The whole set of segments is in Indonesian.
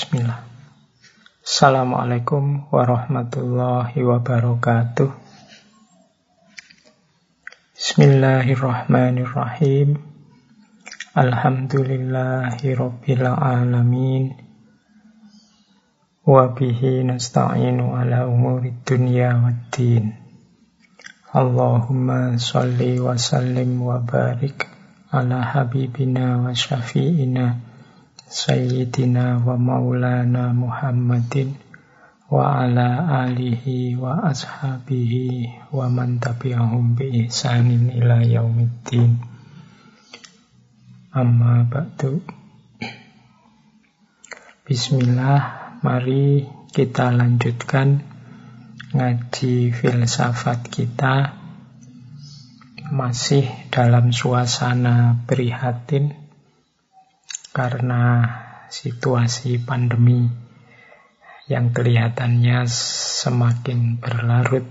Bismillah. Assalamualaikum warahmatullahi wabarakatuh. Bismillahirrahmanirrahim. Alhamdulillahi rabbil alamin. Wa bihi nasta'inu ala umurid dunya waddin. Allahumma sholli wa sallim wa barik ala habibina wa syafi'ina Sayyidina wa maulana Muhammadin wa ala alihi wa ashabihi wa man tabi'ahum bi ihsanin ila yaumiddin. Amma ba'du. Bismillah, mari kita lanjutkan ngaji filsafat kita, masih dalam suasana prihatin karena situasi pandemi yang kelihatannya semakin berlarut.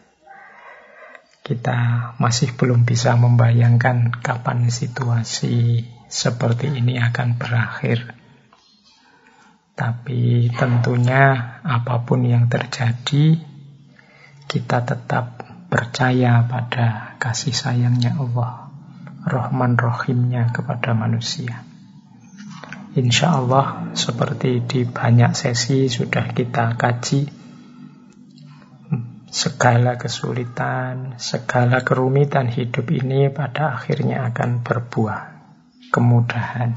Kita masih belum bisa membayangkan kapan situasi seperti ini akan berakhir. Tapi tentunya apapun yang terjadi, kita tetap percaya pada kasih sayangnya Allah, Rahman Rahimnya kepada manusia. Insya Allah, seperti di banyak sesi sudah kita kaji, segala kesulitan, segala kerumitan hidup ini pada akhirnya akan berbuah kemudahan.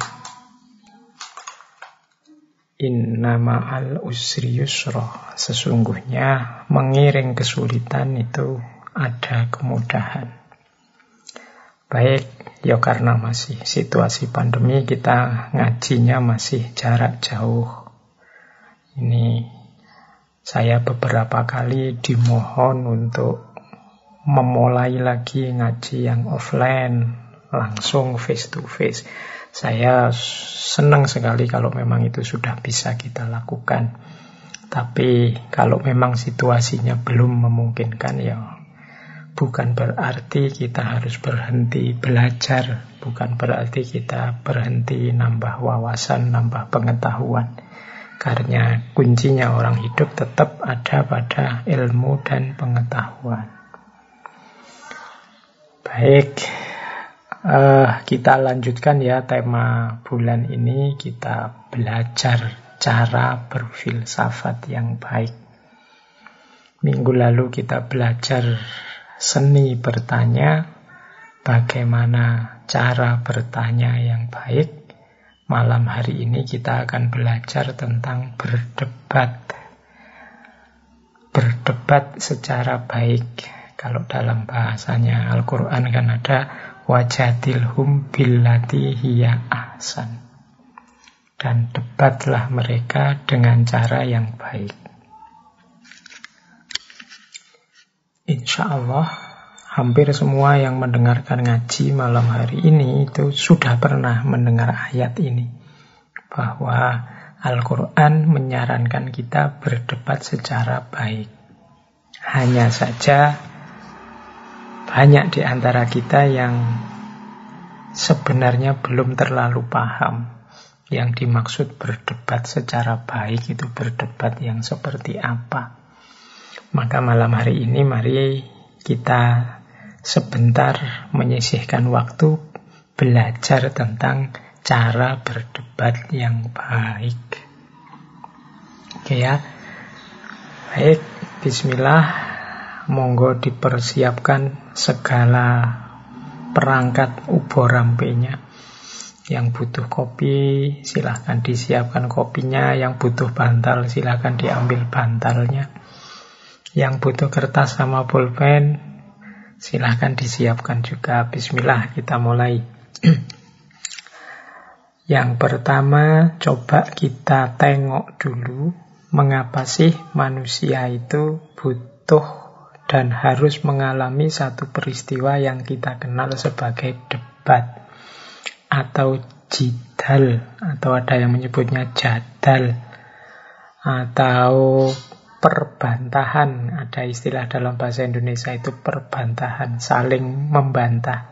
Inna ma'al usri yusra. Sesungguhnya mengiring kesulitan itu ada kemudahan. Baik, ya karena masih situasi pandemi, kita ngajinya masih jarak jauh. Ini saya beberapa kali dimohon untuk memulai lagi ngaji yang offline, langsung face to face. Saya senang sekali kalau memang itu sudah bisa kita lakukan. Tapi kalau memang situasinya belum memungkinkan, ya bukan berarti kita harus berhenti belajar, bukan berarti kita berhenti nambah wawasan, nambah pengetahuan. Karena kuncinya orang hidup tetap ada pada ilmu dan pengetahuan. Baik, kita lanjutkan ya tema bulan ini, kita belajar cara berfilsafat yang baik. Minggu lalu kita belajar seni bertanya, bagaimana cara bertanya yang baik. Malam hari ini kita akan belajar tentang berdebat. Berdebat secara baik. Kalau dalam bahasanya Al-Quran kan ada wajadilhum billati hiya ahsan. Dan debatlah mereka dengan cara yang baik. Insya Allah, hampir semua yang mendengarkan ngaji malam hari ini itu sudah pernah mendengar ayat ini. Bahwa Al-Quran menyarankan kita berdebat secara baik. Hanya saja, banyak di antara kita yang sebenarnya belum terlalu paham. Yang dimaksud berdebat secara baik itu berdebat yang seperti apa. Maka malam hari ini mari kita sebentar menyisihkan waktu belajar tentang cara berdebat yang baik. Oke ya. Baik, bismillah. Monggo dipersiapkan segala perangkat uborampenya. Yang butuh kopi silahkan disiapkan kopinya, yang butuh bantal silahkan diambil bantalnya. Yang butuh kertas sama pulpen, silahkan disiapkan juga. Bismillah, kita mulai. Yang pertama, coba kita tengok dulu, mengapa sih manusia itu butuh dan harus mengalami satu peristiwa yang kita kenal sebagai debat, atau jidal, atau ada yang menyebutnya jadal, atau perbantahan. Ada istilah dalam bahasa Indonesia itu perbantahan, saling membantah.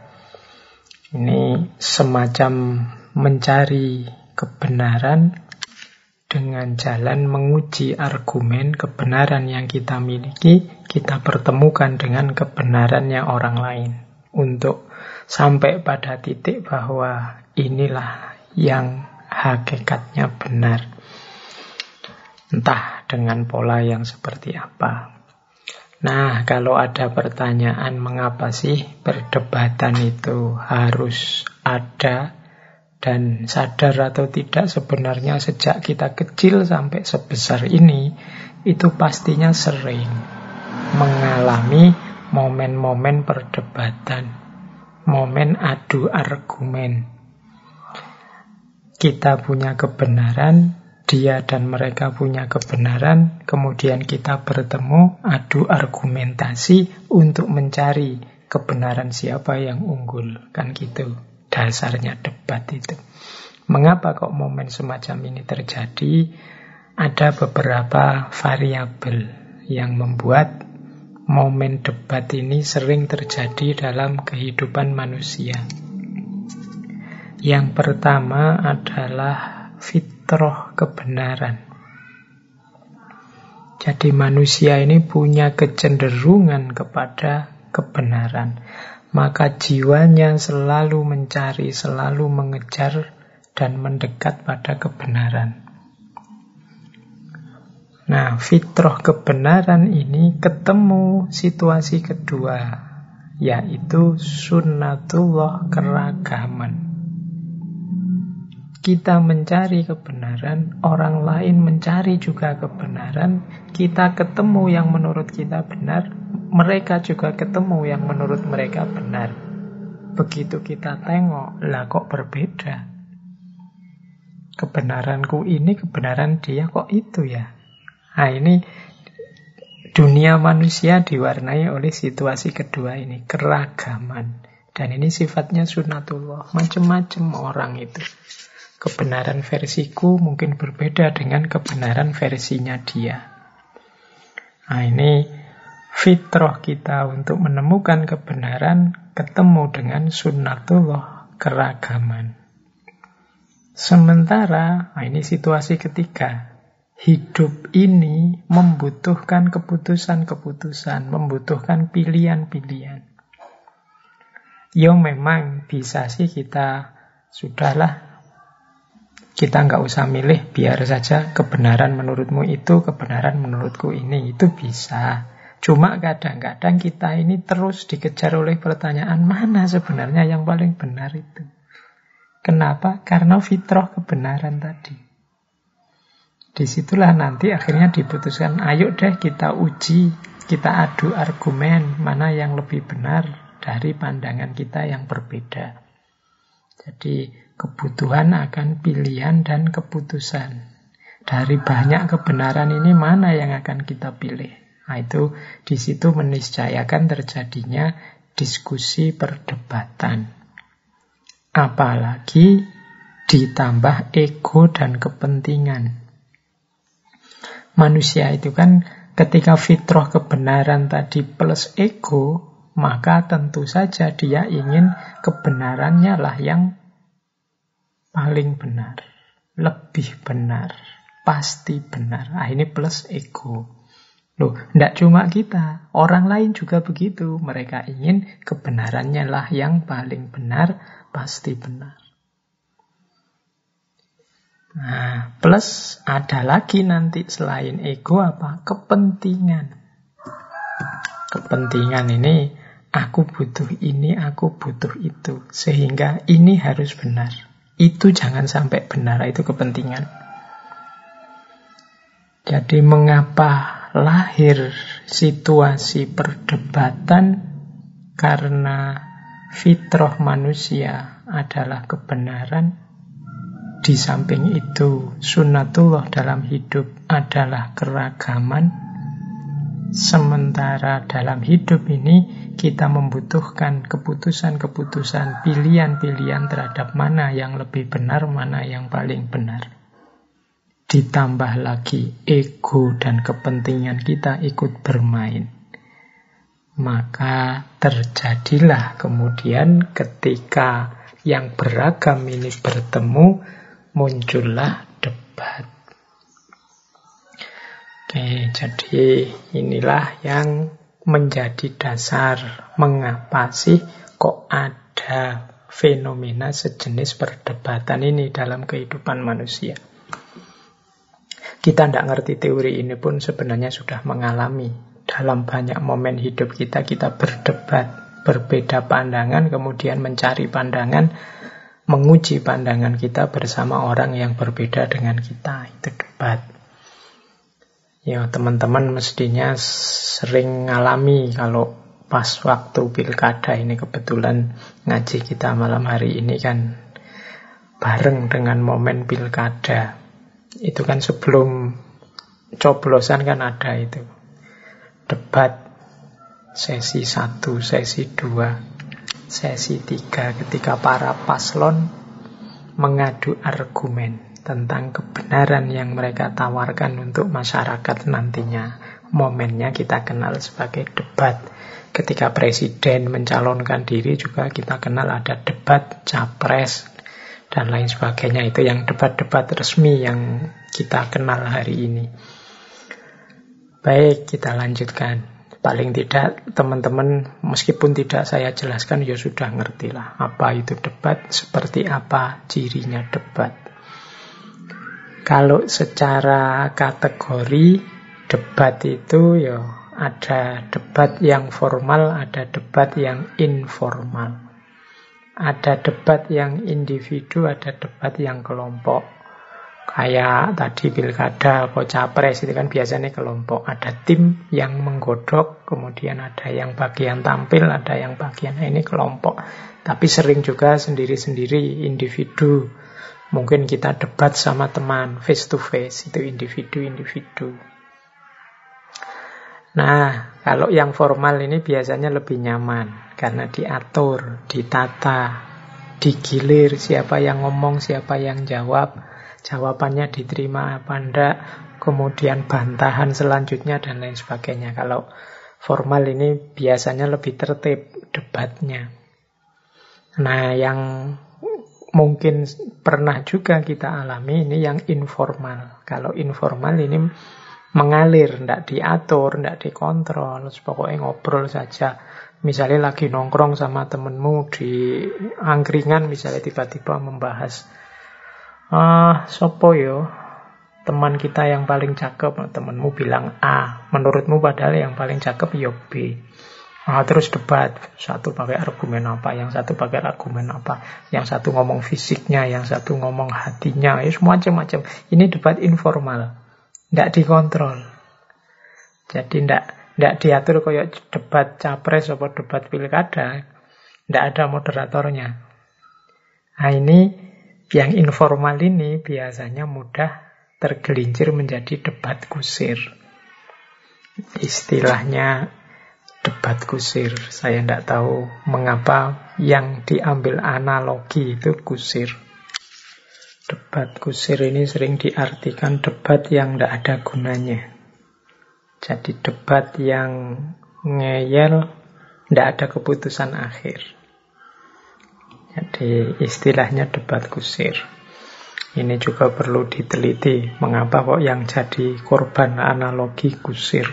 Ini semacam mencari kebenaran dengan jalan menguji argumen kebenaran yang kita miliki, kita pertemukan dengan kebenarannya orang lain. Untuk sampai pada titik bahwa inilah yang hakikatnya benar. Entah dengan pola yang seperti apa. Nah, kalau ada pertanyaan mengapa sih perdebatan itu harus ada, dan sadar atau tidak sebenarnya sejak kita kecil sampai sebesar ini, itu pastinya sering mengalami momen-momen perdebatan, momen adu argumen. Kita punya kebenaran, dia dan mereka punya kebenaran, kemudian kita bertemu, adu argumentasi untuk mencari kebenaran siapa yang unggul, kan gitu. Dasarnya debat itu. Mengapa kok momen semacam ini terjadi? Ada beberapa variabel yang membuat momen debat ini sering terjadi dalam kehidupan manusia. Yang pertama adalah fitrah kebenaran. Jadi manusia ini punya kecenderungan kepada kebenaran. Maka jiwanya selalu mencari, selalu mengejar dan mendekat pada kebenaran. Nah, fitrah kebenaran ini ketemu situasi kedua, yaitu sunnatullah, keragaman. Kita mencari kebenaran, orang lain mencari juga kebenaran, kita ketemu yang menurut kita benar, mereka juga ketemu yang menurut mereka benar. Begitu kita tengok, lah kok berbeda. Kebenaranku ini, kebenaran dia kok itu ya. Nah ini dunia manusia diwarnai oleh situasi kedua ini, keragaman. Dan ini sifatnya sunnatullah, macam-macam orang itu. Kebenaran versiku mungkin berbeda dengan kebenaran versinya dia. Nah ini fitrah kita untuk menemukan kebenaran ketemu dengan sunnatullah, keragaman. Sementara, nah ini situasi ketiga, hidup ini membutuhkan keputusan-keputusan, membutuhkan pilihan-pilihan. Ya memang bisa sih kita, sudahlah, kita nggak usah milih, biar saja kebenaran menurutmu itu, kebenaran menurutku ini, itu bisa. Cuma kadang-kadang kita ini terus dikejar oleh pertanyaan, mana sebenarnya yang paling benar itu? Kenapa? Karena fitrah kebenaran tadi. Disitulah nanti akhirnya diputuskan, ayo deh kita uji, kita adu argumen, mana yang lebih benar dari pandangan kita yang berbeda. Jadi kebutuhan akan pilihan dan keputusan. Dari banyak kebenaran ini mana yang akan kita pilih? Nah itu di situ meniscayakan terjadinya diskusi perdebatan. Apalagi ditambah ego dan kepentingan. Manusia itu kan ketika fitrah kebenaran tadi plus ego, maka tentu saja dia ingin kebenarannya lah yang paling benar, lebih benar, pasti benar. Nah, ini plus ego. Loh, tidak cuma kita, orang lain juga begitu. Mereka ingin kebenarannya lah yang paling benar, pasti benar. Nah, plus ada lagi nanti selain ego apa? Kepentingan. Kepentingan ini, aku butuh ini, aku butuh itu. Sehingga ini harus benar. Itu jangan sampai benar, itu kepentingan. Jadi mengapa lahir situasi perdebatan? Karena fitrah manusia adalah kebenaran. Di samping itu, sunnatullah dalam hidup adalah keragaman. Sementara dalam hidup ini kita membutuhkan keputusan-keputusan, pilihan-pilihan terhadap mana yang lebih benar, mana yang paling benar. Ditambah lagi ego dan kepentingan kita ikut bermain. Maka terjadilah kemudian ketika yang beragam ini bertemu, muncullah debat. Oke, jadi inilah yang menjadi dasar mengapa sih kok ada fenomena sejenis perdebatan ini dalam kehidupan manusia. Kita tidak ngerti teori ini pun sebenarnya sudah mengalami. Dalam banyak momen hidup kita berdebat, berbeda pandangan, kemudian mencari pandangan, menguji pandangan kita bersama orang yang berbeda dengan kita. Itu debat. Ya, teman-teman mestinya sering ngalami kalau pas waktu pilkada ini, kebetulan ngaji kita malam hari ini kan bareng dengan momen pilkada. Itu kan sebelum coblosan kan ada itu debat sesi 1, sesi 2, sesi 3 ketika para paslon mengadu argumen tentang kebenaran yang mereka tawarkan untuk masyarakat nantinya. Momennya kita kenal sebagai debat. Ketika presiden mencalonkan diri juga kita kenal ada debat capres dan lain sebagainya. Itu yang debat-debat resmi yang kita kenal hari ini. Baik, kita lanjutkan. Paling tidak teman-teman meskipun tidak saya jelaskan ya sudah ngertilah apa itu debat, seperti apa cirinya debat. Kalau secara kategori debat itu ya ada debat yang formal, ada debat yang informal. Ada debat yang individu, ada debat yang kelompok. Kayak tadi pilkada atau capres itu kan biasanya kelompok. Ada tim yang menggodok, kemudian ada yang bagian tampil, ada yang bagian ini kelompok. Tapi sering juga sendiri-sendiri individu. Mungkin kita debat sama teman, face to face, itu individu-individu. Nah, kalau yang formal ini biasanya lebih nyaman, karena diatur, ditata, digilir, siapa yang ngomong, siapa yang jawab, jawabannya diterima apa enggak, kemudian bantahan selanjutnya, dan lain sebagainya. Kalau formal ini biasanya lebih tertib debatnya. Nah, yang mungkin pernah juga kita alami ini yang informal. Kalau informal ini mengalir, tidak diatur, tidak dikontrol, pokoknya ngobrol saja. Misalnya lagi nongkrong sama temenmu di angkringan, misalnya tiba-tiba membahas sopo yo teman kita yang paling cakep, temenmu bilang A, menurutmu padahal yang paling cakep yo B. Terus debat, satu pakai argumen apa, yang satu pakai argumen apa, yang satu ngomong fisiknya, yang satu ngomong hatinya, ya macam-macam. Ini debat informal, tidak dikontrol. Jadi tidak diatur kayak debat capres atau debat pilkada, tidak ada moderatornya. Nah ini yang informal ini biasanya mudah tergelincir menjadi debat kusir. Istilahnya debat kusir. Saya tidak tahu mengapa yang diambil analogi itu kusir. Debat kusir ini sering diartikan debat yang tidak ada gunanya. Jadi debat yang ngeyel, tidak ada keputusan akhir. Jadi istilahnya debat kusir. Ini juga perlu diteliti mengapa kok yang jadi korban analogi kusir.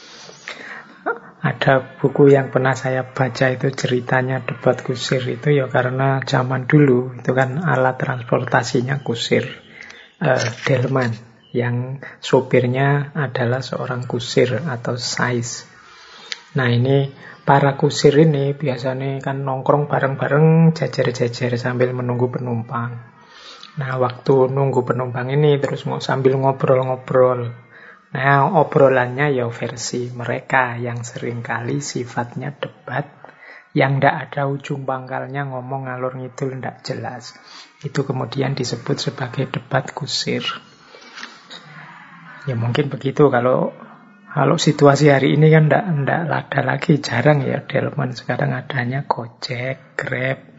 Ada buku yang pernah saya baca itu ceritanya debat kusir itu ya karena zaman dulu itu kan alat transportasinya kusir, delman, yang sopirnya adalah seorang kusir atau sais. Nah ini para kusir ini biasanya kan nongkrong bareng-bareng jajar-jajar sambil menunggu penumpang. Nah waktu nunggu penumpang ini terus mau sambil ngobrol-ngobrol. Nah, obrolannya ya versi mereka yang seringkali sifatnya debat, yang tidak ada ujung pangkalnya, ngomong ngalor ngidul tidak jelas. Itu kemudian disebut sebagai debat kusir. Ya mungkin begitu kalau situasi hari ini kan tidak ada lagi, jarang ya delman, sekarang adanya Gojek, Grab.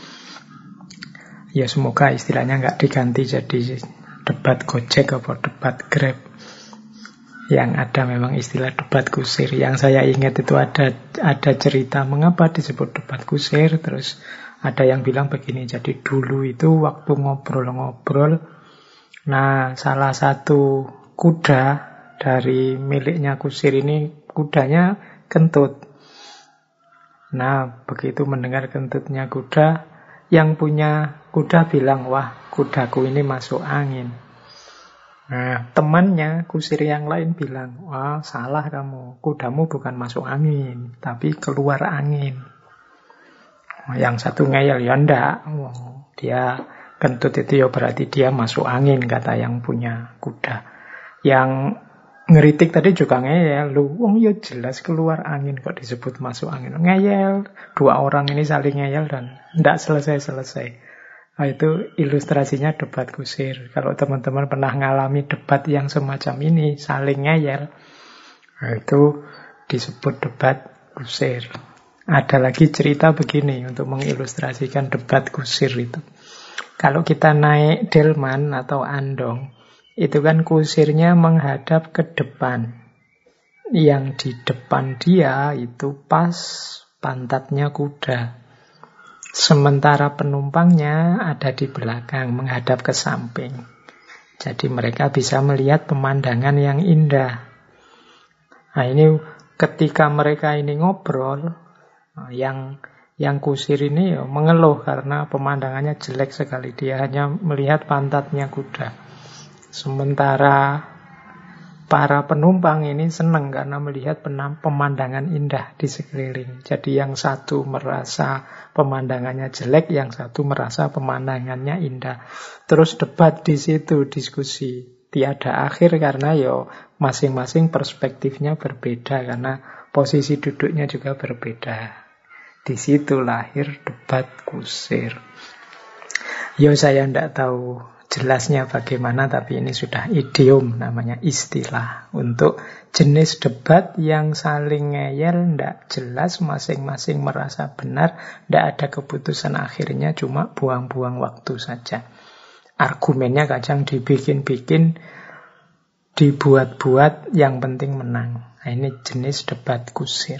Ya semoga istilahnya nggak diganti jadi debat Gojek atau debat Grab. Yang ada memang istilah debat kusir. Yang saya ingat itu ada cerita mengapa disebut debat kusir. Terus ada yang bilang begini, jadi dulu itu waktu ngobrol-ngobrol, nah salah satu kuda dari miliknya kusir ini kudanya kentut. Nah, begitu mendengar kentutnya kuda, yang punya kuda bilang, wah, kudaku ini masuk angin. Nah, temannya kusir yang lain bilang, wah, salah kamu, kudamu bukan masuk angin, tapi keluar angin. Yang satu ngeyel, ya enggak, dia kentut itu ya berarti dia masuk angin, kata yang punya kuda. Yang ngeritik tadi juga ngeyel, lu, ya jelas keluar angin kok disebut masuk angin. Ngeyel, dua orang ini saling ngeyel dan enggak selesai-selesai. Nah, itu ilustrasinya debat kusir. Kalau teman-teman pernah ngalami debat yang semacam ini, saling ngeyel, nah, itu disebut debat kusir. Ada lagi cerita begini untuk mengilustrasikan debat kusir itu. Kalau kita naik delman atau andong, itu kan kusirnya menghadap ke depan. Yang di depan dia itu pas pantatnya kuda. Sementara penumpangnya ada di belakang, menghadap ke samping. Jadi mereka bisa melihat pemandangan yang indah. Nah, ini ketika mereka ini ngobrol, yang kusir ini ya mengeluh karena pemandangannya jelek sekali. Dia hanya melihat pantatnya kuda. Sementara para penumpang ini senang karena melihat pemandangan indah di sekeliling. Jadi yang satu merasa pemandangannya jelek, yang satu merasa pemandangannya indah. Terus debat di situ, diskusi. Tiada akhir karena ya masing-masing perspektifnya berbeda karena posisi duduknya juga berbeda. Di situ lahir debat kusir. Ya saya tidak tahu jelasnya bagaimana, tapi ini sudah idiom, namanya istilah untuk jenis debat yang saling ngeyel, tidak jelas, masing-masing merasa benar, tidak ada keputusan akhirnya, cuma buang-buang waktu saja. Argumennya kadang dibikin-bikin, dibuat-buat, yang penting menang. Nah, ini jenis debat kusir.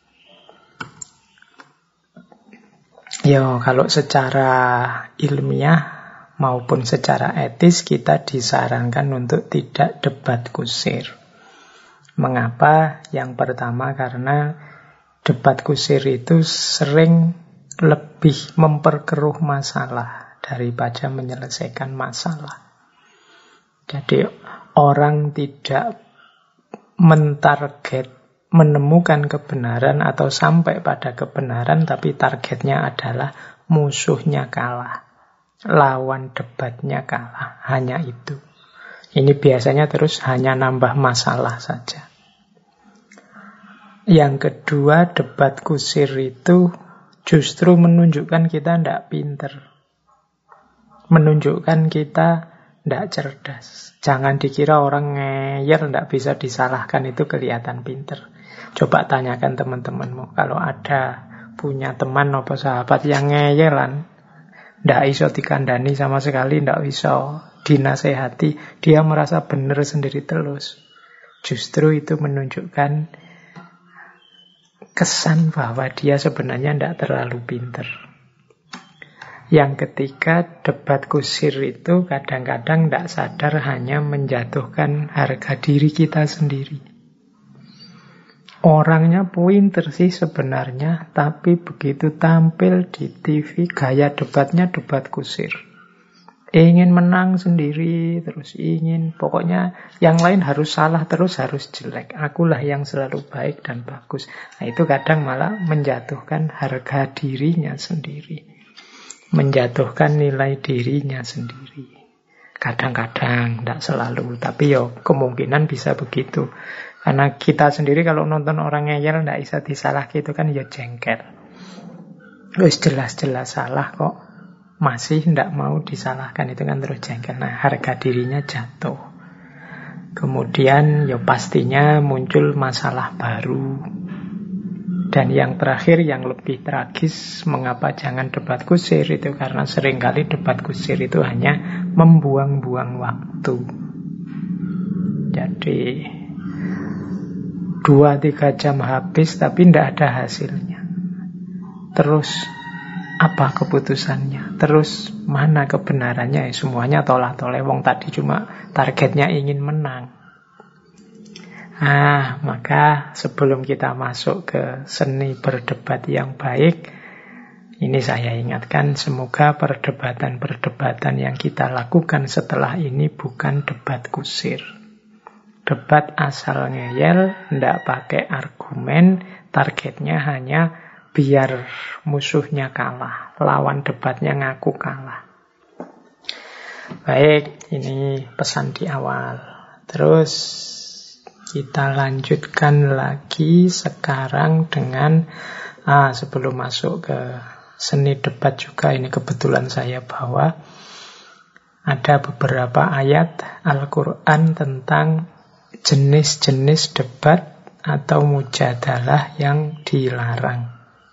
Ya, kalau secara ilmiah maupun secara etis kita disarankan untuk tidak debat kusir. Mengapa? Yang pertama karena debat kusir itu sering lebih memperkeruh masalah daripada menyelesaikan masalah. Jadi orang tidak mentarget menemukan kebenaran atau sampai pada kebenaran, tapi targetnya adalah musuhnya kalah. Lawan debatnya kalah, hanya itu. Ini biasanya terus hanya nambah masalah saja. Yang kedua, debat kusir itu justru menunjukkan kita tidak pinter, menunjukkan kita tidak cerdas. Jangan dikira orang ngeyel tidak bisa disalahkan itu kelihatan pinter. Coba tanyakan teman-temanmu, kalau ada punya teman atau sahabat yang ngeyelan, tidak iso dikandani sama sekali, tidak iso dinasehati, dia merasa benar sendiri terus. Justru itu menunjukkan kesan bahwa dia sebenarnya tidak terlalu pintar. Yang ketiga, debat kusir itu kadang-kadang tidak sadar hanya menjatuhkan harga diri kita sendiri. Orangnya pinter sih sebenarnya, tapi begitu tampil di TV, gaya debatnya debat kusir. Ingin menang sendiri, terus ingin, pokoknya yang lain harus salah terus, harus jelek. Akulah yang selalu baik dan bagus. Nah, itu kadang malah menjatuhkan harga dirinya sendiri. Menjatuhkan nilai dirinya sendiri. Kadang-kadang, tidak selalu, tapi ya kemungkinan bisa begitu. Karena kita sendiri kalau nonton orang ngeyel tidak bisa disalah gitu kan ya jengkel. Terus jelas-jelas salah kok masih tidak mau disalahkan, itu kan terus jengkel. Nah, harga dirinya jatuh. Kemudian ya pastinya muncul masalah baru. Dan yang terakhir yang lebih tragis, mengapa jangan debat kusir itu karena seringkali debat kusir itu hanya membuang-buang waktu. Jadi 2-3 jam habis tapi tidak ada hasilnya. Terus apa keputusannya? Terus mana kebenarannya? Semuanya tolak-toleh. Wong tadi cuma targetnya ingin menang. Maka sebelum kita masuk ke seni berdebat yang baik, ini saya ingatkan, semoga perdebatan-perdebatan yang kita lakukan setelah ini bukan debat kusir. Debat asal ngeyel, ndak pakai argumen, targetnya hanya biar musuhnya kalah, lawan debatnya ngaku kalah. Baik, ini pesan di awal. Terus kita lanjutkan lagi sekarang dengan sebelum masuk ke seni debat juga, ini kebetulan saya bawa ada beberapa ayat Al-Quran tentang jenis-jenis debat atau mujadalah yang dilarang.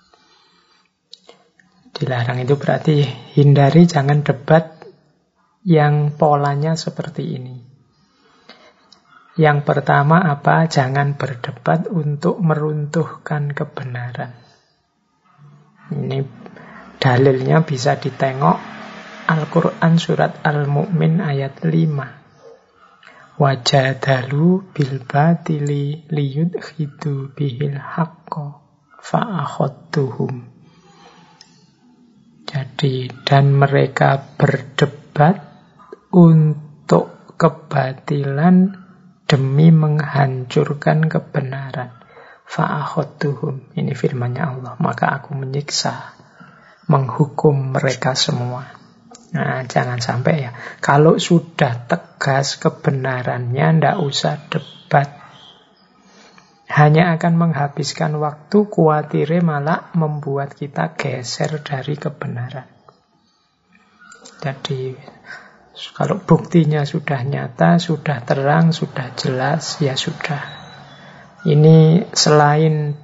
Dilarang itu berarti hindari, jangan debat yang polanya seperti ini. Yang pertama apa? Jangan berdebat untuk meruntuhkan kebenaran. Ini dalilnya bisa ditengok Al-Quran surat Al-Mu'min ayat 5. Wajadalu bil batili liyudkhidu bihil haqqa fa'akhadtuhum. Jadi, dan mereka berdebat untuk kebatilan demi menghancurkan kebenaran. Fa'akhadtuhum. Ini firman-Nya Allah. Maka aku menyiksa, menghukum mereka semua. Nah, jangan sampai ya. Kalau sudah tegas kebenarannya, ndak usah debat. Hanya akan menghabiskan waktu, kuatire malah membuat kita geser dari kebenaran. Jadi, kalau buktinya sudah nyata, sudah terang, sudah jelas, ya sudah. Ini selain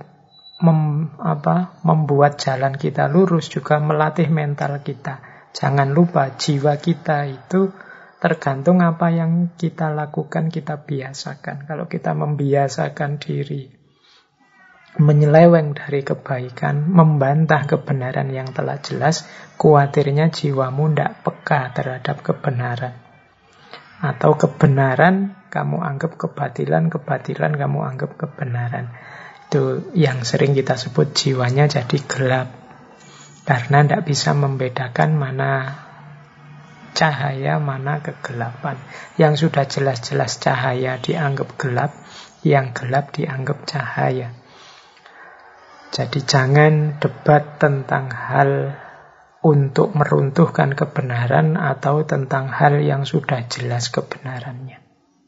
membuat jalan kita lurus, juga melatih mental kita. Jangan lupa, jiwa kita itu tergantung apa yang kita lakukan, kita biasakan. Kalau kita membiasakan diri menyeleweng dari kebaikan, membantah kebenaran yang telah jelas, khawatirnya jiwamu tidak peka terhadap kebenaran. Atau kebenaran kamu anggap kebatilan, kebatilan kamu anggap kebenaran. Itu yang sering kita sebut jiwanya jadi gelap. Karena tidak bisa membedakan mana cahaya, mana kegelapan. Yang sudah jelas-jelas cahaya dianggap gelap, yang gelap dianggap cahaya. Jadi jangan debat tentang hal untuk meruntuhkan kebenaran atau tentang hal yang sudah jelas kebenarannya.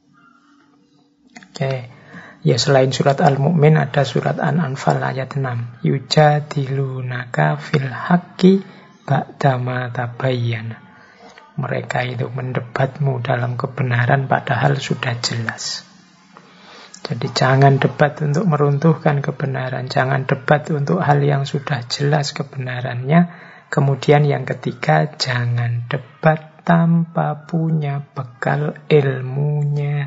Oke. Ya, selain surat Al-Mu'min ada surat An-Anfal ayat 6. Yujadilunaka fil haqqi ba'dama tabayyana. Mereka itu mendebatmu dalam kebenaran padahal sudah jelas. Jadi jangan debat untuk meruntuhkan kebenaran, jangan debat untuk hal yang sudah jelas kebenarannya. Kemudian yang ketiga, jangan debat tanpa punya bekal ilmunya.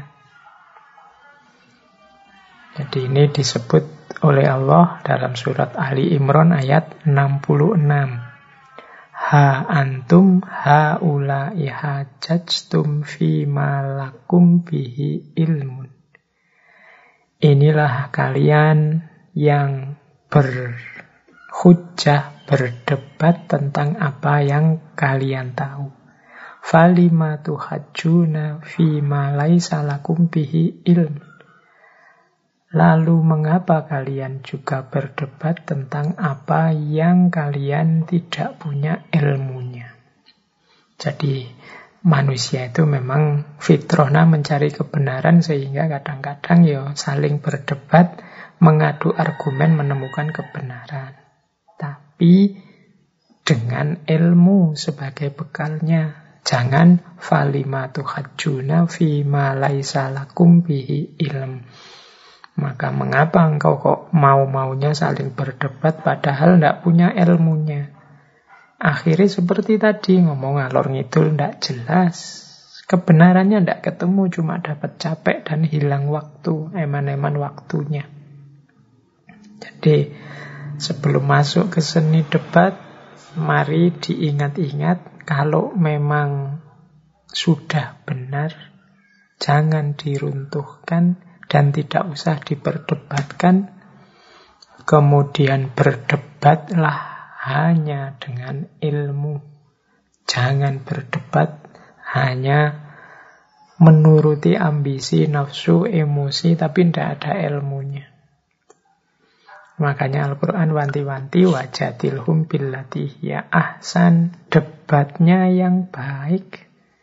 Jadi ini disebut oleh Allah dalam surat Ali Imran ayat 66. Ha antum haula'i hajajtum fima lakum bihi ilmun. Inilah kalian yang berhujjah, berdebat tentang apa yang kalian tahu. Falima tuhajjuna fima laisa lakum bihi ilmun. Lalu mengapa kalian juga berdebat tentang apa yang kalian tidak punya ilmunya? Jadi manusia itu memang fitrahnya mencari kebenaran, sehingga kadang-kadang ya saling berdebat, mengadu argumen menemukan kebenaran. Tapi dengan ilmu sebagai bekalnya. Jangan falima tuhajjuna fima laisa lakum bihi ilm. Maka mengapa engkau kok mau-maunya saling berdebat padahal tidak punya ilmunya? Akhirnya seperti tadi, ngomong ngalor ngidul tidak jelas. Kebenarannya tidak ketemu, cuma dapat capek dan hilang waktu, eman-eman waktunya. Jadi sebelum masuk ke seni debat, mari diingat-ingat kalau memang sudah benar, jangan diruntuhkan. dan tidak usah diperdebatkan. Kemudian berdebatlah hanya dengan ilmu. Jangan berdebat hanya menuruti ambisi, nafsu, emosi, tapi tidak ada ilmunya. Makanya Al-Quran wanti-wanti wajadilhum billati hiya ahsan, debatnya yang baik.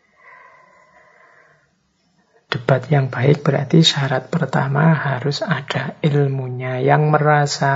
Debat yang baik berarti syarat pertama harus ada ilmunya. Yang merasa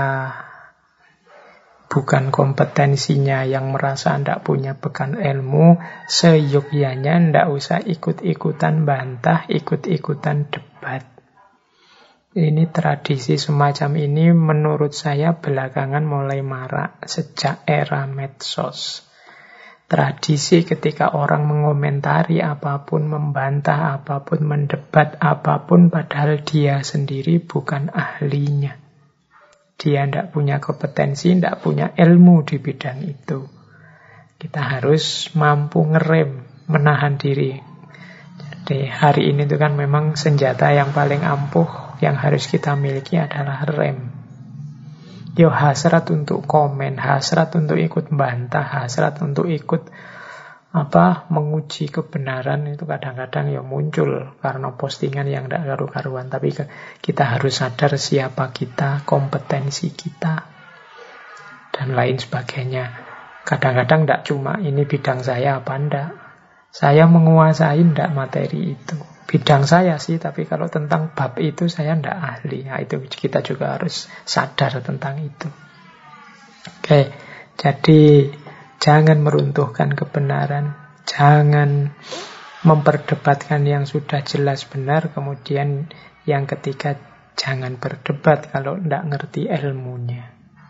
bukan kompetensinya, yang merasa tidak punya bekal ilmu, seyogyanya tidak usah ikut-ikutan bantah, ikut-ikutan debat. Ini tradisi semacam ini menurut saya belakangan mulai marak sejak era medsos. Tradisi ketika orang mengomentari apapun, membantah apapun, mendebat apapun, padahal dia sendiri bukan ahlinya. Dia tidak punya kompetensi, tidak punya ilmu di bidang itu. Kita harus mampu ngerem, menahan diri. Jadi hari ini itu kan memang senjata yang paling ampuh yang harus kita miliki adalah rem. Yo hasrat untuk komen, hasrat untuk ikut bantah, hasrat untuk ikut menguji kebenaran itu kadang-kadang ya muncul karena postingan yang tidak karu-karuan. Tapi kita harus sadar siapa kita, kompetensi kita, dan lain sebagainya. Kadang-kadang tidak cuma ini bidang saya apa enggak. Saya menguasai enggak materi itu. Bidang saya sih, tapi kalau tentang bab itu saya tidak ahli. Nah, itu kita juga harus sadar tentang itu. Oke, jadi jangan meruntuhkan kebenaran, jangan memperdebatkan yang sudah jelas benar. Kemudian yang ketiga, jangan berdebat kalau tidak ngerti ilmunya.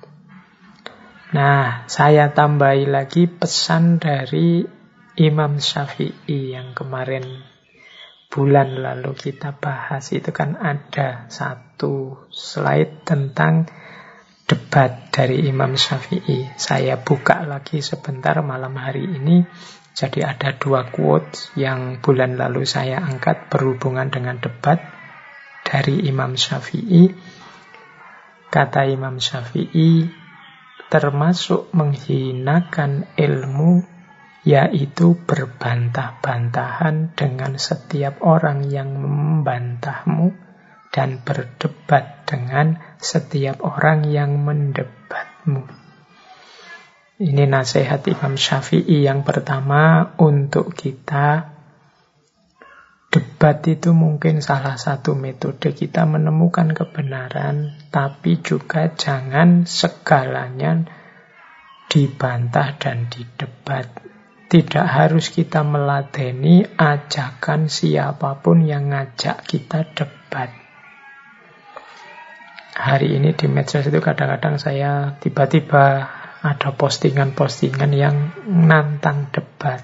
Nah, saya tambahi lagi pesan dari Imam Syafi'i yang kemarin bulan lalu kita bahas. Itu kan ada satu slide tentang debat dari Imam Syafi'i. Saya buka lagi sebentar malam hari ini. Jadi ada dua quotes yang bulan lalu saya angkat berhubungan dengan debat dari Imam Syafi'i. Kata Imam Syafi'i, termasuk menghinakan ilmu yaitu berbantah-bantahan dengan setiap orang yang membantahmu dan berdebat dengan setiap orang yang mendebatmu. Ini nasihat Imam Syafi'i yang pertama untuk kita. Debat itu mungkin salah satu metode kita menemukan kebenaran, tapi juga jangan segalanya dibantah dan didebat. Tidak harus kita meladeni ajakan siapapun yang ngajak kita debat. Hari ini di medsos itu kadang-kadang saya tiba-tiba ada postingan-postingan yang nantang debat.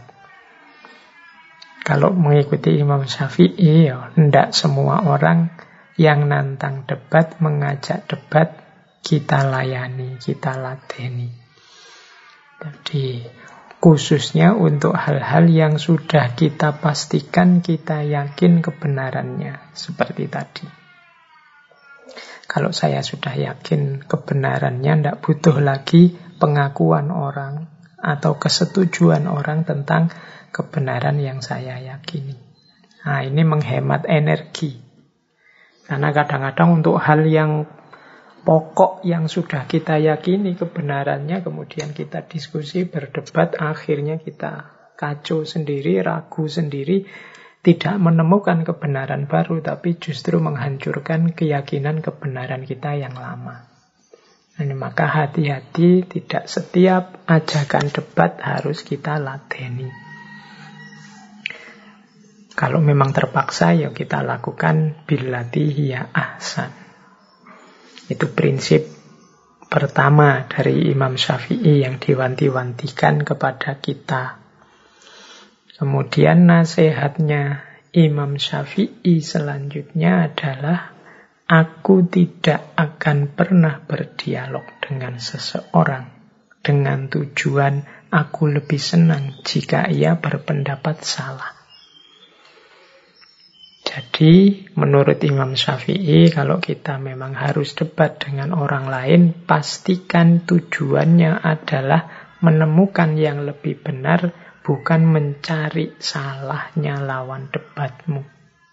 Kalau mengikuti Imam Syafi'i, ya tidak semua orang yang nantang debat, mengajak debat, kita layani, kita ladeni. Jadi khususnya untuk hal-hal yang sudah kita pastikan, kita yakin kebenarannya. Seperti tadi. Kalau saya sudah yakin kebenarannya, tidak butuh lagi pengakuan orang atau kesetujuan orang tentang kebenaran yang saya yakini. Nah, ini menghemat energi. Karena kadang-kadang untuk hal yang pokok yang sudah kita yakini kebenarannya, kemudian kita diskusi, berdebat, akhirnya kita kacau sendiri, ragu sendiri, tidak menemukan kebenaran baru, tapi justru menghancurkan keyakinan kebenaran kita yang lama. Ini maka hati-hati, tidak setiap ajakan debat harus kita ladeni. Kalau memang terpaksa, ya kita lakukan billati hiya ahsan. Itu prinsip pertama dari Imam Syafi'i yang diwanti-wantikan kepada kita. Kemudian nasihatnya Imam Syafi'i selanjutnya adalah, aku tidak akan pernah berdialog dengan seseorang dengan tujuan aku lebih senang jika ia berpendapat salah. Jadi menurut Imam Syafi'i, kalau kita memang harus debat dengan orang lain, pastikan tujuannya adalah menemukan yang lebih benar, bukan mencari salahnya lawan debatmu.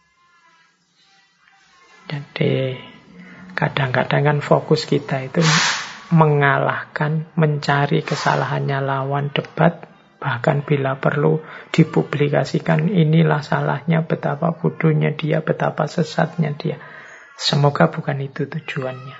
Jadi kadang-kadang kan fokus kita itu mengalahkan, mencari kesalahannya lawan debat. Bahkan bila perlu dipublikasikan, inilah salahnya, betapa bodohnya dia, betapa sesatnya dia. Semoga bukan itu tujuannya.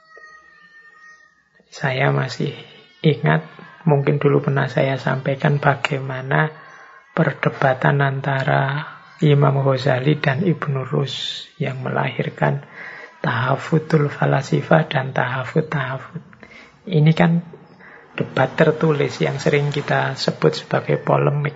Saya masih ingat, mungkin dulu pernah saya sampaikan bagaimana perdebatan antara Imam Ghazali dan Ibnu Rus yang melahirkan Tahafudul Falasifah dan Tahafud. Ini kan debat tertulis yang sering kita sebut sebagai polemik.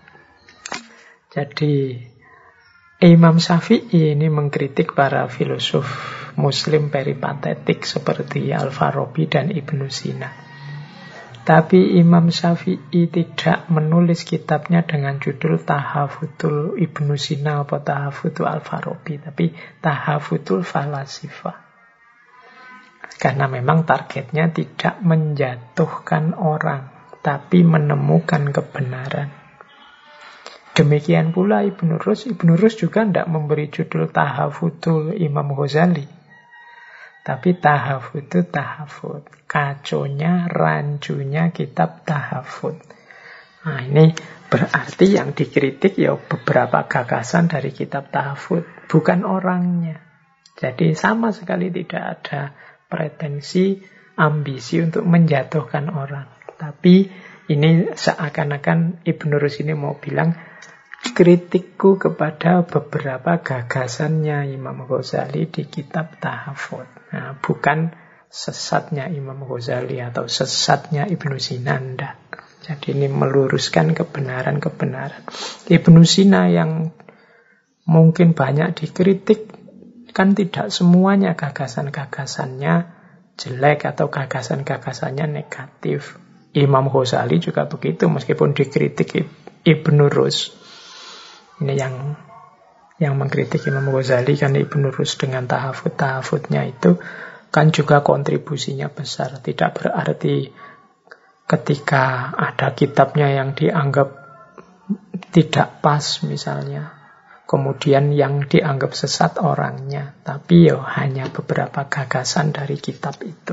Jadi Imam Syafi'i ini mengkritik para filosof Muslim peripatetik seperti Al-Farabi dan Ibnu Sina. Tapi Imam Syafi'i tidak menulis kitabnya dengan judul Tahafudul Ibnu Sina atau Tahafudul Al-Farabi, tapi Tahafudul Falasifah. Karena memang targetnya tidak menjatuhkan orang, tapi menemukan kebenaran. Demikian pula Ibnu Rus. Ibnu Rus juga tidak memberi judul Tahafudul Imam Ghazali, tapi Tahafud. Kaconya, rancunya kitab Tahafud. Nah, ini berarti yang dikritik ya beberapa gagasan dari kitab Tahafud, bukan orangnya. Jadi sama sekali tidak ada pretensi, ambisi untuk menjatuhkan orang. Tapi ini seakan-akan Ibnu Rus ini mau bilang, kritikku kepada beberapa gagasannya Imam Ghazali di kitab Tahafud. Nah, bukan sesatnya Imam Ghazali atau sesatnya Ibnu Sina. Jadi ini meluruskan kebenaran-kebenaran. Ibnu Sina yang mungkin banyak dikritik, kan tidak semuanya gagasan-gagasannya jelek atau gagasan-gagasannya negatif. Imam Ghazali juga begitu, meskipun dikritik Ibnu Rus. Ini yang mengkritik Imam Ghazali kan Ibnu Rus dengan tahafudnya itu kan juga kontribusinya besar. Tidak berarti ketika ada kitabnya yang dianggap tidak pas misalnya, kemudian yang dianggap sesat orangnya, tapi ya hanya beberapa gagasan dari kitab itu.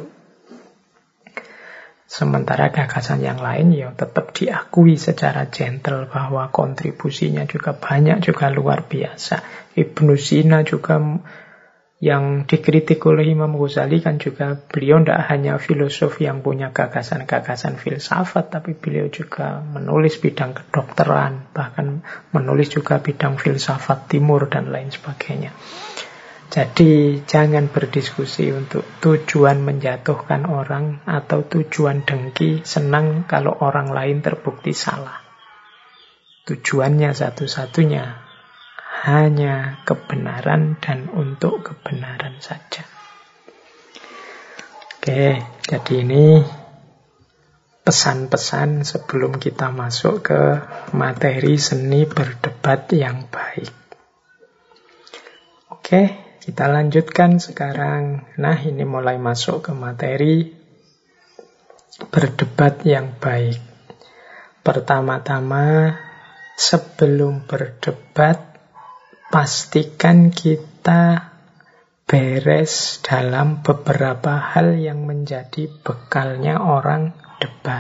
Sementara gagasan yang lain ya tetap diakui secara gentle bahwa kontribusinya juga banyak, juga luar biasa. Ibnu Sina juga yang dikritik oleh Imam Ghazali kan juga beliau tidak hanya filosof yang punya gagasan-gagasan filsafat, tapi beliau juga menulis bidang kedokteran, bahkan menulis juga bidang filsafat timur dan lain sebagainya. Jadi jangan berdiskusi untuk tujuan menjatuhkan orang atau tujuan dengki, senang kalau orang lain terbukti salah. Tujuannya satu-satunya hanya kebenaran dan untuk kebenaran saja. Oke, jadi ini pesan-pesan sebelum kita masuk ke materi seni berdebat yang baik. Oke, kita lanjutkan sekarang. Nah, ini mulai masuk ke materi berdebat yang baik. Pertama-tama, sebelum berdebat, pastikan kita beres dalam beberapa hal yang menjadi bekalnya orang debat.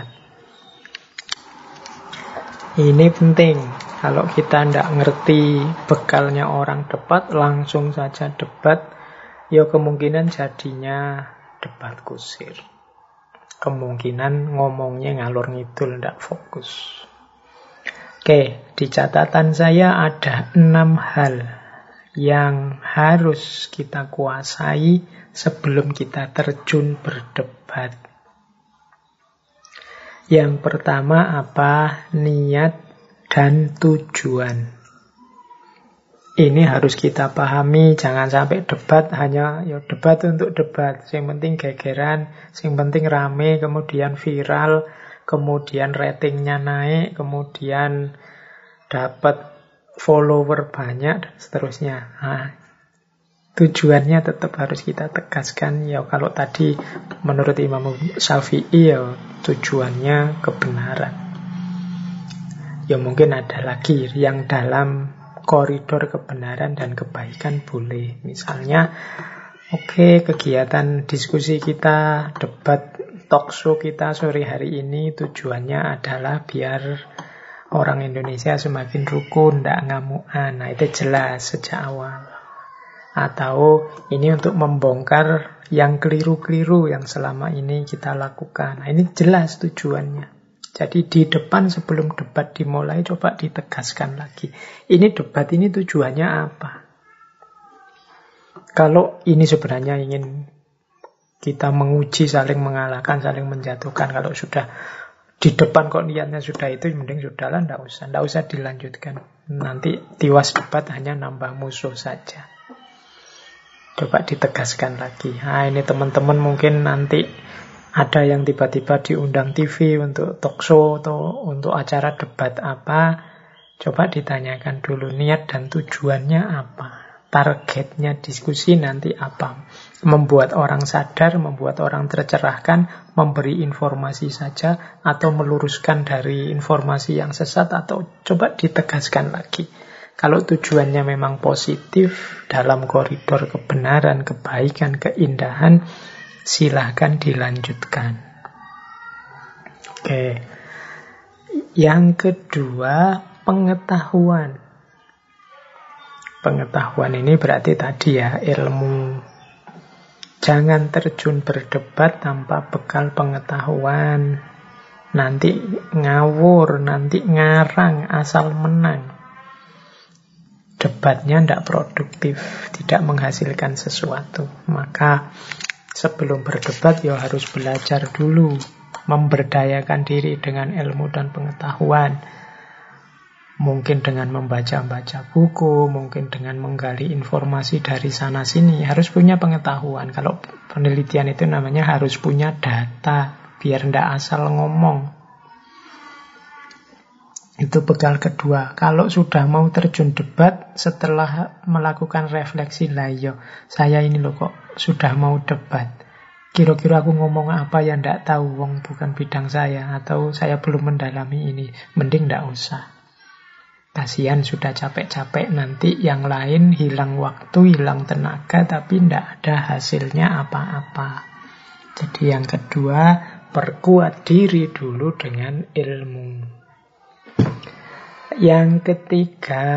Ini penting. Kalau kita tidak ngerti bekalnya orang debat, langsung saja debat, ya kemungkinan jadinya debat kusir. Kemungkinan ngomongnya ngalor ngidul, tidak fokus. Oke, di catatan saya ada 6 hal yang harus kita kuasai sebelum kita terjun berdebat. Yang pertama apa? Niat dan tujuan. Ini harus kita pahami, jangan sampai debat hanya ya debat untuk debat. Yang penting gegeran, yang penting rame, kemudian viral, kemudian ratingnya naik, kemudian dapat follower banyak, dan seterusnya. Nah, tujuannya tetap harus kita tegaskan. Ya kalau tadi menurut Imam Syafi'i ya tujuannya kebenaran. Ya mungkin ada lagi yang dalam koridor kebenaran dan kebaikan boleh. Misalnya, oke, kegiatan diskusi kita, debat talk show kita sore hari ini tujuannya adalah biar orang Indonesia semakin rukun, tidak ngamuan. Nah itu jelas sejak awal. Atau ini untuk membongkar yang keliru-keliru yang selama ini kita lakukan. Nah, ini jelas tujuannya. Jadi di depan sebelum debat dimulai coba ditegaskan lagi. Ini debat ini tujuannya apa? Kalau ini sebenarnya ingin kita menguji, saling mengalahkan, saling menjatuhkan. Kalau sudah di depan kok niatnya sudah itu, mending sudahlah, tidak usah dilanjutkan. Nanti tiwas debat hanya nambah musuh saja. Coba ditegaskan lagi. Nah ini teman-teman mungkin nanti ada yang tiba-tiba diundang TV untuk talk show atau untuk acara debat apa. Coba ditanyakan dulu niat dan tujuannya apa. Targetnya diskusi nanti apa. Membuat orang sadar, membuat orang tercerahkan, memberi informasi saja, atau meluruskan dari informasi yang sesat, atau coba ditegaskan lagi. Kalau tujuannya memang positif dalam koridor kebenaran, kebaikan, keindahan, silahkan dilanjutkan. Oke. Yang kedua, pengetahuan. Pengetahuan ini berarti tadi ya, ilmu. Jangan terjun berdebat tanpa bekal pengetahuan. Nanti ngawur, nanti ngarang, asal menang. Debatnya tidak produktif, tidak menghasilkan sesuatu. Maka sebelum berdebat ya harus belajar dulu, memberdayakan diri dengan ilmu dan pengetahuan. Mungkin dengan membaca-baca buku, mungkin dengan menggali informasi dari sana-sini. Harus punya pengetahuan. Kalau penelitian itu namanya harus punya data, biar tidak asal ngomong. Itu bekal kedua. Kalau sudah mau terjun debat, setelah melakukan refleksi, lah yo, saya ini loh kok sudah mau debat. Kira-kira aku ngomong apa yang tidak tahu, wong bukan bidang saya, atau saya belum mendalami ini. Mending tidak usah. Kasihan sudah capek-capek, nanti yang lain hilang waktu, hilang tenaga, tapi tidak ada hasilnya apa-apa. Jadi yang kedua, perkuat diri dulu dengan ilmu. Yang ketiga,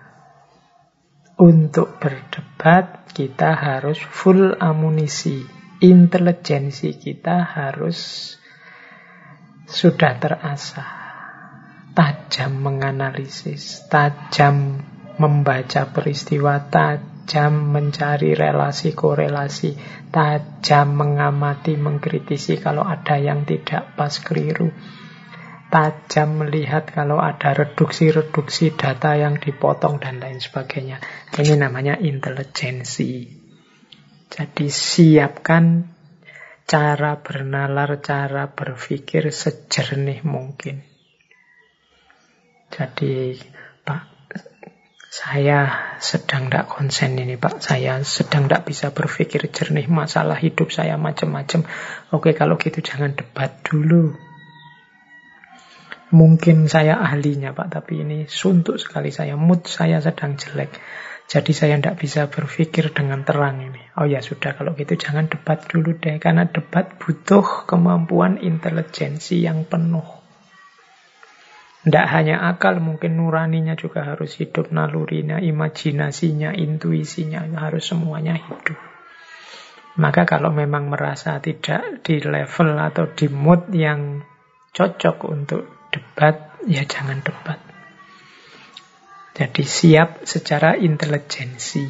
untuk berdebat kita harus full amunisi. Intelijensi kita harus sudah terasah. Tajam menganalisis, tajam membaca peristiwa, tajam mencari relasi korelasi, tajam mengamati, mengkritisi kalau ada yang tidak pas, keliru. Tajam melihat kalau ada reduksi-reduksi data yang dipotong dan lain sebagainya. Ini namanya intelijensi. Jadi siapkan cara bernalar, cara berpikir sejernih mungkin. Jadi, Pak, saya sedang tidak konsen ini, Pak. Saya sedang tidak bisa berpikir jernih, masalah hidup saya macam-macam. Oke, kalau gitu jangan debat dulu. Mungkin saya ahlinya, Pak, tapi ini suntuk sekali saya. Mood saya sedang jelek. Jadi saya tidak bisa berpikir dengan terang ini. Oh ya sudah, kalau gitu jangan debat dulu deh. Karena debat butuh kemampuan intelijensi yang penuh. Tidak hanya akal, mungkin nuraninya juga harus hidup. Nalurinya, imajinasinya, intuisinya, harus semuanya hidup. Maka kalau memang merasa tidak di level atau di mood yang cocok untuk debat, ya jangan debat. Jadi siap secara intelijensi.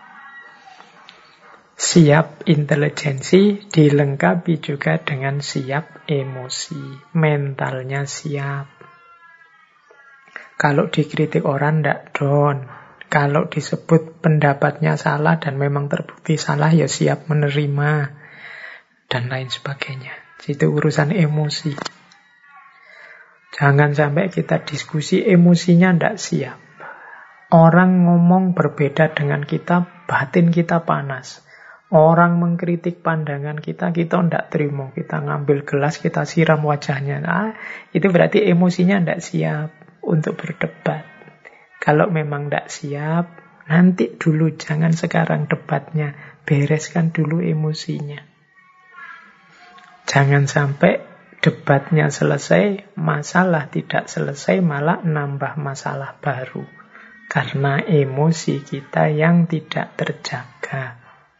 Siap intelijensi dilengkapi juga dengan siap emosi. Mentalnya siap. Kalau dikritik orang tidak down. Kalau disebut pendapatnya salah dan memang terbukti salah, ya siap menerima. Dan lain sebagainya. Itu urusan emosi. Jangan sampai kita diskusi emosinya tidak siap. Orang ngomong berbeda dengan kita, batin kita panas. Orang mengkritik pandangan kita tidak terima. Kita ngambil gelas, kita siram wajahnya. Nah, itu berarti emosinya tidak siap untuk berdebat. Kalau memang tidak siap, nanti dulu, jangan sekarang debatnya. Bereskan dulu emosinya. Jangan sampai debatnya selesai, masalah tidak selesai, malah nambah masalah baru. Karena emosi kita yang tidak terjaga.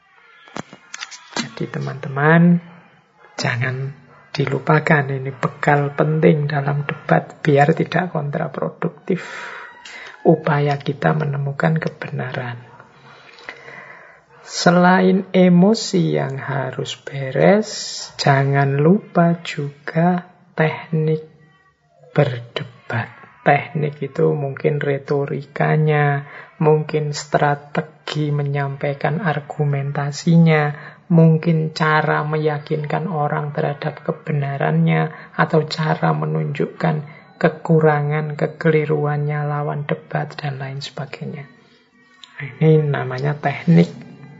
Jadi teman-teman, jangan dilupakan, ini bekal penting dalam debat biar tidak kontraproduktif upaya kita menemukan kebenaran. Selain emosi yang harus beres, jangan lupa juga teknik berdebat. Teknik itu mungkin retorikanya, mungkin strategi menyampaikan argumentasinya, mungkin cara meyakinkan orang terhadap kebenarannya, atau cara menunjukkan kekurangan, kekeliruannya lawan debat, dan lain sebagainya. Ini namanya teknik.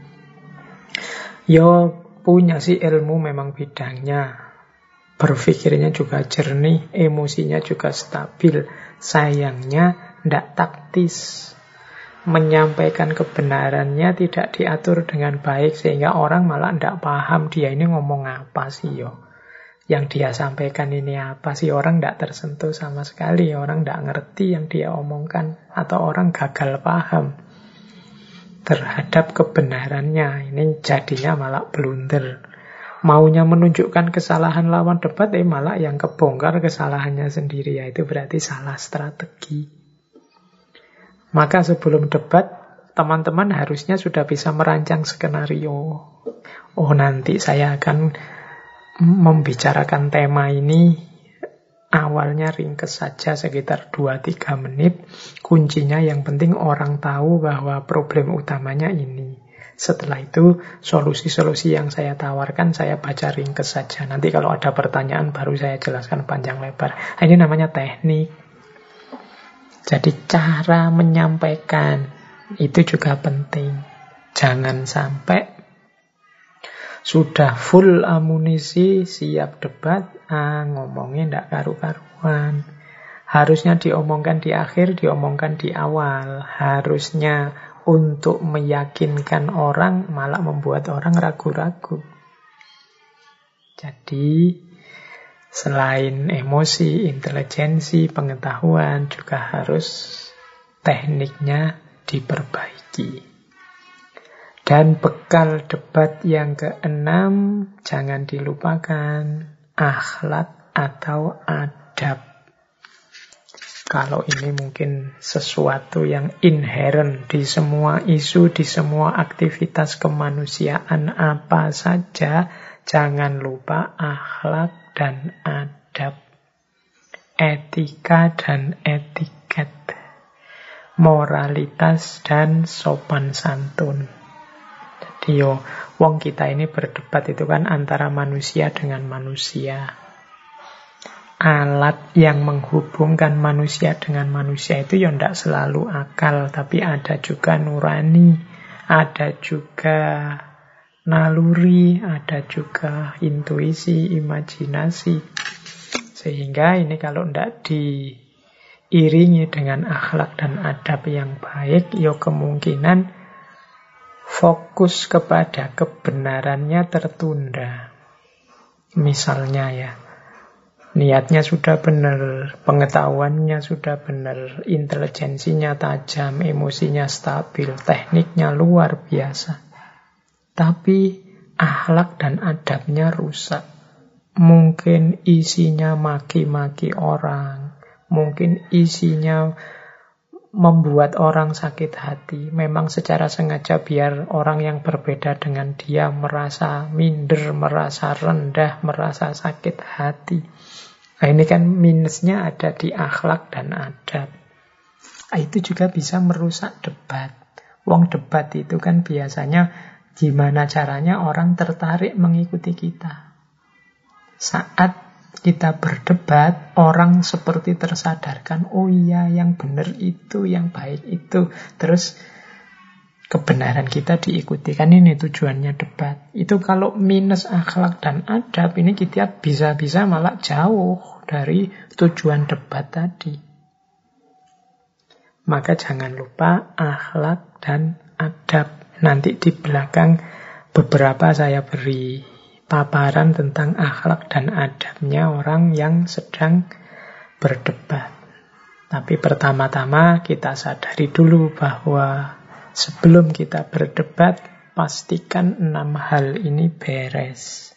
Yo punya sih ilmu memang bidangnya, berpikirnya juga jernih, emosinya juga stabil. Sayangnya tidak taktis. Menyampaikan kebenarannya tidak diatur dengan baik, sehingga orang malah tidak paham dia ini ngomong apa sih yo. Yang dia sampaikan ini apa sih, orang tidak tersentuh sama sekali. Orang tidak ngerti yang dia omongkan, atau orang gagal paham terhadap kebenarannya. Ini jadinya malah blunder. Maunya menunjukkan kesalahan lawan debat, malah yang kebongkar kesalahannya sendiri. Itu berarti salah strategi. Maka sebelum debat, teman-teman harusnya sudah bisa merancang skenario. Oh, nanti saya akan membicarakan tema ini. Awalnya ringkes saja sekitar 2-3 menit. Kuncinya yang penting orang tahu bahwa problem utamanya ini. Setelah itu solusi-solusi yang saya tawarkan saya baca ringkes saja. Nanti kalau ada pertanyaan baru saya jelaskan panjang lebar. Ini namanya teknik. Jadi cara menyampaikan itu juga penting. Jangan sampai sudah full amunisi, siap debat, ngomongnya tidak karu-karuan. Harusnya diomongkan di akhir, diomongkan di awal. Harusnya untuk meyakinkan orang, malah membuat orang ragu-ragu. Jadi, selain emosi, intelijensi, pengetahuan, juga harus tekniknya diperbaiki. Dan bekal debat yang keenam, jangan dilupakan, akhlak atau adab. Kalau ini mungkin sesuatu yang inherent di semua isu, di semua aktivitas kemanusiaan apa saja, jangan lupa akhlak dan adab. Etika dan etiket. Moralitas dan sopan santun. Jadi wong kita ini berdebat itu kan antara manusia dengan manusia. Alat yang menghubungkan manusia dengan manusia itu tidak selalu akal, tapi ada juga nurani, ada juga naluri, ada juga intuisi, imajinasi. Sehingga ini kalau tidak diiringi dengan akhlak dan adab yang baik, kemungkinan fokus kepada kebenarannya tertunda. Misalnya niatnya sudah benar, pengetahuannya sudah benar, intelijensinya tajam, emosinya stabil, tekniknya luar biasa. Tapi akhlak dan adabnya rusak. Mungkin isinya maki-maki orang, mungkin isinya membuat orang sakit hati. Memang secara sengaja biar orang yang berbeda dengan dia merasa minder, merasa rendah, merasa sakit hati. Nah, ini kan minusnya ada di akhlak dan adab. Itu juga bisa merusak debat. Wong debat itu kan biasanya gimana caranya orang tertarik mengikuti kita. Saat kita berdebat, orang seperti tersadarkan, oh iya yang benar itu, yang baik itu. Terus kebenaran kita diikuti. Kan ini tujuannya debat. Itu kalau minus akhlak dan adab, ini kita bisa-bisa malah jauh dari tujuan debat tadi. Maka jangan lupa akhlak dan adab. Nanti di belakang beberapa saya beri paparan tentang akhlak dan adabnya orang yang sedang berdebat. Tapi pertama-tama kita sadari dulu bahwa sebelum kita berdebat, pastikan 6 hal ini beres.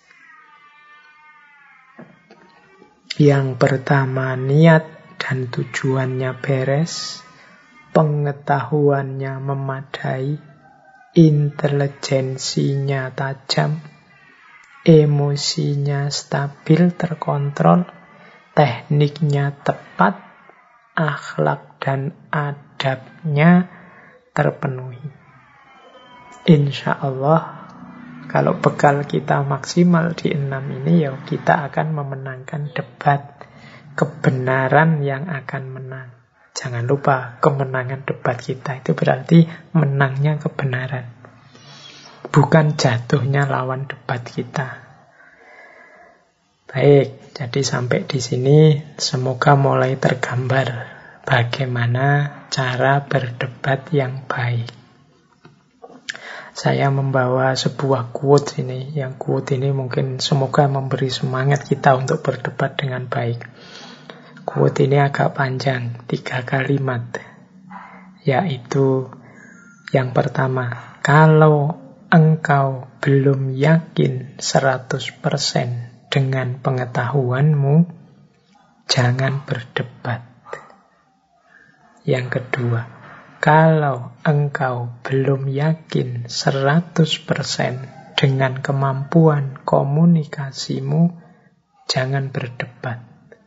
Yang pertama, niat dan tujuannya beres, pengetahuannya memadai, intelijensinya tajam, emosinya stabil, terkontrol, tekniknya tepat, akhlak dan adabnya terpenuhi. Insya Allah, kalau bekal kita maksimal di 6 ini, ya kita akan memenangkan debat. Kebenaran yang akan menang. Jangan lupa, kemenangan debat kita itu berarti menangnya kebenaran. Bukan jatuhnya lawan debat kita. Baik, jadi sampai di sini semoga mulai tergambar bagaimana cara berdebat yang baik. Saya membawa sebuah quote ini. Yang quote ini mungkin semoga memberi semangat kita untuk berdebat dengan baik. Quote ini agak panjang, 3 kalimat. Yaitu yang pertama, kalau engkau belum yakin 100% dengan pengetahuanmu, jangan berdebat. Yang kedua, kalau engkau belum yakin 100% dengan kemampuan komunikasimu, jangan berdebat.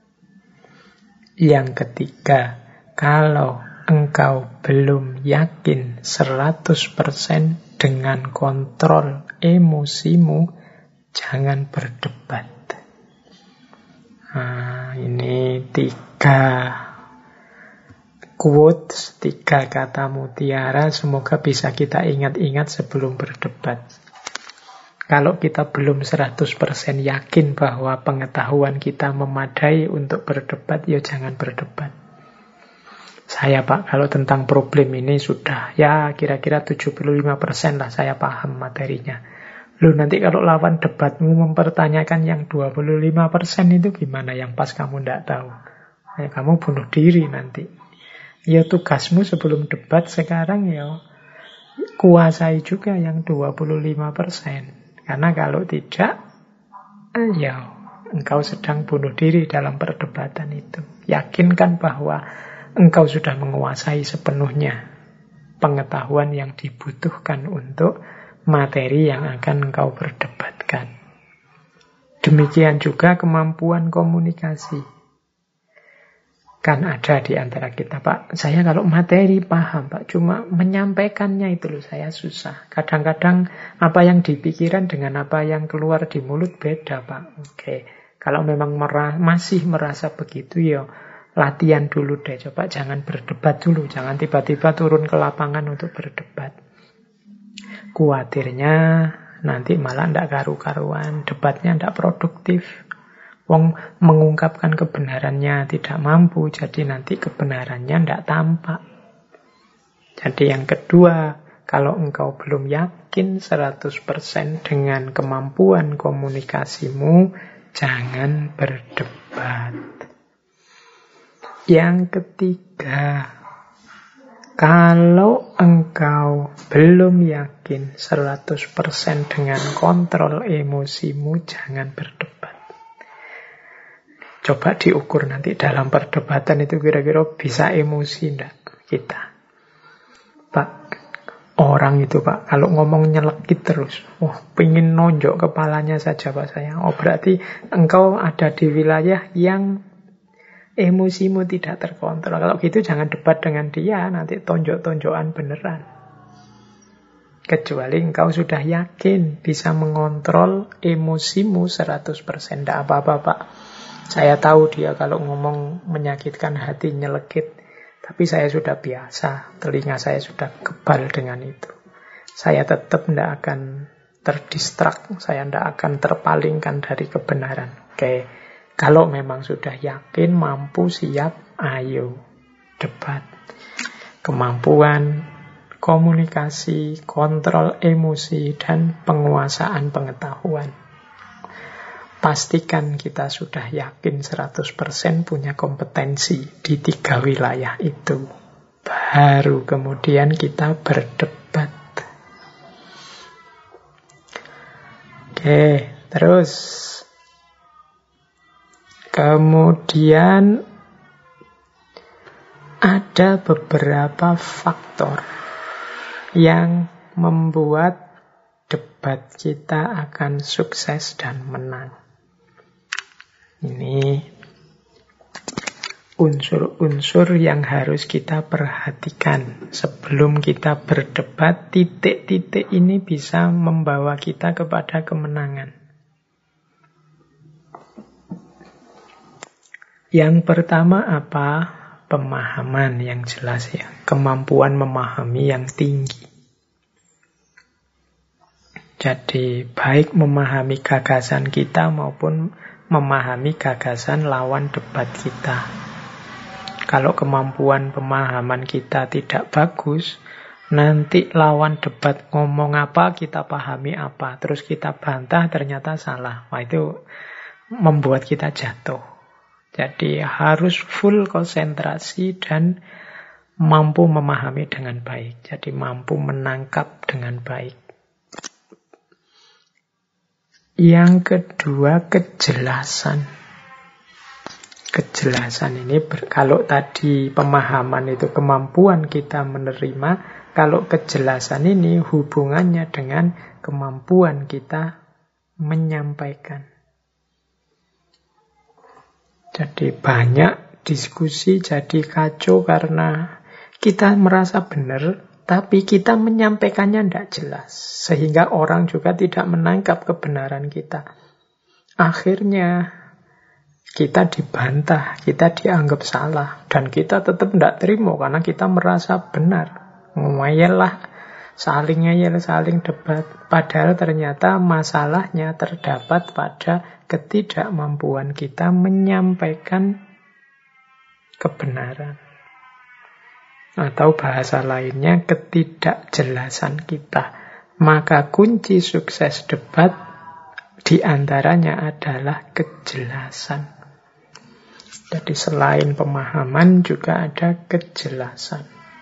Yang ketiga, kalau engkau belum yakin 100% dengan kontrol emosimu, jangan berdebat. Nah, ini 3 quotes, 3 kata mutiara, semoga bisa kita ingat-ingat sebelum berdebat. Kalau kita belum 100% yakin bahwa pengetahuan kita memadai untuk berdebat, ya jangan berdebat. Saya Pak, kalau tentang problem ini sudah ya kira-kira 75% lah saya paham materinya. Lu nanti kalau lawan debatmu mempertanyakan yang 25% itu gimana, yang pas kamu tidak tahu. Ya, kamu bunuh diri nanti. Ya tugasmu sebelum debat sekarang ya kuasai juga yang 25%. Karena kalau tidak, ya engkau sedang bunuh diri dalam perdebatan itu. Yakinkan bahwa engkau sudah menguasai sepenuhnya pengetahuan yang dibutuhkan untuk materi yang akan engkau perdebatkan. Demikian juga kemampuan komunikasi. Kan ada di antara kita, Pak, saya kalau materi paham, Pak, cuma menyampaikannya itu loh saya susah. Kadang-kadang apa yang dipikiran dengan apa yang keluar di mulut beda, Pak. Oke, kalau memang masih merasa begitu, ya latihan dulu deh. Coba jangan berdebat dulu, jangan tiba-tiba turun ke lapangan untuk berdebat. Kuatirnya nanti malah tidak karu-karuan, debatnya tidak produktif. Wong mengungkapkan kebenarannya tidak mampu, jadi nanti kebenarannya tidak tampak. Jadi yang kedua, kalau engkau belum yakin 100% dengan kemampuan komunikasimu, jangan berdebat. Yang ketiga, kalau engkau belum yakin 100% dengan kontrol emosimu, jangan berdebat. Coba diukur nanti dalam perdebatan itu kira-kira bisa emosi enggak kita. Pak, orang itu Pak, kalau ngomong nyelekit terus, pengen nonjok kepalanya saja Pak saya. Oh berarti engkau ada di wilayah yang emosimu tidak terkontrol. Kalau gitu jangan debat dengan dia, nanti tonjok-tonjokan beneran. Kecuali engkau sudah yakin bisa mengontrol emosimu 100%. Tidak apa-apa Pak. Saya tahu dia kalau ngomong menyakitkan hati, nyelekit. Tapi saya sudah biasa, telinga saya sudah kebal dengan itu. Saya tetap tidak akan terdistrak, saya tidak akan terpalingkan dari kebenaran. Oke, kalau memang sudah yakin, mampu, siap, ayo debat. Kemampuan komunikasi, kontrol emosi, dan penguasaan pengetahuan. Pastikan kita sudah yakin 100% punya kompetensi di 3 wilayah itu. Baru kemudian kita berdebat. Oke, terus. Kemudian ada beberapa faktor yang membuat debat kita akan sukses dan menang. Ini unsur-unsur yang harus kita perhatikan sebelum kita berdebat. Titik-titik ini bisa membawa kita kepada kemenangan. Yang pertama apa? Pemahaman yang jelas ya. Kemampuan memahami yang tinggi. Jadi baik memahami gagasan kita maupun memahami gagasan lawan debat kita. Kalau kemampuan pemahaman kita tidak bagus, nanti lawan debat ngomong apa, kita pahami apa. Terus kita bantah, ternyata salah. Wah, itu membuat kita jatuh. Jadi harus full konsentrasi dan mampu memahami dengan baik. Jadi mampu menangkap dengan baik. Yang kedua, kejelasan. Kejelasan ini, kalau tadi pemahaman itu kemampuan kita menerima, kalau kejelasan ini hubungannya dengan kemampuan kita menyampaikan. Jadi banyak diskusi jadi kacau karena kita merasa benar, tapi kita menyampaikannya tidak jelas. Sehingga orang juga tidak menangkap kebenaran kita. Akhirnya kita dibantah, kita dianggap salah. Dan kita tetap tidak terima karena kita merasa benar. Ngeyel lah, saling ngeyel, saling debat. Padahal ternyata masalahnya terdapat pada ketidakmampuan kita menyampaikan kebenaran. Atau bahasa lainnya, ketidakjelasan kita. Maka kunci sukses debat diantaranya adalah kejelasan. Jadi selain pemahaman juga ada kejelasan.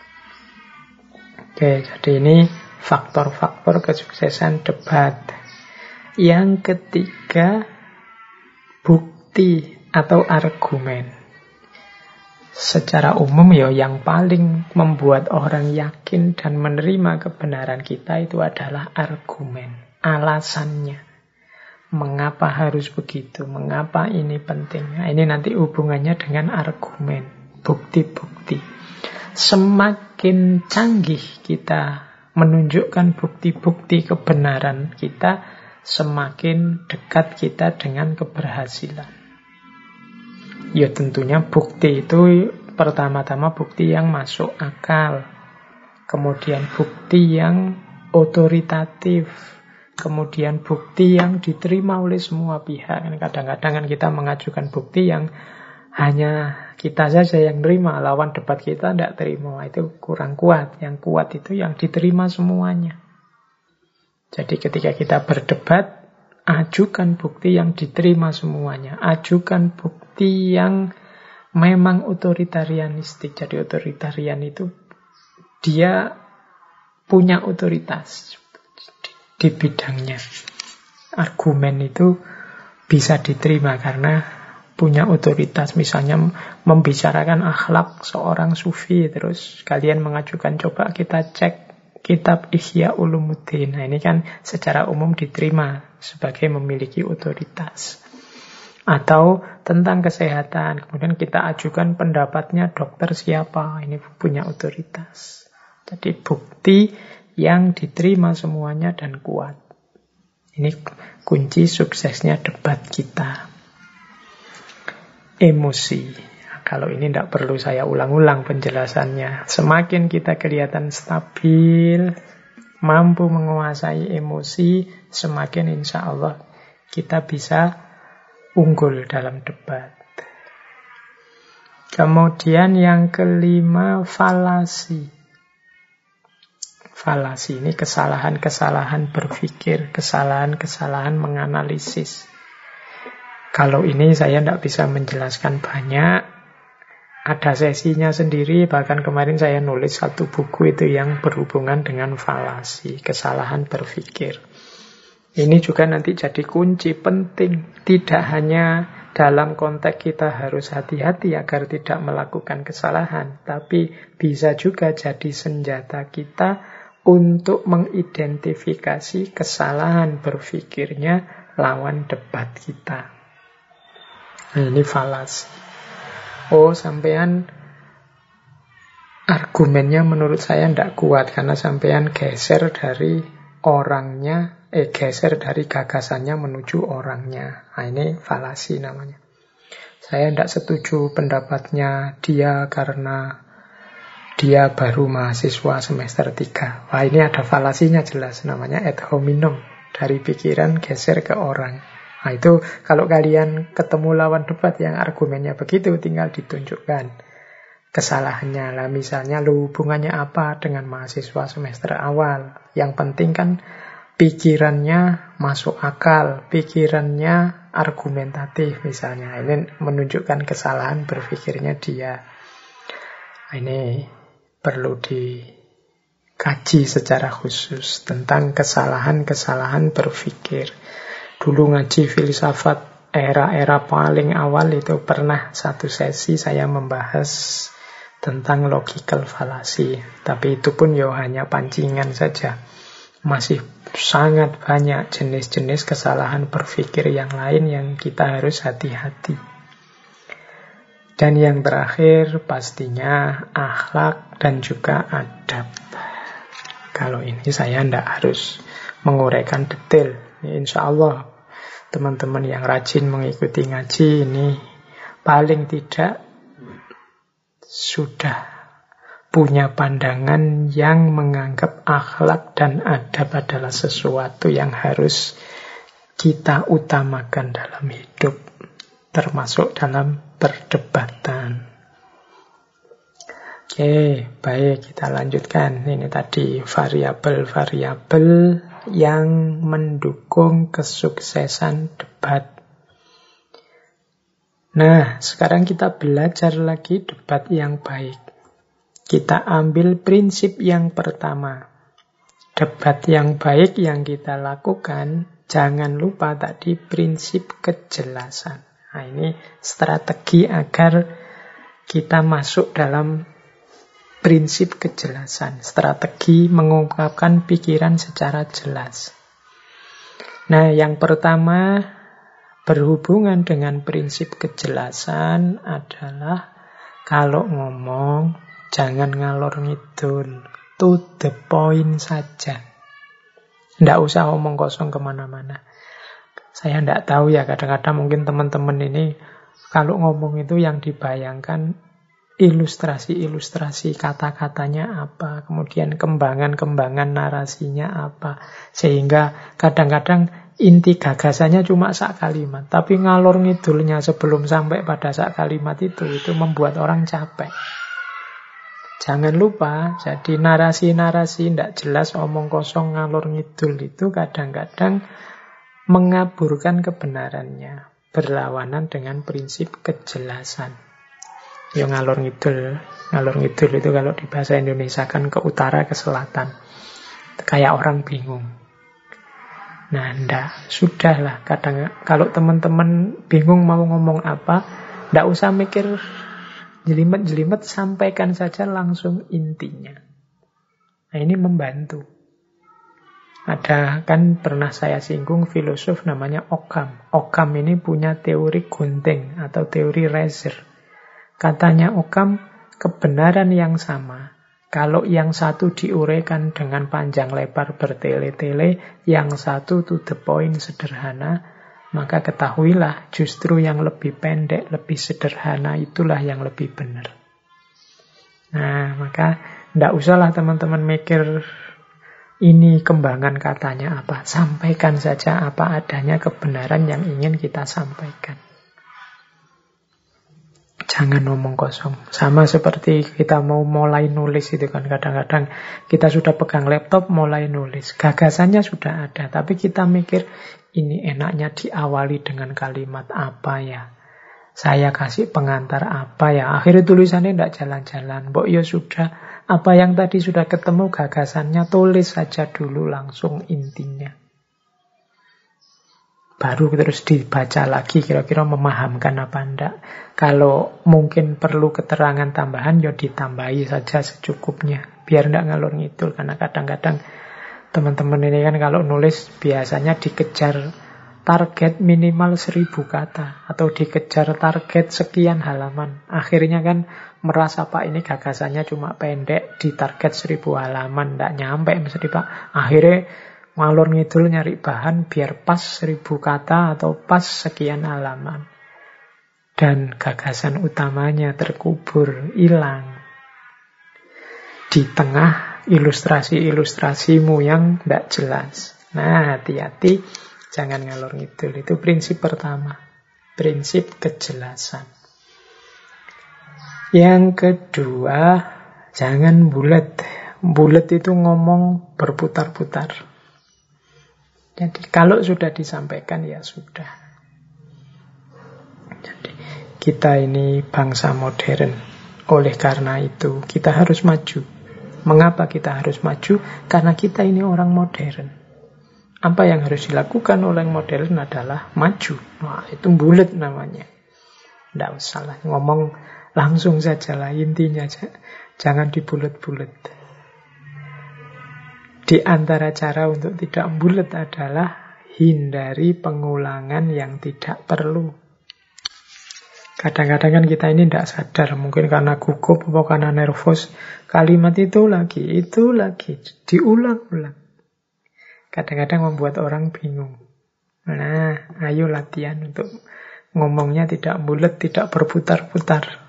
Oke, jadi ini faktor-faktor kesuksesan debat. Yang ketiga, bukti atau argumen. Secara umum ya yang paling membuat orang yakin dan menerima kebenaran kita itu adalah argumen, alasannya. Mengapa harus begitu? Mengapa ini penting? Nah, ini nanti hubungannya dengan argumen, bukti-bukti. Semakin canggih kita menunjukkan bukti-bukti kebenaran kita, semakin dekat kita dengan keberhasilan. Ya tentunya bukti itu pertama-tama bukti yang masuk akal. Kemudian bukti yang otoritatif. Kemudian bukti yang diterima oleh semua pihak. Kadang-kadang kan kita mengajukan bukti yang hanya kita saja yang terima. Lawan debat kita tidak terima. Itu kurang kuat. Yang kuat itu yang diterima semuanya. Jadi ketika kita berdebat, ajukan bukti yang diterima semuanya. Ajukan bukti yang memang otoritarianistik. Jadi otoritarian itu dia punya otoritas di bidangnya. Argumen itu bisa diterima karena punya otoritas. Misalnya membicarakan akhlak seorang sufi, terus kalian mengajukan, coba kita cek kitab Ihya Ulumuddin. Nah, ini kan secara umum diterima sebagai memiliki otoritas. Atau tentang kesehatan, kemudian kita ajukan pendapatnya dokter siapa, ini punya otoritas. Jadi bukti yang diterima semuanya dan kuat. Ini kunci suksesnya debat kita. emosi. Kalau ini tidak perlu saya ulang-ulang penjelasannya. Semakin kita kelihatan stabil, mampu menguasai emosi, semakin insya Allah kita bisa unggul dalam debat. Kemudian yang kelima, falasi. Falasi ini kesalahan-kesalahan berpikir, kesalahan-kesalahan menganalisis. Kalau ini saya tidak bisa menjelaskan banyak. Ada sesinya sendiri, bahkan kemarin saya nulis satu buku itu yang berhubungan dengan falasi, kesalahan berpikir. Ini juga nanti jadi kunci penting. Tidak hanya dalam konteks kita harus hati-hati agar tidak melakukan kesalahan, tapi bisa juga jadi senjata kita untuk mengidentifikasi kesalahan berpikirnya lawan debat kita. Nah, ini falasi. Oh, sampean argumennya menurut saya tidak kuat karena sampean geser dari orangnya, geser dari gagasannya menuju orangnya. Nah, ini falasi namanya. Saya tidak setuju pendapatnya dia karena dia baru mahasiswa semester 3. Wah, ini ada falasinya jelas, namanya ad hominem. Dari pikiran geser ke orang. Nah, itu kalau kalian ketemu lawan debat yang argumennya begitu, tinggal ditunjukkan kesalahannya. Lah, misalnya hubungannya apa dengan mahasiswa semester awal. Yang penting kan pikirannya masuk akal, pikirannya argumentatif misalnya. Ini menunjukkan kesalahan berpikirnya dia. Nah, ini perlu dikaji secara khusus tentang kesalahan-kesalahan berpikir. Dulu ngaji filsafat era-era paling awal itu pernah satu sesi saya membahas tentang logical fallacy. Tapi itu pun ya hanya pancingan saja. Masih sangat banyak jenis-jenis kesalahan berpikir yang lain yang kita harus hati-hati. Dan yang terakhir pastinya akhlak dan juga adab. Kalau ini saya tidak harus menguraikan detail. Insya Allah teman-teman yang rajin mengikuti ngaji ini paling tidak sudah punya pandangan yang menganggap akhlak dan adab adalah sesuatu yang harus kita utamakan dalam hidup, termasuk dalam perdebatan. Oke, baik, kita lanjutkan. Ini tadi variabel-variabel yang mendukung kesuksesan debat. Nah, sekarang kita belajar lagi debat yang baik. Kita ambil prinsip yang pertama. Debat yang baik yang kita lakukan, jangan lupa tadi prinsip kejelasan. Nah, ini strategi agar kita masuk dalam prinsip kejelasan, strategi mengungkapkan pikiran secara jelas. Nah, yang pertama berhubungan dengan prinsip kejelasan adalah kalau ngomong jangan ngalor ngidul, to the point saja. Nggak usah omong kosong kemana-mana. Saya nggak tahu ya, kadang-kadang mungkin teman-teman ini kalau ngomong itu yang dibayangkan ilustrasi-ilustrasi kata-katanya apa, kemudian kembangan-kembangan narasinya apa, sehingga kadang-kadang inti gagasannya cuma sak kalimat, tapi ngalor ngidulnya sebelum sampai pada sak kalimat itu membuat orang capek. Jangan lupa, jadi narasi-narasi tidak jelas, omong kosong, ngalor ngidul itu kadang-kadang mengaburkan kebenarannya, berlawanan dengan prinsip kejelasan. Ya ngalor ngidul itu kalau di bahasa Indonesia kan ke utara ke selatan. Kayak orang bingung. Nah, sudahlah. Kadang kalau teman-teman bingung mau ngomong apa, ndak usah mikir jelimet-jelimet, sampaikan saja langsung intinya. Nah, ini membantu. Ada kan pernah saya singgung filosof namanya Occam. Occam ini punya teori gunting atau teori Razer. Katanya Occam, kebenaran yang sama. Kalau yang satu diuraikan dengan panjang lebar bertele-tele, yang satu to the point sederhana, maka ketahuilah justru yang lebih pendek, lebih sederhana itulah yang lebih benar. Nah, maka tidak usahlah teman-teman mikir ini kembangan katanya apa. Sampaikan saja apa adanya kebenaran yang ingin kita sampaikan. Jangan ngomong kosong. Sama seperti kita mau mulai nulis itu kan. Kadang-kadang kita sudah pegang laptop mulai nulis. Gagasannya sudah ada. Tapi kita mikir ini enaknya diawali dengan kalimat apa ya. Saya kasih pengantar apa ya. Akhirnya tulisannya tidak jalan-jalan. Mbok ya sudah. Apa yang tadi sudah ketemu gagasannya tulis saja dulu langsung intinya. Baru terus dibaca lagi kira-kira memahamkan apa enggak. Kalau mungkin perlu keterangan tambahan, ya ditambahi saja secukupnya. Biar enggak ngalor ngidul. Karena kadang-kadang teman-teman ini kan kalau nulis biasanya dikejar target minimal 1000 kata. Atau dikejar target sekian halaman. Akhirnya kan merasa Pak ini gagasannya cuma pendek, di target 1000 halaman. Enggak nyampe mesti Pak. Akhirnya ngalor ngidul nyari bahan biar pas 1000 kata atau pas sekian halaman. Dan gagasan utamanya terkubur, hilang. Di tengah ilustrasi-ilustrasimu yang tidak jelas. Nah, hati-hati, jangan ngalor ngidul. Itu prinsip pertama. Prinsip kejelasan. Yang kedua, jangan bulet. Bulet itu ngomong berputar-putar. Jadi kalau sudah disampaikan ya sudah. Jadi kita ini bangsa modern. Oleh karena itu kita harus maju. Mengapa kita harus maju? Karena kita ini orang modern. Apa yang harus dilakukan oleh modern adalah maju. Wah, itu bulet namanya. Tidak usah lah ngomong langsung saja lah intinya. Jangan dibulet-bulet. Di antara cara untuk tidak bulet adalah hindari pengulangan yang tidak perlu. Kadang-kadang kan kita ini tidak sadar, mungkin karena gugup atau karena nervous, kalimat itu lagi, diulang-ulang. Kadang-kadang membuat orang bingung. Nah, ayo latihan untuk ngomongnya tidak bulet, tidak berputar-putar.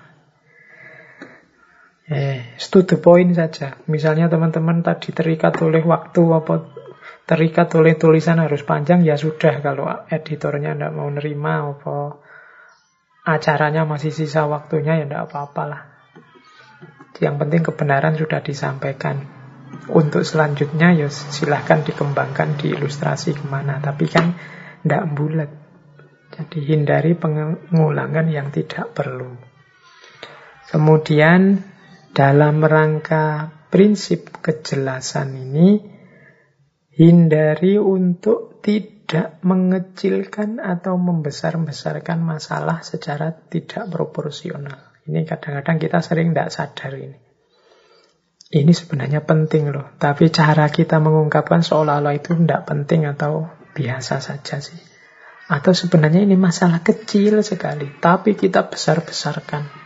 To the point saja. Misalnya teman-teman tadi terikat oleh waktu apa terikat oleh tulisan harus panjang, ya sudah. Kalau editornya tidak mau nerima apa acaranya masih sisa waktunya, ya tidak apa-apalah. Yang penting kebenaran sudah disampaikan. Untuk selanjutnya ya silahkan dikembangkan di ilustrasi kemana. Tapi kan tidak bulat. Jadi hindari pengulangan yang tidak perlu. Kemudian dalam rangka prinsip kejelasan ini, hindari untuk tidak mengecilkan atau membesar-besarkan masalah secara tidak proporsional. Ini kadang-kadang kita sering tidak sadar ini. Ini sebenarnya penting loh, tapi cara kita mengungkapkan seolah-olah itu tidak penting atau biasa saja sih. Atau sebenarnya ini masalah kecil sekali, tapi kita besar-besarkan.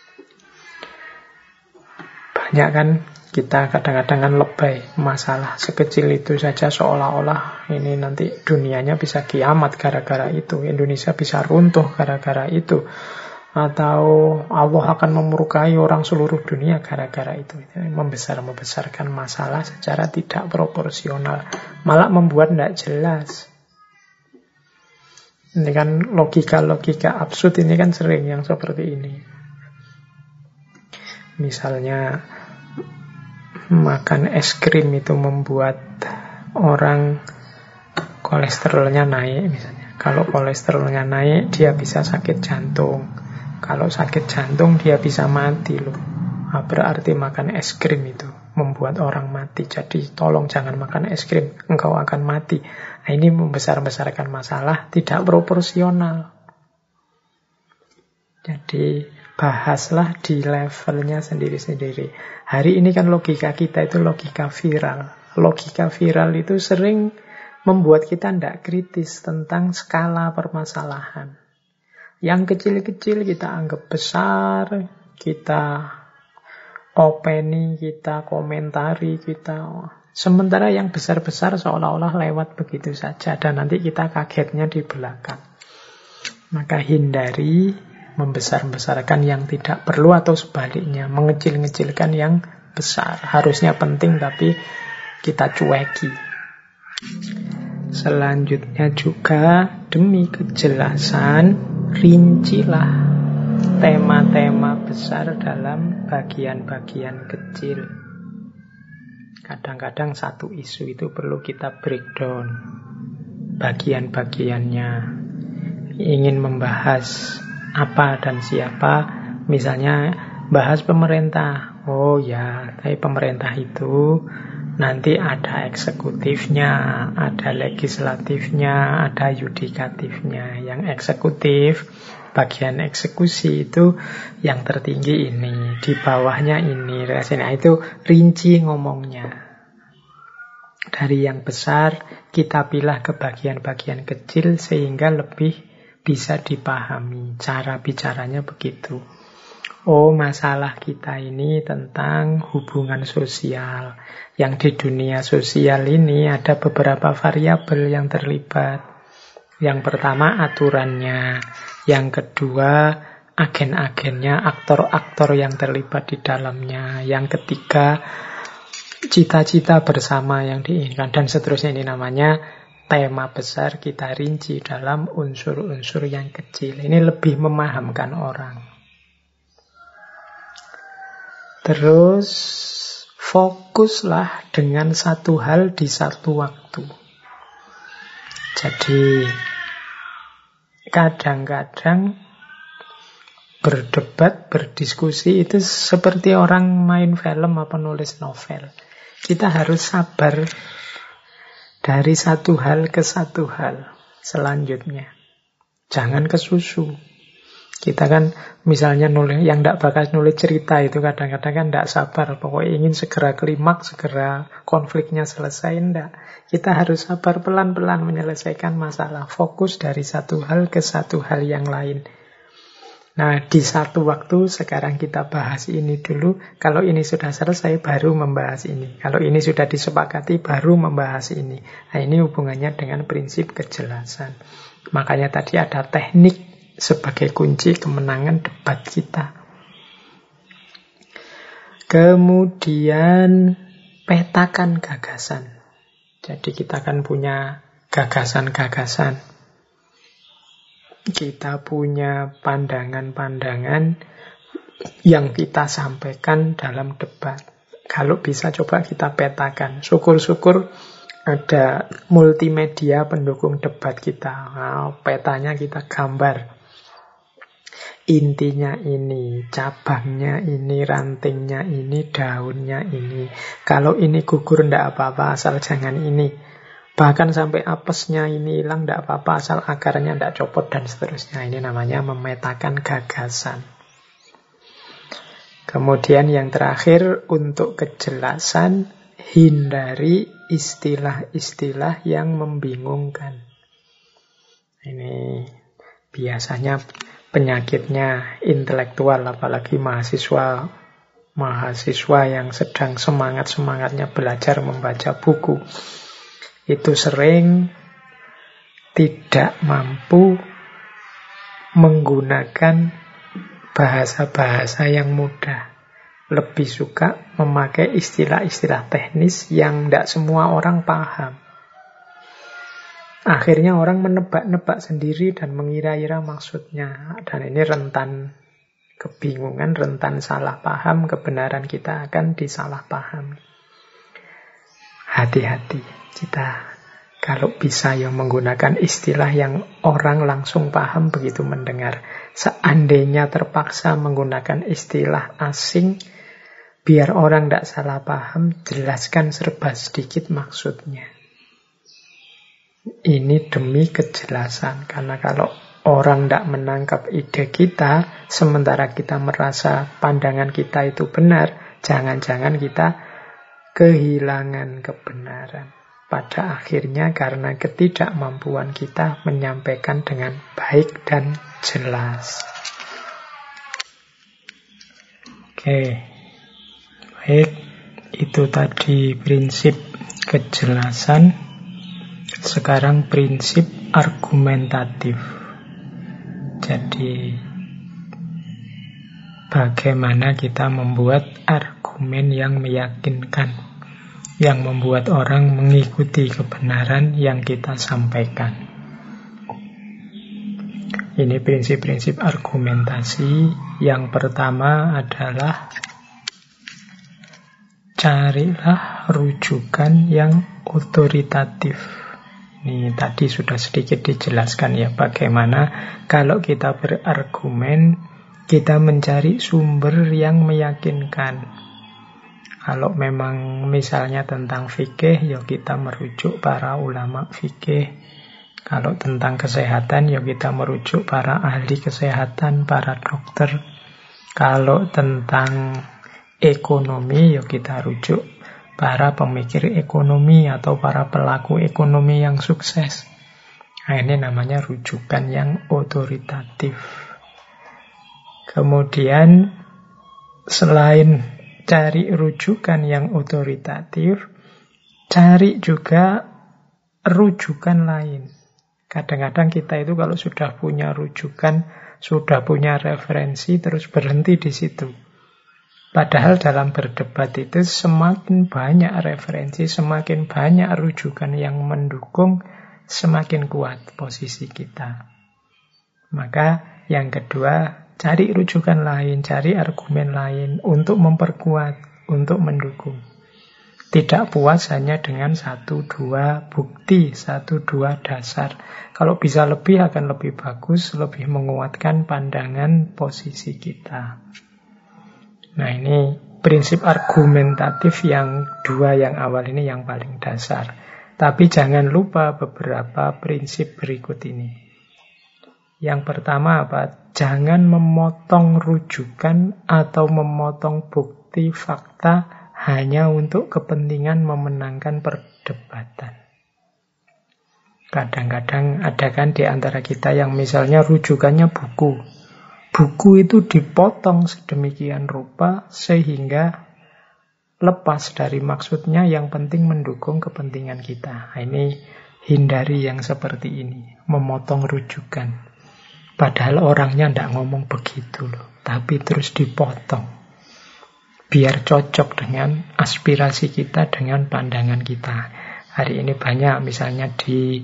Banyak kan kita kadang-kadang kan lebay, masalah sekecil itu saja seolah-olah ini nanti dunianya bisa kiamat gara-gara itu, Indonesia bisa runtuh gara-gara itu, atau Allah akan memurkai orang seluruh dunia gara-gara itu. Membesar-membesarkan masalah secara tidak proporsional, malah membuat tidak jelas. Ini kan logika-logika absurd ini kan sering yang seperti ini. Misalnya makan es krim itu membuat orang kolesterolnya naik misalnya. Kalau kolesterolnya naik, dia bisa sakit jantung. Kalau sakit jantung, dia bisa mati loh. Nah, berarti makan es krim itu membuat orang mati. Jadi tolong jangan makan es krim, engkau akan mati. Nah, ini membesar-besarkan masalah, tidak proporsional. Jadi bahaslah di levelnya sendiri-sendiri. Hari ini kan logika kita itu logika viral. Logika viral itu sering membuat kita tidak kritis tentang skala permasalahan. Yang kecil-kecil kita anggap besar, kita opini, kita komentari, kita... Sementara yang besar-besar seolah-olah lewat begitu saja. Dan nanti kita kagetnya di belakang. Maka hindari membesar-besarkan yang tidak perlu atau sebaliknya, mengecil-ngecilkan yang besar. Harusnya penting tapi kita cueki. Selanjutnya juga demi kejelasan, rincilah tema-tema besar dalam bagian-bagian kecil. Kadang-kadang satu isu itu perlu kita breakdown bagian-bagiannya. Ingin membahas apa dan siapa, misalnya bahas pemerintah. Oh ya, tapi pemerintah itu nanti ada eksekutifnya, ada legislatifnya, ada yudikatifnya. Yang eksekutif, bagian eksekusi itu yang tertinggi ini, di bawahnya ini. Nah, itu rinci ngomongnya. Dari yang besar kita pilah ke bagian-bagian kecil sehingga lebih bisa dipahami. Cara bicaranya begitu. Oh, masalah kita ini tentang hubungan sosial. Yang di dunia sosial ini ada beberapa variabel yang terlibat. Yang pertama aturannya. Yang kedua agen-agennya, aktor-aktor yang terlibat di dalamnya. Yang ketiga cita-cita bersama yang diinginkan. Dan seterusnya. Ini namanya tema besar, kita rinci dalam unsur-unsur yang kecil. Ini lebih memahamkan orang. Terus fokuslah dengan satu hal di satu waktu. Jadi kadang-kadang berdebat, berdiskusi itu seperti orang main film apa nulis novel. Kita harus sabar dari satu hal ke satu hal selanjutnya. Jangan kesusu. Kita kan misalnya nulis, yang tidak bakal nulis cerita itu kadang-kadang kan tidak sabar. Pokoknya ingin segera klimaks, segera konfliknya selesai. Tidak. Kita harus sabar pelan-pelan menyelesaikan masalah. Fokus dari satu hal ke satu hal yang lain. Nah, di satu waktu sekarang kita bahas ini dulu. Kalau ini sudah selesai, baru membahas ini. Kalau ini sudah disepakati, baru membahas ini. Nah, ini hubungannya dengan prinsip kejelasan. Makanya tadi ada teknik sebagai kunci kemenangan debat kita. Kemudian petakan gagasan. Jadi kita kan punya gagasan-gagasan. Kita punya pandangan-pandangan yang kita sampaikan dalam debat. Kalau bisa coba kita petakan. Syukur-syukur ada multimedia pendukung debat kita. Nah, petanya kita gambar. Intinya ini, cabangnya ini, rantingnya ini, daunnya ini. Kalau ini gugur tidak apa-apa, asal jangan ini. Bahkan sampai apesnya ini hilang tidak apa-apa, asal akarnya tidak copot dan seterusnya. Ini namanya memetakan gagasan. Kemudian yang terakhir, untuk kejelasan, hindari istilah-istilah yang membingungkan. Ini biasanya penyakitnya intelektual, apalagi mahasiswa yang sedang semangat-semangatnya belajar membaca buku. Itu sering tidak mampu menggunakan bahasa-bahasa yang mudah. Lebih suka memakai istilah-istilah teknis yang tidak semua orang paham. Akhirnya orang menebak-nebak sendiri dan mengira-ira maksudnya. Dan ini rentan kebingungan, rentan salah paham, kebenaran kita akan disalahpahami. Hati-hati kita kalau bisa yang menggunakan istilah yang orang langsung paham begitu mendengar. Seandainya terpaksa menggunakan istilah asing, biar orang tidak salah paham, jelaskan serba sedikit maksudnya. Ini demi kejelasan, karena kalau orang tidak menangkap ide kita, sementara kita merasa pandangan kita itu benar, jangan-jangan kita kehilangan kebenaran. Pada akhirnya karena ketidakmampuan kita menyampaikan dengan baik dan jelas. Oke, baik. Itu tadi prinsip kejelasan. Sekarang prinsip argumentatif. Jadi bagaimana kita membuat argumen yang meyakinkan, yang membuat orang mengikuti kebenaran yang kita sampaikan. Ini prinsip-prinsip argumentasi. Yang pertama adalah carilah rujukan yang otoritatif. Ini tadi sudah sedikit dijelaskan ya, bagaimana kalau kita berargumen, kita mencari sumber yang meyakinkan. Kalau memang misalnya tentang fikih, ya kita merujuk para ulama fikih. Kalau tentang kesehatan, ya kita merujuk para ahli kesehatan, para dokter. Kalau tentang ekonomi, ya kita rujuk para pemikir ekonomi atau para pelaku ekonomi yang sukses. Nah, ini namanya rujukan yang otoritatif. Kemudian selain cari rujukan yang otoritatif, cari juga rujukan lain. Kadang-kadang kita itu kalau sudah punya rujukan, sudah punya referensi, terus berhenti di situ. Padahal dalam berdebat itu semakin banyak referensi, semakin banyak rujukan yang mendukung, semakin kuat posisi kita. Maka yang kedua, cari rujukan lain, cari argumen lain untuk memperkuat, untuk mendukung. Tidak puas hanya dengan 1-2 bukti, 1-2 dasar. Kalau bisa lebih akan lebih bagus, lebih menguatkan pandangan posisi kita. Nah, ini prinsip argumentatif yang dua yang awal ini yang paling dasar. Tapi jangan lupa beberapa prinsip berikut ini. Yang pertama apa? Jangan memotong rujukan atau memotong bukti fakta hanya untuk kepentingan memenangkan perdebatan. Kadang-kadang ada kan di antara kita yang misalnya rujukannya buku. Buku itu dipotong sedemikian rupa sehingga lepas dari maksudnya, yang penting mendukung kepentingan kita. Nah, ini hindari yang seperti ini, memotong rujukan. Padahal orangnya tidak ngomong begitu loh, tapi terus dipotong. Biar cocok dengan aspirasi kita, dengan pandangan kita. Hari ini banyak misalnya di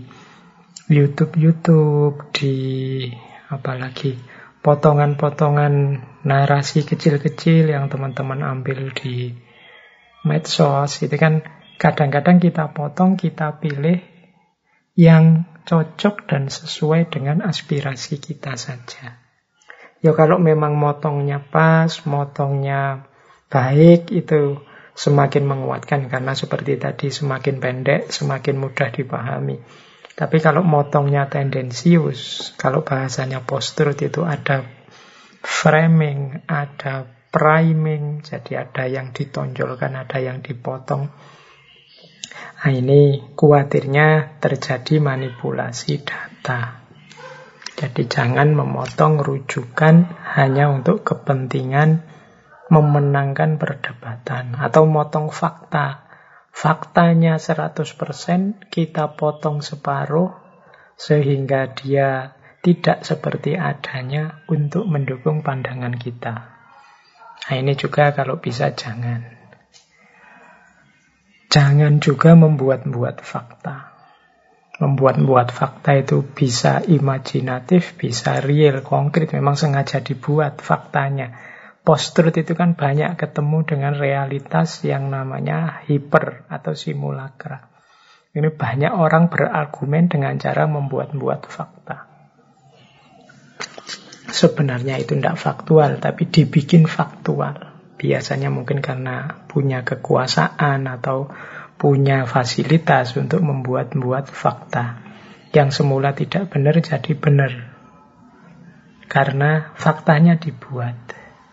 YouTube, di apalagi potongan-potongan narasi kecil-kecil yang teman-teman ambil di medsos. Itu kan kadang-kadang kita potong, kita pilih yang cocok dan sesuai dengan aspirasi kita saja. Ya kalau memang motongnya pas, motongnya baik, itu semakin menguatkan. Karena seperti tadi, semakin pendek, semakin mudah dipahami. Tapi kalau motongnya tendensius, kalau bahasanya post-truth itu ada framing, ada priming, jadi ada yang ditonjolkan, ada yang dipotong. Nah, ini khawatirnya terjadi manipulasi data. Jadi jangan memotong rujukan hanya untuk kepentingan memenangkan perdebatan, atau motong fakta. Faktanya 100%, kita potong separuh sehingga dia tidak seperti adanya untuk mendukung pandangan kita. Nah, ini juga kalau bisa jangan. Jangan juga membuat-buat fakta. Membuat-buat fakta itu bisa imajinatif, bisa real, konkret, memang sengaja dibuat faktanya. Post-truth itu kan banyak ketemu dengan realitas yang namanya hiper atau simulakra. Ini banyak orang berargumen dengan cara membuat-buat fakta. Sebenarnya itu tidak faktual, tapi dibikin faktual. Biasanya mungkin karena punya kekuasaan atau punya fasilitas untuk membuat-buat fakta. Yang semula tidak benar jadi benar. Karena faktanya dibuat.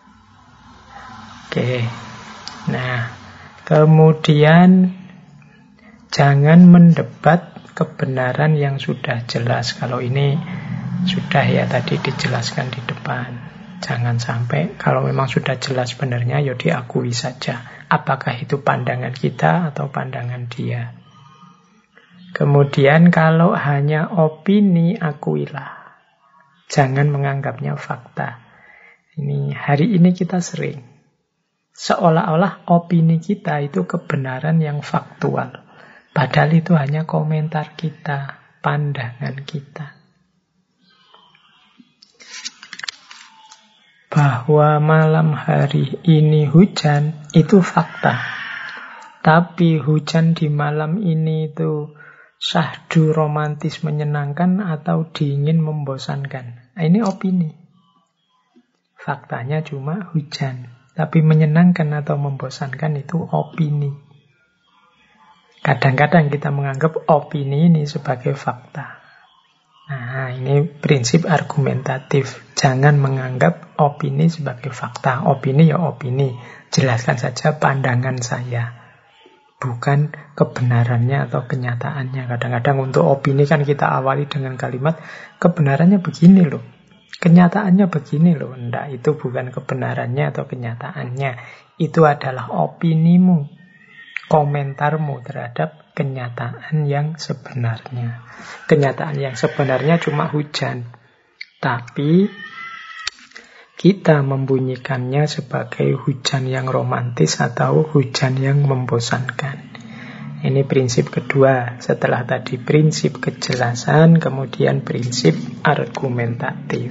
Oke, nah kemudian jangan mendebat kebenaran yang sudah jelas. Kalau ini sudah ya tadi dijelaskan di depan. Jangan sampai kalau memang sudah jelas benarnya ya diakui saja. Apakah itu pandangan kita atau pandangan dia. Kemudian kalau hanya opini, akuilah. Jangan menganggapnya fakta. Hari ini kita sering. Seolah-olah opini kita itu kebenaran yang faktual. Padahal itu hanya komentar kita, pandangan kita. Bahwa malam hari ini hujan, itu fakta. Tapi hujan di malam ini itu syahdu romantis menyenangkan atau dingin membosankan. Ini opini. Faktanya cuma hujan. Tapi menyenangkan atau membosankan itu opini. Kadang-kadang kita menganggap opini ini sebagai fakta. Nah, ini prinsip argumentatif. Jangan menganggap opini sebagai fakta. Opini ya opini. Jelaskan saja pandangan saya. Bukan kebenarannya atau kenyataannya. Kadang-kadang untuk opini kan kita awali dengan kalimat, kebenarannya begini loh. Kenyataannya begini loh. Enggak, itu bukan kebenarannya atau kenyataannya. Itu adalah opinimu, komentarmu terhadap kenyataan yang sebenarnya. Kenyataan yang sebenarnya cuma hujan. Tapi kita membunyikannya sebagai hujan yang romantis atau hujan yang membosankan. Ini prinsip kedua. Setelah tadi prinsip kejelasan, kemudian prinsip argumentatif.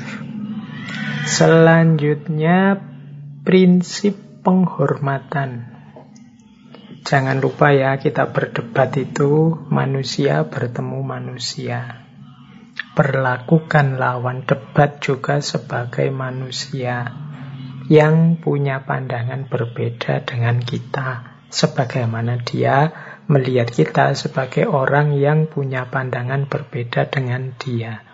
Selanjutnya prinsip penghormatan. Jangan lupa ya, kita berdebat itu manusia bertemu manusia. Perlakukan lawan debat juga sebagai manusia yang punya pandangan berbeda dengan kita. Sebagaimana dia melihat kita sebagai orang yang punya pandangan berbeda dengan dia.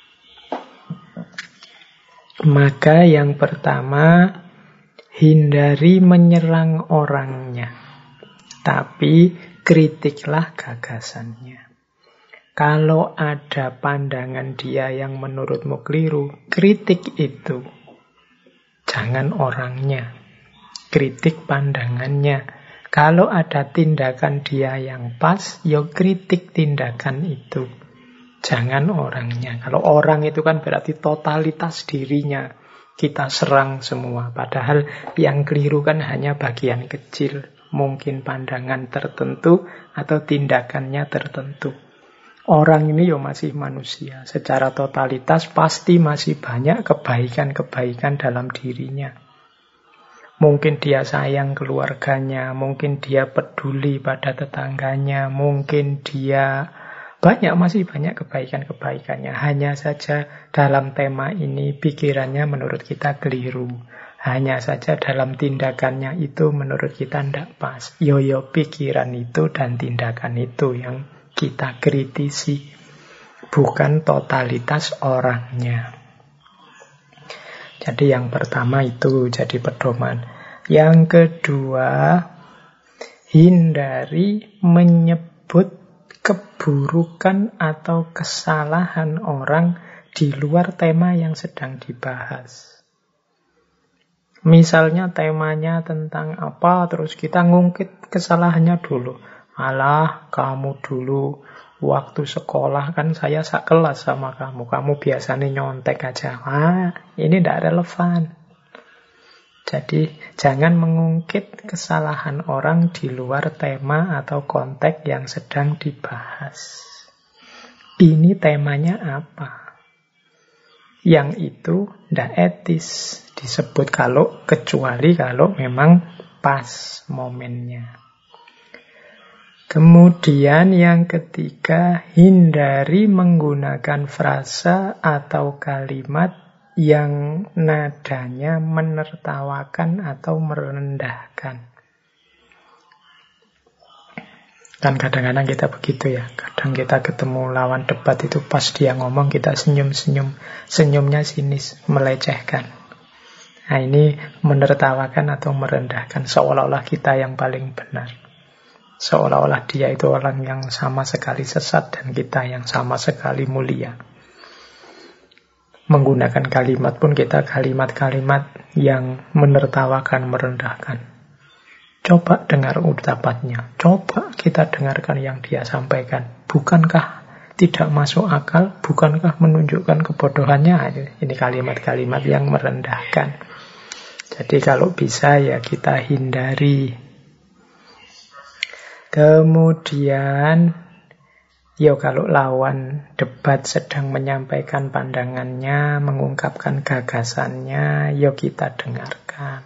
Maka yang pertama, hindari menyerang orangnya. Tapi kritiklah gagasannya. Kalau ada pandangan dia yang menurutmu keliru, kritik itu. Jangan orangnya. Kritik pandangannya. Kalau ada tindakan dia yang pas, ya kritik tindakan itu. Jangan orangnya. Kalau orang itu kan berarti totalitas dirinya. Kita serang semua. Padahal yang keliru kan hanya bagian kecil. Mungkin pandangan tertentu atau tindakannya tertentu. Orang ini ya masih manusia. Secara totalitas pasti masih banyak kebaikan-kebaikan dalam dirinya. Mungkin dia sayang keluarganya, mungkin dia peduli pada tetangganya, mungkin dia masih banyak kebaikan-kebaikannya. Hanya saja dalam tema ini pikirannya menurut kita keliru. Hanya saja dalam tindakannya itu menurut kita tidak pas. Yo pikiran itu dan tindakan itu yang kita kritisi, bukan totalitas orangnya. Jadi yang pertama itu jadi pedoman. Yang kedua, hindari menyebut keburukan atau kesalahan orang di luar tema yang sedang dibahas. Misalnya temanya tentang apa, terus kita ngungkit kesalahannya dulu. Alah, kamu dulu waktu sekolah kan saya sekelas sama kamu. Kamu biasanya nyontek aja. Ini tidak relevan. Jadi jangan mengungkit kesalahan orang di luar tema atau konteks yang sedang dibahas. Ini temanya apa? Yang itu tidak etis disebut kecuali kalau memang pas momennya. Kemudian yang ketiga, hindari menggunakan frasa atau kalimat yang nadanya menertawakan atau merendahkan. Kan kadang-kadang kita begitu ya. Kadang kita ketemu lawan debat itu pas dia ngomong kita senyum-senyum. Senyumnya sinis, melecehkan. Nah ini menertawakan atau merendahkan. Seolah-olah kita yang paling benar. Seolah-olah dia itu orang yang sama sekali sesat dan kita yang sama sekali mulia. Menggunakan kalimat pun kita kalimat-kalimat yang menertawakan, merendahkan. Coba dengar ucapannya. Coba kita dengarkan yang dia sampaikan. Bukankah tidak masuk akal, bukankah menunjukkan kebodohannya? Ini kalimat-kalimat yang merendahkan. Jadi kalau bisa ya kita hindari. Kemudian, ya kalau lawan debat sedang menyampaikan pandangannya, mengungkapkan gagasannya, ya kita dengarkan.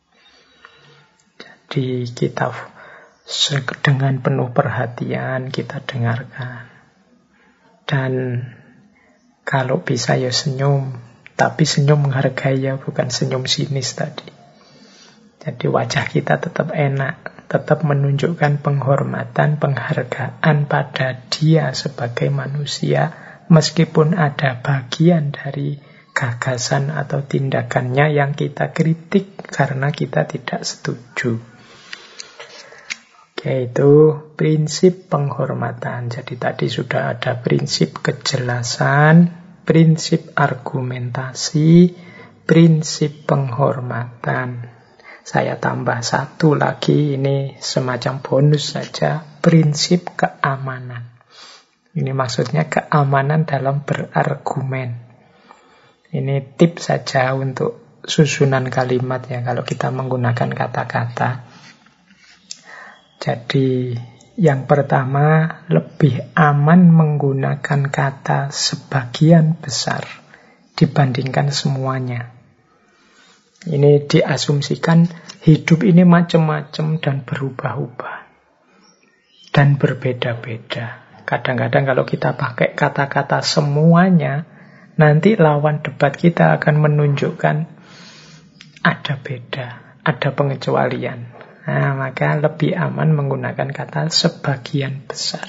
Jadi kita dengan penuh perhatian kita dengarkan. Dan kalau bisa ya senyum, tapi senyum menghargai ya, bukan senyum sinis tadi. Jadi wajah kita tetap enak, tetap menunjukkan penghormatan, penghargaan pada dia sebagai manusia, meskipun ada bagian dari gagasan atau tindakannya yang kita kritik karena kita tidak setuju. Oke, itu prinsip penghormatan. Jadi tadi sudah ada prinsip kejelasan, prinsip argumentasi, prinsip penghormatan. Saya tambah satu lagi, ini semacam bonus saja, prinsip keamanan. Ini maksudnya keamanan dalam berargumen. Ini tips saja untuk susunan kalimat ya, kalau kita menggunakan kata-kata. Jadi yang pertama, lebih aman menggunakan kata sebagian besar dibandingkan semuanya. Ini diasumsikan hidup ini macam-macam dan berubah-ubah dan berbeda-beda. Kadang-kadang kalau kita pakai kata-kata semuanya, nanti lawan debat kita akan menunjukkan ada beda, ada pengecualian. Nah, maka lebih aman menggunakan kata sebagian besar.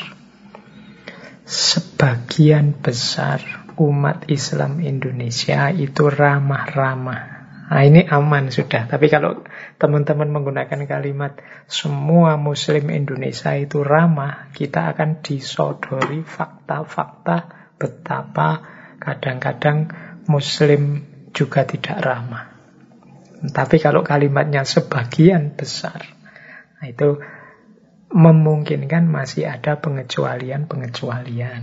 Sebagian besar umat Islam Indonesia itu ramah-ramah. Nah, ini aman sudah. Tapi kalau teman-teman menggunakan kalimat semua Muslim Indonesia itu ramah, kita akan disodori fakta-fakta betapa kadang-kadang Muslim juga tidak ramah. Tapi kalau kalimatnya sebagian besar, nah itu memungkinkan masih ada pengecualian-pengecualian.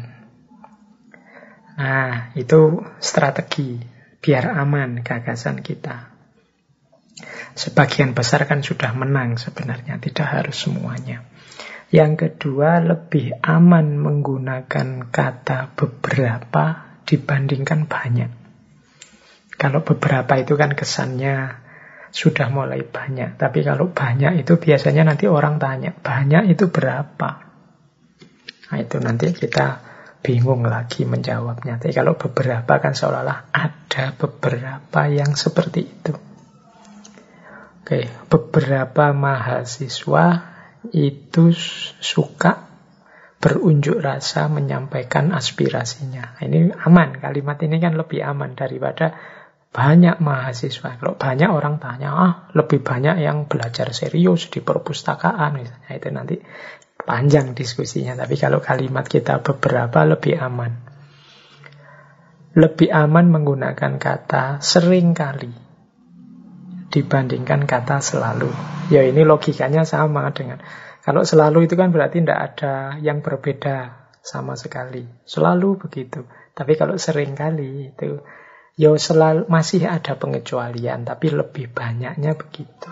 Nah, itu strategi biar aman gagasan kita. Sebagian besar kan sudah menang sebenarnya, tidak harus semuanya. Yang kedua, lebih aman menggunakan kata beberapa dibandingkan banyak. Kalau beberapa itu kan kesannya sudah mulai banyak. Tapi kalau banyak itu biasanya nanti orang tanya, banyak itu berapa? Nah, itu nanti kita bingung lagi menjawabnya. Tapi kalau beberapa kan seolah-olah ada beberapa yang seperti itu. Oke, beberapa mahasiswa itu suka berunjuk rasa menyampaikan aspirasinya. Nah, ini aman, kalimat ini kan lebih aman daripada banyak mahasiswa. Kalau banyak orang tanya, lebih banyak yang belajar serius di perpustakaan misalnya. Itu nanti panjang diskusinya. Tapi kalau kalimat kita beberapa lebih aman. Lebih aman menggunakan kata seringkali dibandingkan kata selalu. Ya ini logikanya sama dengan, kalau selalu itu kan berarti tidak ada yang berbeda sama sekali. Selalu begitu. Tapi kalau seringkali itu ya selalu masih ada pengecualian, tapi lebih banyaknya begitu.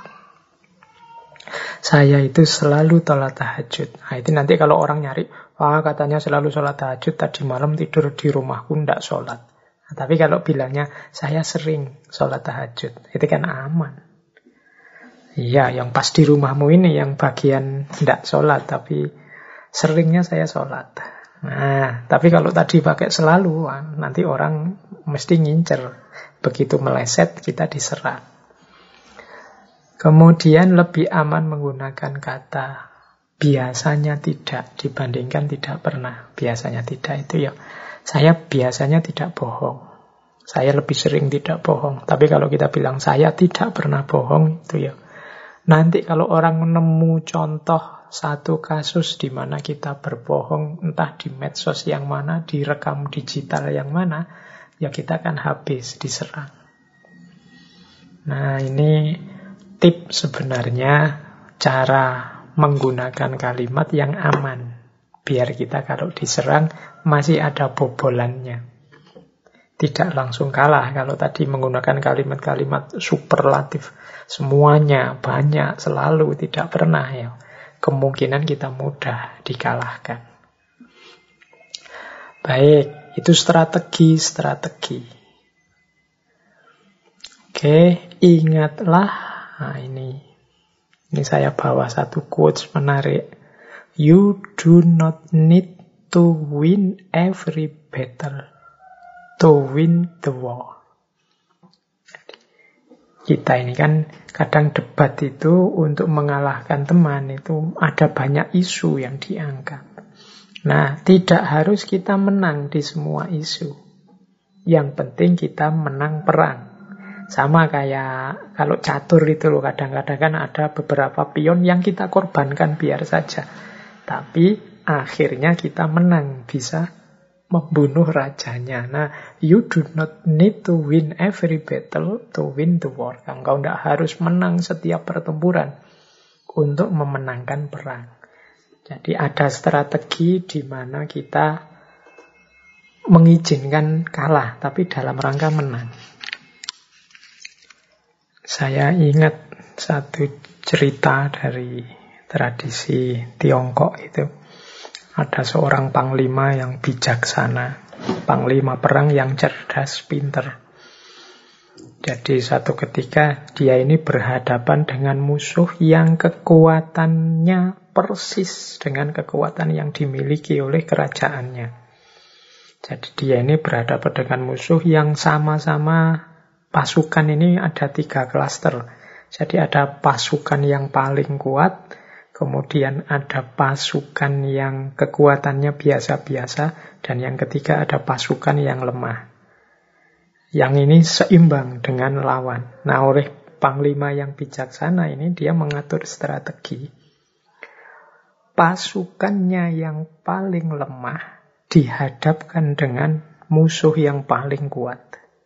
Saya itu selalu sholat tahajud. Nah, itu nanti kalau orang nyari, wah katanya selalu sholat tahajud, tadi malam tidur di rumahku tidak sholat. Nah, tapi kalau bilangnya saya sering sholat tahajud, itu kan aman. Iya, yang pas di rumahmu ini yang bagian tidak sholat, tapi seringnya saya sholat. Nah, tapi kalau tadi pakai selalu, nanti orang mesti ngincer. Begitu meleset, kita diserang. Kemudian lebih aman menggunakan kata biasanya tidak dibandingkan tidak pernah. Biasanya tidak itu ya, saya biasanya tidak bohong. Saya lebih sering tidak bohong. Tapi kalau kita bilang saya tidak pernah bohong, itu ya, nanti kalau orang nemu contoh satu kasus di mana kita berbohong, entah di medsos yang mana, di rekam digital yang mana, ya kita kan habis diserang. Nah, ini tips sebenarnya cara menggunakan kalimat yang aman Biar kita kalau diserang masih ada bobolannya. Tidak langsung kalah. Kalau tadi menggunakan kalimat-kalimat superlatif, semuanya, banyak, selalu, tidak pernah, ya, kemungkinan kita mudah dikalahkan. Baik, itu strategi. Oke, ingatlah. Nah, ini saya bawa satu quotes menarik. You do not need to win every battle to win the war. Kita ini kan kadang debat itu untuk mengalahkan teman itu ada banyak isu yang diangkat. Nah, tidak harus kita menang di semua isu. Yang penting kita menang perang. Sama kayak kalau catur itu loh, kadang-kadang kan ada beberapa pion yang kita korbankan biar saja. Tapi akhirnya kita menang, bisa membunuh rajanya. Nah, you do not need to win every battle to win the war. Engkau tidak harus menang setiap pertempuran untuk memenangkan perang. Jadi ada strategi di mana kita mengizinkan kalah, tapi dalam rangka menang. Saya ingat satu cerita dari tradisi Tiongkok itu. Ada seorang panglima yang bijaksana, panglima perang yang cerdas, pinter. Jadi satu ketika dia ini berhadapan dengan musuh yang kekuatannya persis dengan kekuatan yang dimiliki oleh kerajaannya. Jadi dia ini berhadapan dengan musuh yang sama-sama pasukan ini ada 3 klaster. Jadi ada pasukan yang paling kuat, kemudian ada pasukan yang kekuatannya biasa-biasa, dan yang ketiga ada pasukan yang lemah. Yang ini seimbang dengan lawan. Nah, oleh panglima yang bijaksana ini dia mengatur strategi. Pasukannya yang paling lemah dihadapkan dengan musuh yang paling kuat.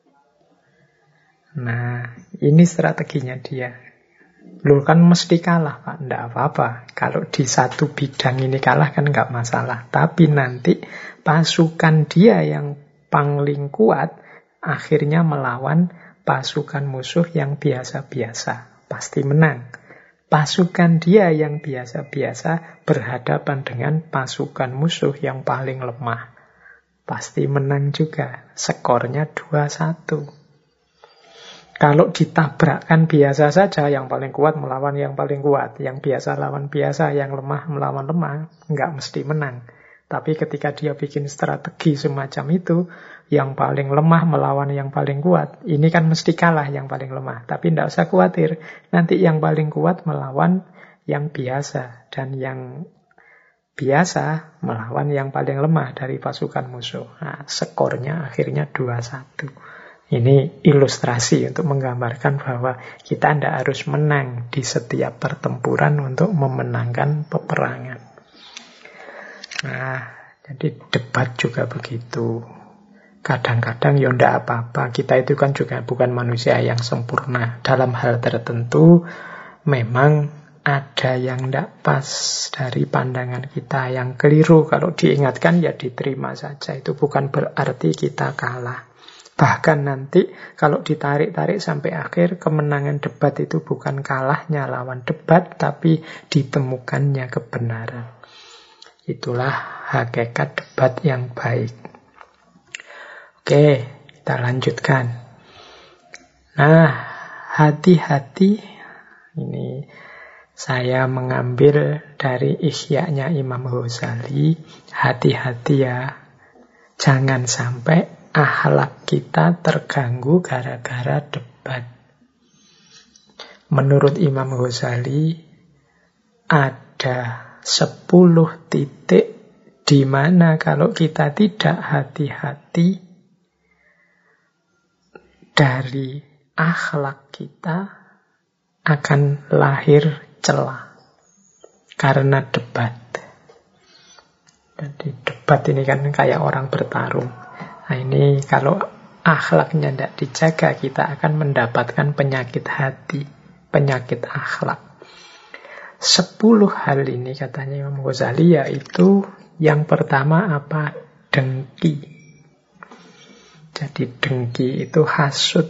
Nah, ini strateginya dia. Loh, kan mesti kalah, Pak. Tidak apa-apa. Kalau di satu bidang ini kalah kan nggak masalah. Tapi nanti pasukan dia yang paling kuat akhirnya melawan pasukan musuh yang biasa-biasa. Pasti menang. Pasukan dia yang biasa-biasa berhadapan dengan pasukan musuh yang paling lemah. Pasti menang juga. Skornya 2-1. Kalau ditabrakkan biasa saja, yang paling kuat melawan yang paling kuat, yang biasa lawan biasa, yang lemah melawan lemah, nggak mesti menang. Tapi ketika dia bikin strategi semacam itu, yang paling lemah melawan yang paling kuat, ini kan mesti kalah yang paling lemah. Tapi tidak usah khawatir, nanti yang paling kuat melawan yang biasa, dan yang biasa melawan yang paling lemah dari pasukan musuh. Nah, skornya akhirnya 2-1. Ini ilustrasi untuk menggambarkan bahwa kita tidak harus menang di setiap pertempuran untuk memenangkan peperangan. Nah, jadi debat juga begitu. Kadang-kadang ya tidak apa-apa. Kita itu kan juga bukan manusia yang sempurna. Dalam hal tertentu memang ada yang tidak pas dari pandangan kita, yang keliru. Kalau diingatkan ya diterima saja. Itu bukan berarti kita kalah. Bahkan nanti kalau ditarik-tarik sampai akhir, kemenangan debat itu bukan kalahnya lawan debat, tapi ditemukannya kebenaran. Itulah hakikat debat yang baik. Oke, kita lanjutkan. Nah, hati-hati. Ini saya mengambil dari Ihya-nya Imam Ghazali. Hati-hati ya, jangan sampai akhlak kita terganggu gara-gara debat. Menurut Imam Ghazali, ada 10 titik di mana kalau kita tidak hati-hati, dari akhlak kita akan lahir celah karena debat. Jadi debat ini kan kayak orang bertarung. Nah, ini kalau akhlaknya tidak dijaga, kita akan mendapatkan penyakit hati, penyakit akhlak. 10 hal ini katanya Imam Ghazali, yaitu yang pertama apa? Dengki. Jadi dengki itu hasud.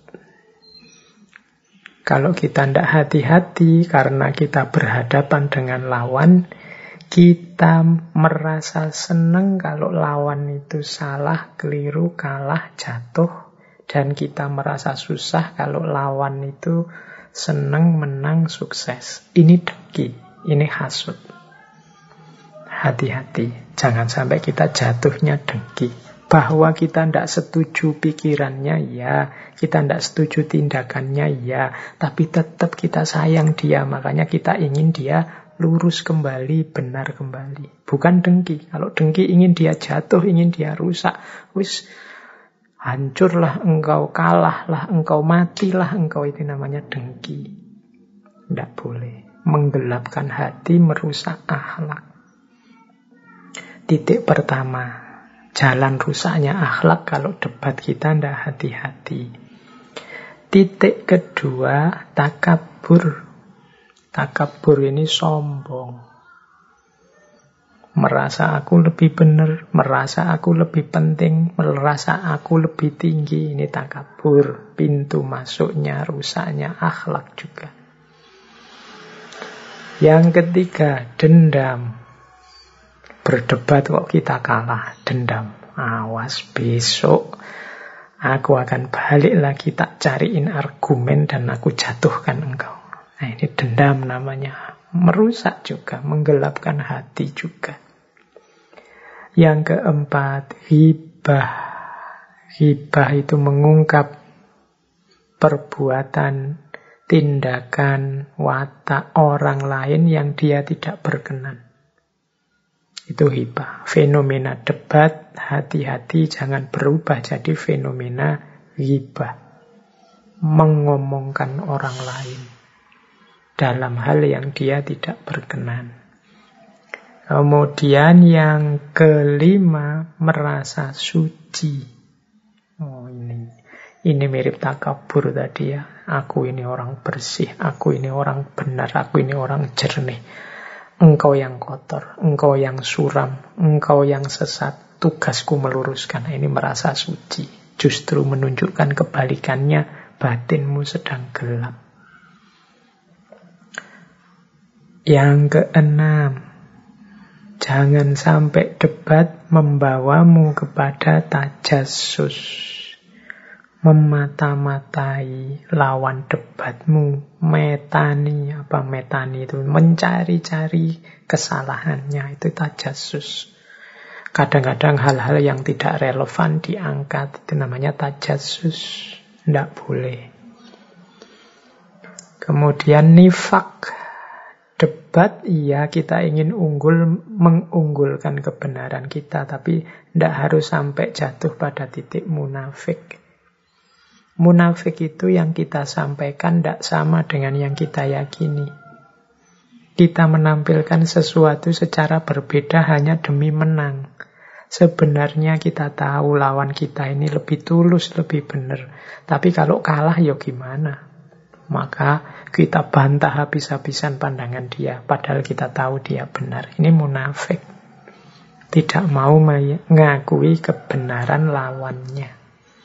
Kalau kita tidak hati-hati karena kita berhadapan dengan lawan, kita merasa senang kalau lawan itu salah, keliru, kalah, jatuh. Dan kita merasa susah kalau lawan itu senang, menang, sukses. Ini dengki, ini hasud. Hati-hati, jangan sampai kita jatuhnya dengki. Bahwa kita tidak setuju pikirannya, ya. Kita tidak setuju tindakannya, ya. Tapi tetap kita sayang dia, makanya kita ingin dia lurus kembali, benar kembali. Bukan dengki. Kalau dengki ingin dia jatuh, ingin dia rusak. Wis, hancurlah engkau, kalahlah engkau, matilah engkau, itu namanya dengki. Tidak boleh. Menggelapkan hati, merusak akhlak. Titik pertama, jalan rusaknya akhlak kalau debat kita tidak hati-hati. Titik kedua, takabur. Takabur ini sombong. Merasa aku lebih benar, merasa aku lebih penting, merasa aku lebih tinggi. Ini takabur. Pintu masuknya, rusaknya akhlak juga. Yang ketiga, dendam. Berdebat kok kita kalah, dendam. Awas besok aku akan balik lagi, tak cariin argumen dan aku jatuhkan engkau. Nah, ini dendam namanya. Merusak juga, menggelapkan hati juga. Yang keempat, hibah. Hibah itu mengungkap perbuatan, tindakan, watak orang lain yang dia tidak berkenan. Itu hibah. Fenomena debat, hati-hati jangan berubah jadi fenomena hibah. Mengomongkan orang lain dalam hal yang dia tidak berkenan. Kemudian yang kelima, merasa suci. Oh, ini mirip takabur tadi ya. Aku ini orang bersih, aku ini orang benar, aku ini orang jernih. Engkau yang kotor, engkau yang suram, engkau yang sesat. Tugasku meluruskan. Ini merasa suci. Justru menunjukkan kebalikannya, batinmu sedang gelap. Yang keenam, jangan sampai debat membawamu kepada tajassus, memata-matai lawan debatmu, metani. Apa metani itu? Mencari-cari kesalahannya, itu tajassus. Kadang-kadang hal-hal yang tidak relevan diangkat, itu namanya tajassus. Tidak boleh. Kemudian nifak. Debat, iya kita ingin mengunggulkan kebenaran kita, tapi tidak harus sampai jatuh pada titik munafik. Munafik itu yang kita sampaikan tidak sama dengan yang kita yakini. Kita menampilkan sesuatu secara berbeda hanya demi menang. Sebenarnya kita tahu lawan kita ini lebih tulus, lebih benar. Tapi kalau kalah ya gimana? Maka kita bantah habis-habisan pandangan dia, padahal kita tahu dia benar. Ini munafik. Tidak mau mengakui kebenaran lawannya.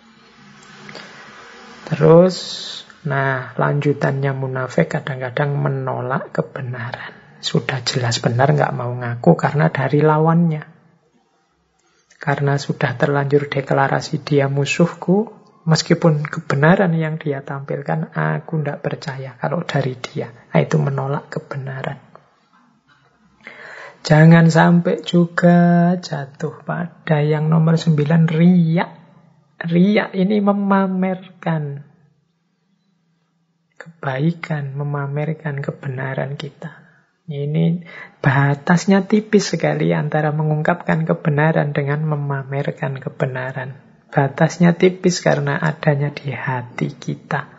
Terus, lanjutannya munafik kadang-kadang menolak kebenaran. Sudah jelas benar, nggak mau ngaku karena dari lawannya. Karena sudah terlanjur deklarasi dia musuhku, meskipun kebenaran yang dia tampilkan, aku tidak percaya kalau dari dia. Itu menolak kebenaran. Jangan sampai juga jatuh pada yang nomor 9, riya. Riya ini memamerkan kebaikan, memamerkan kebenaran kita. Ini batasnya tipis sekali antara mengungkapkan kebenaran dengan memamerkan kebenaran. Batasnya tipis karena adanya di hati kita.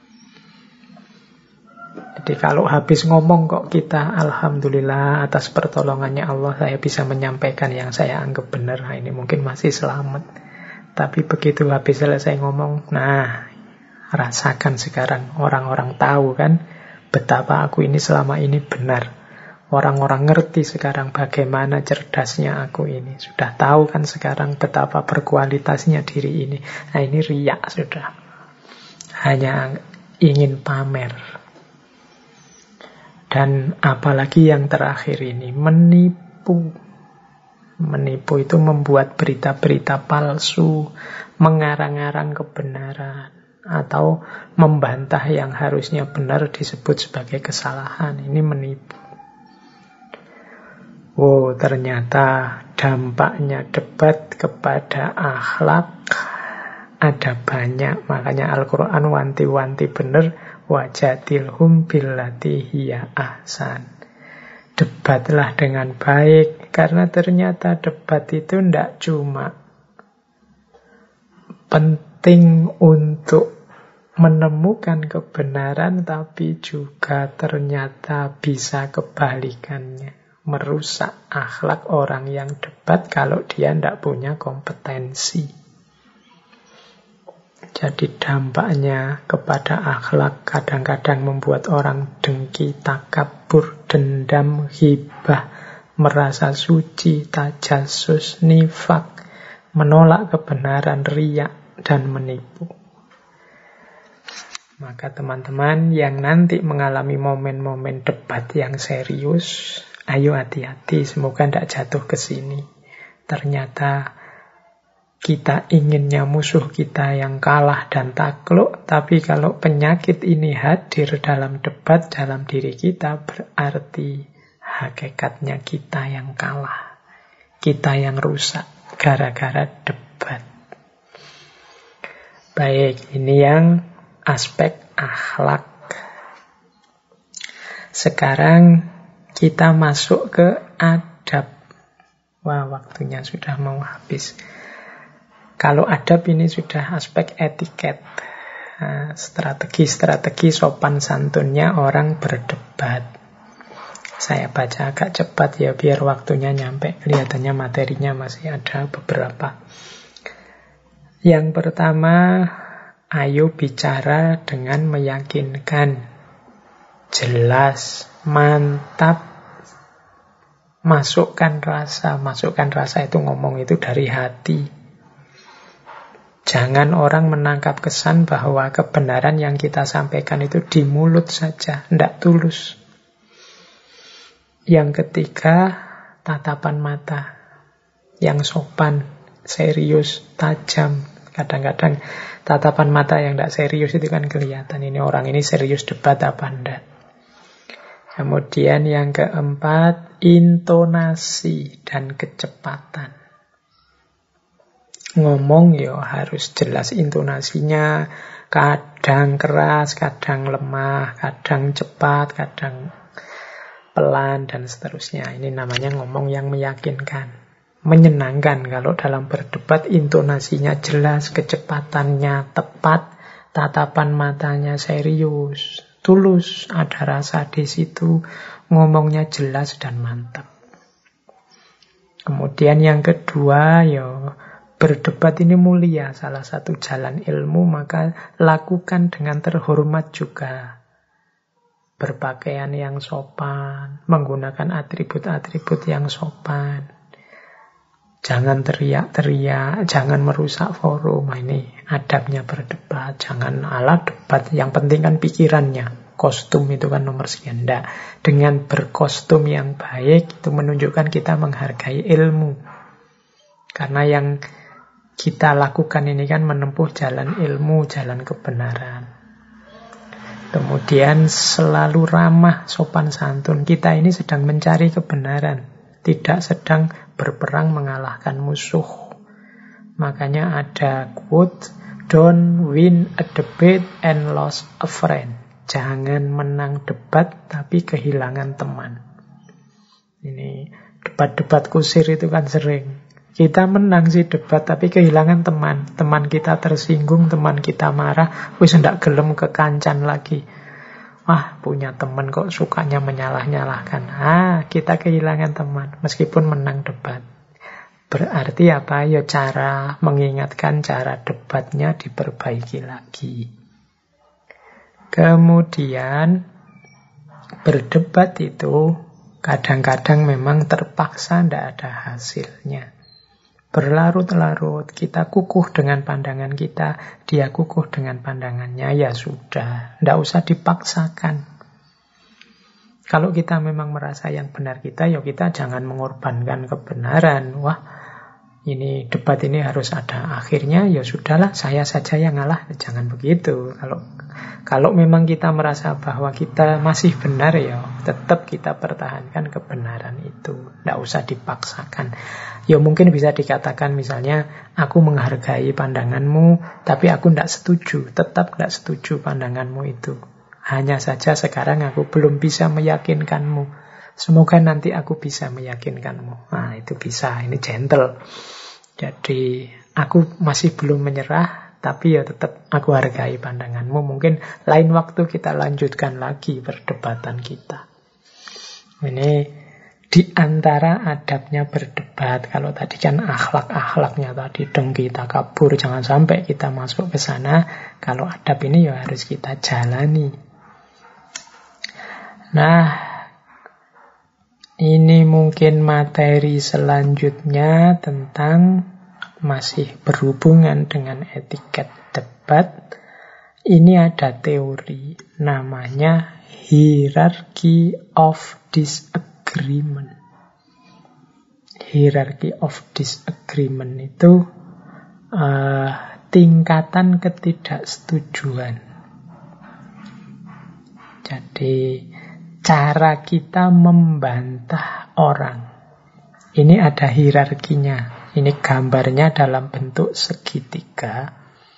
Jadi kalau habis ngomong kok kita, alhamdulillah atas pertolongannya Allah saya bisa menyampaikan yang saya anggap benar. Ini mungkin masih selamat. Tapi begitu habis selesai ngomong, rasakan sekarang orang-orang tahu kan betapa aku ini selama ini benar. Orang-orang ngerti sekarang bagaimana cerdasnya aku ini. Sudah tahu kan sekarang betapa berkualitasnya diri ini. Nah, ini riak sudah. Hanya ingin pamer. Dan apalagi yang terakhir ini, menipu. Menipu itu membuat berita-berita palsu, mengarang-arang kebenaran, atau membantah yang harusnya benar disebut sebagai kesalahan. Ini menipu. Oh, ternyata dampaknya debat kepada akhlak ada banyak. Makanya Al-Quran wanti-wanti benar, wajadilhum billati hiya ahsan. Debatlah dengan baik, karena ternyata debat itu tidak cuma penting untuk menemukan kebenaran, tapi juga ternyata bisa kebalikannya. Merusak akhlak orang yang debat kalau dia tidak punya kompetensi. Jadi dampaknya kepada akhlak kadang-kadang membuat orang dengki, takabur, dendam, hibah, merasa suci, tajasus, nifak, menolak kebenaran, riak, dan menipu. Maka teman-teman yang nanti mengalami momen-momen debat yang serius, ayo hati-hati, semoga tidak jatuh ke sini. Ternyata kita inginnya musuh kita yang kalah dan takluk, tapi kalau penyakit ini hadir dalam debat dalam diri kita, berarti hakikatnya kita yang kalah. Kita yang rusak gara-gara debat. Baik, ini yang aspek akhlak. Sekarang kita masuk ke adab. Wah, waktunya sudah mau habis. Kalau adab ini sudah aspek etiket, strategi-strategi sopan santunnya orang berdebat. Saya baca agak cepat ya biar waktunya nyampe. Kelihatannya materinya masih ada beberapa. Yang pertama, ayo bicara dengan meyakinkan, jelas, mantap, masukkan rasa. Masukkan rasa itu ngomong itu dari hati. Jangan orang menangkap kesan bahwa kebenaran yang kita sampaikan itu di mulut saja, tidak tulus. Yang ketiga, tatapan mata yang sopan, serius, tajam. Kadang-kadang tatapan mata yang tidak serius itu kan kelihatan. Ini orang ini serius debat apa enggak. Kemudian yang keempat, intonasi dan kecepatan. Ngomong ya harus jelas intonasinya, kadang keras, kadang lemah, kadang cepat, kadang pelan, dan seterusnya. Ini namanya ngomong yang meyakinkan, menyenangkan. Kalau dalam berdebat intonasinya jelas, kecepatannya tepat, tatapan matanya serius, tulus, ada rasa di situ, ngomongnya jelas dan mantap. Kemudian yang kedua, ya berdebat ini mulia, salah satu jalan ilmu, maka lakukan dengan terhormat juga. Berpakaian yang sopan, menggunakan atribut-atribut yang sopan. Jangan teriak-teriak, jangan merusak forum. Ini adabnya berdebat, jangan ala debat. Yang penting kan pikirannya. Kostum itu kan nomor sekian. Nggak. Dengan berkostum yang baik, itu menunjukkan kita menghargai ilmu. Karena yang kita lakukan ini kan menempuh jalan ilmu, jalan kebenaran. Kemudian selalu ramah, sopan santun. Kita ini sedang mencari kebenaran, tidak sedang berperang mengalahkan musuh. Makanya ada quote, don't win a debate and lose a friend. Jangan menang debat tapi kehilangan teman. Ini debat-debat kusir itu kan sering. Kita menang sih debat, tapi kehilangan teman. Teman kita tersinggung, teman kita marah, wis ndak gelem kekancan lagi. Wah, punya teman kok sukanya menyalah-nyalahkan. Kita kehilangan teman, meskipun menang debat. Berarti apa? Ya cara mengingatkan, cara debatnya diperbaiki lagi. Kemudian, berdebat itu kadang-kadang memang terpaksa tidak ada hasilnya. Berlarut-larut, kita kukuh dengan pandangan kita, dia kukuh dengan pandangannya, ya sudah, tidak usah dipaksakan. Kalau kita memang merasa yang benar kita, ya kita jangan mengorbankan kebenaran. Wah, ini debat ini harus ada akhirnya, ya sudahlah, saya saja yang ngalah. Jangan begitu. Kalau memang kita merasa bahwa kita masih benar, ya tetap kita pertahankan kebenaran itu. Tidak usah dipaksakan. Ya mungkin bisa dikatakan misalnya, aku menghargai pandanganmu, tapi aku tidak setuju. Tetap tidak setuju pandanganmu itu. Hanya saja sekarang aku belum bisa meyakinkanmu. Semoga nanti aku bisa meyakinkanmu. Nah, itu bisa. Ini gentle. Jadi, aku masih belum menyerah, tapi ya tetap aku hargai pandanganmu. Mungkin lain waktu kita lanjutkan lagi perdebatan kita. Ini di antara adabnya berdebat. Kalau tadi kan akhlak-akhlaknya tadi, dengki, takabur, jangan sampai kita masuk ke sana. Kalau adab ini ya harus kita jalani. Nah, ini mungkin materi selanjutnya tentang masih berhubungan dengan etiket debat. Ini ada teori namanya hierarchy of disagreement. Hierarchy of disagreement itu tingkatan ketidaksetujuan. Jadi cara kita membantah orang. Ini ada hierarkinya. Ini gambarnya dalam bentuk segitiga.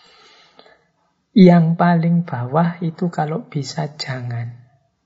Yang paling bawah itu kalau bisa jangan.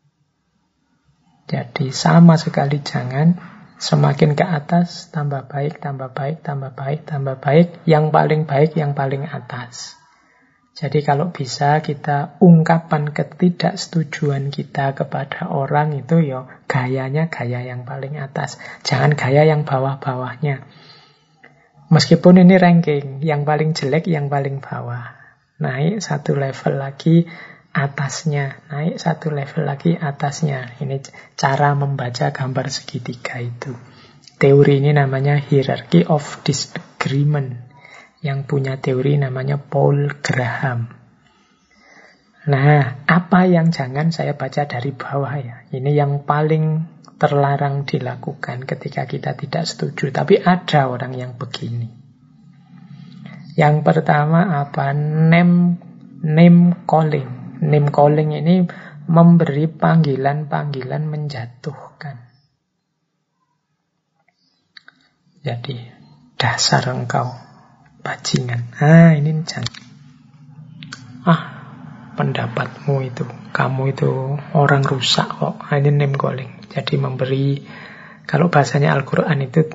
Jadi sama sekali jangan. Semakin ke atas, tambah baik, tambah baik, tambah baik, tambah baik. Yang paling baik, yang paling atas. Jadi kalau bisa kita ungkapan ketidaksetujuan kita kepada orang itu ya gayanya gaya yang paling atas. Jangan gaya yang bawah-bawahnya. Meskipun ini ranking, yang paling jelek yang paling bawah. Naik satu level lagi atasnya, naik satu level lagi atasnya. Ini cara membaca gambar segitiga itu. Teori ini namanya hierarchy of disagreement. Yang punya teori namanya Paul Graham. Nah, apa yang jangan saya baca dari bawah ya. Ini yang paling terlarang dilakukan ketika kita tidak setuju. Tapi ada orang yang begini. Yang pertama apa? Name calling. Name calling ini memberi panggilan-panggilan menjatuhkan. Jadi, dasar engkau. Bajingan. Ini jangan. Pendapatmu itu, kamu itu orang rusak kok. Ini name calling. Jadi memberi, kalau bahasanya Al-Quran itu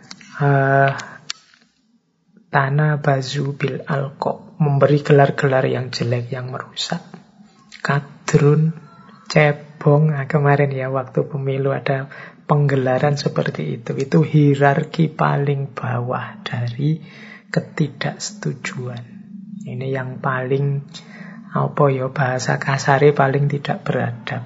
tanah bazu bil alqab, memberi gelar-gelar yang jelek, yang merusak. Kadrun, cebong. Kemarin ya waktu pemilu ada penggelaran seperti itu. Itu hierarki paling bawah dari ketidaksetujuan. Ini yang paling bahasa kasare paling tidak beradab.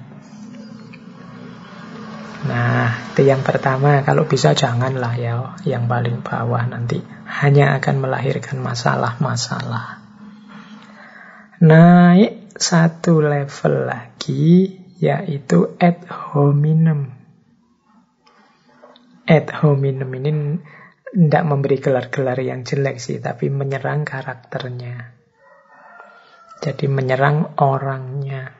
Nah, itu yang pertama. Kalau bisa janganlah ya yang paling bawah, nanti hanya akan melahirkan masalah-masalah. Naik satu level lagi, yaitu ad hominem. Ad hominem ini tidak memberi gelar-gelar yang jelek sih, tapi menyerang karakternya. Jadi menyerang orangnya.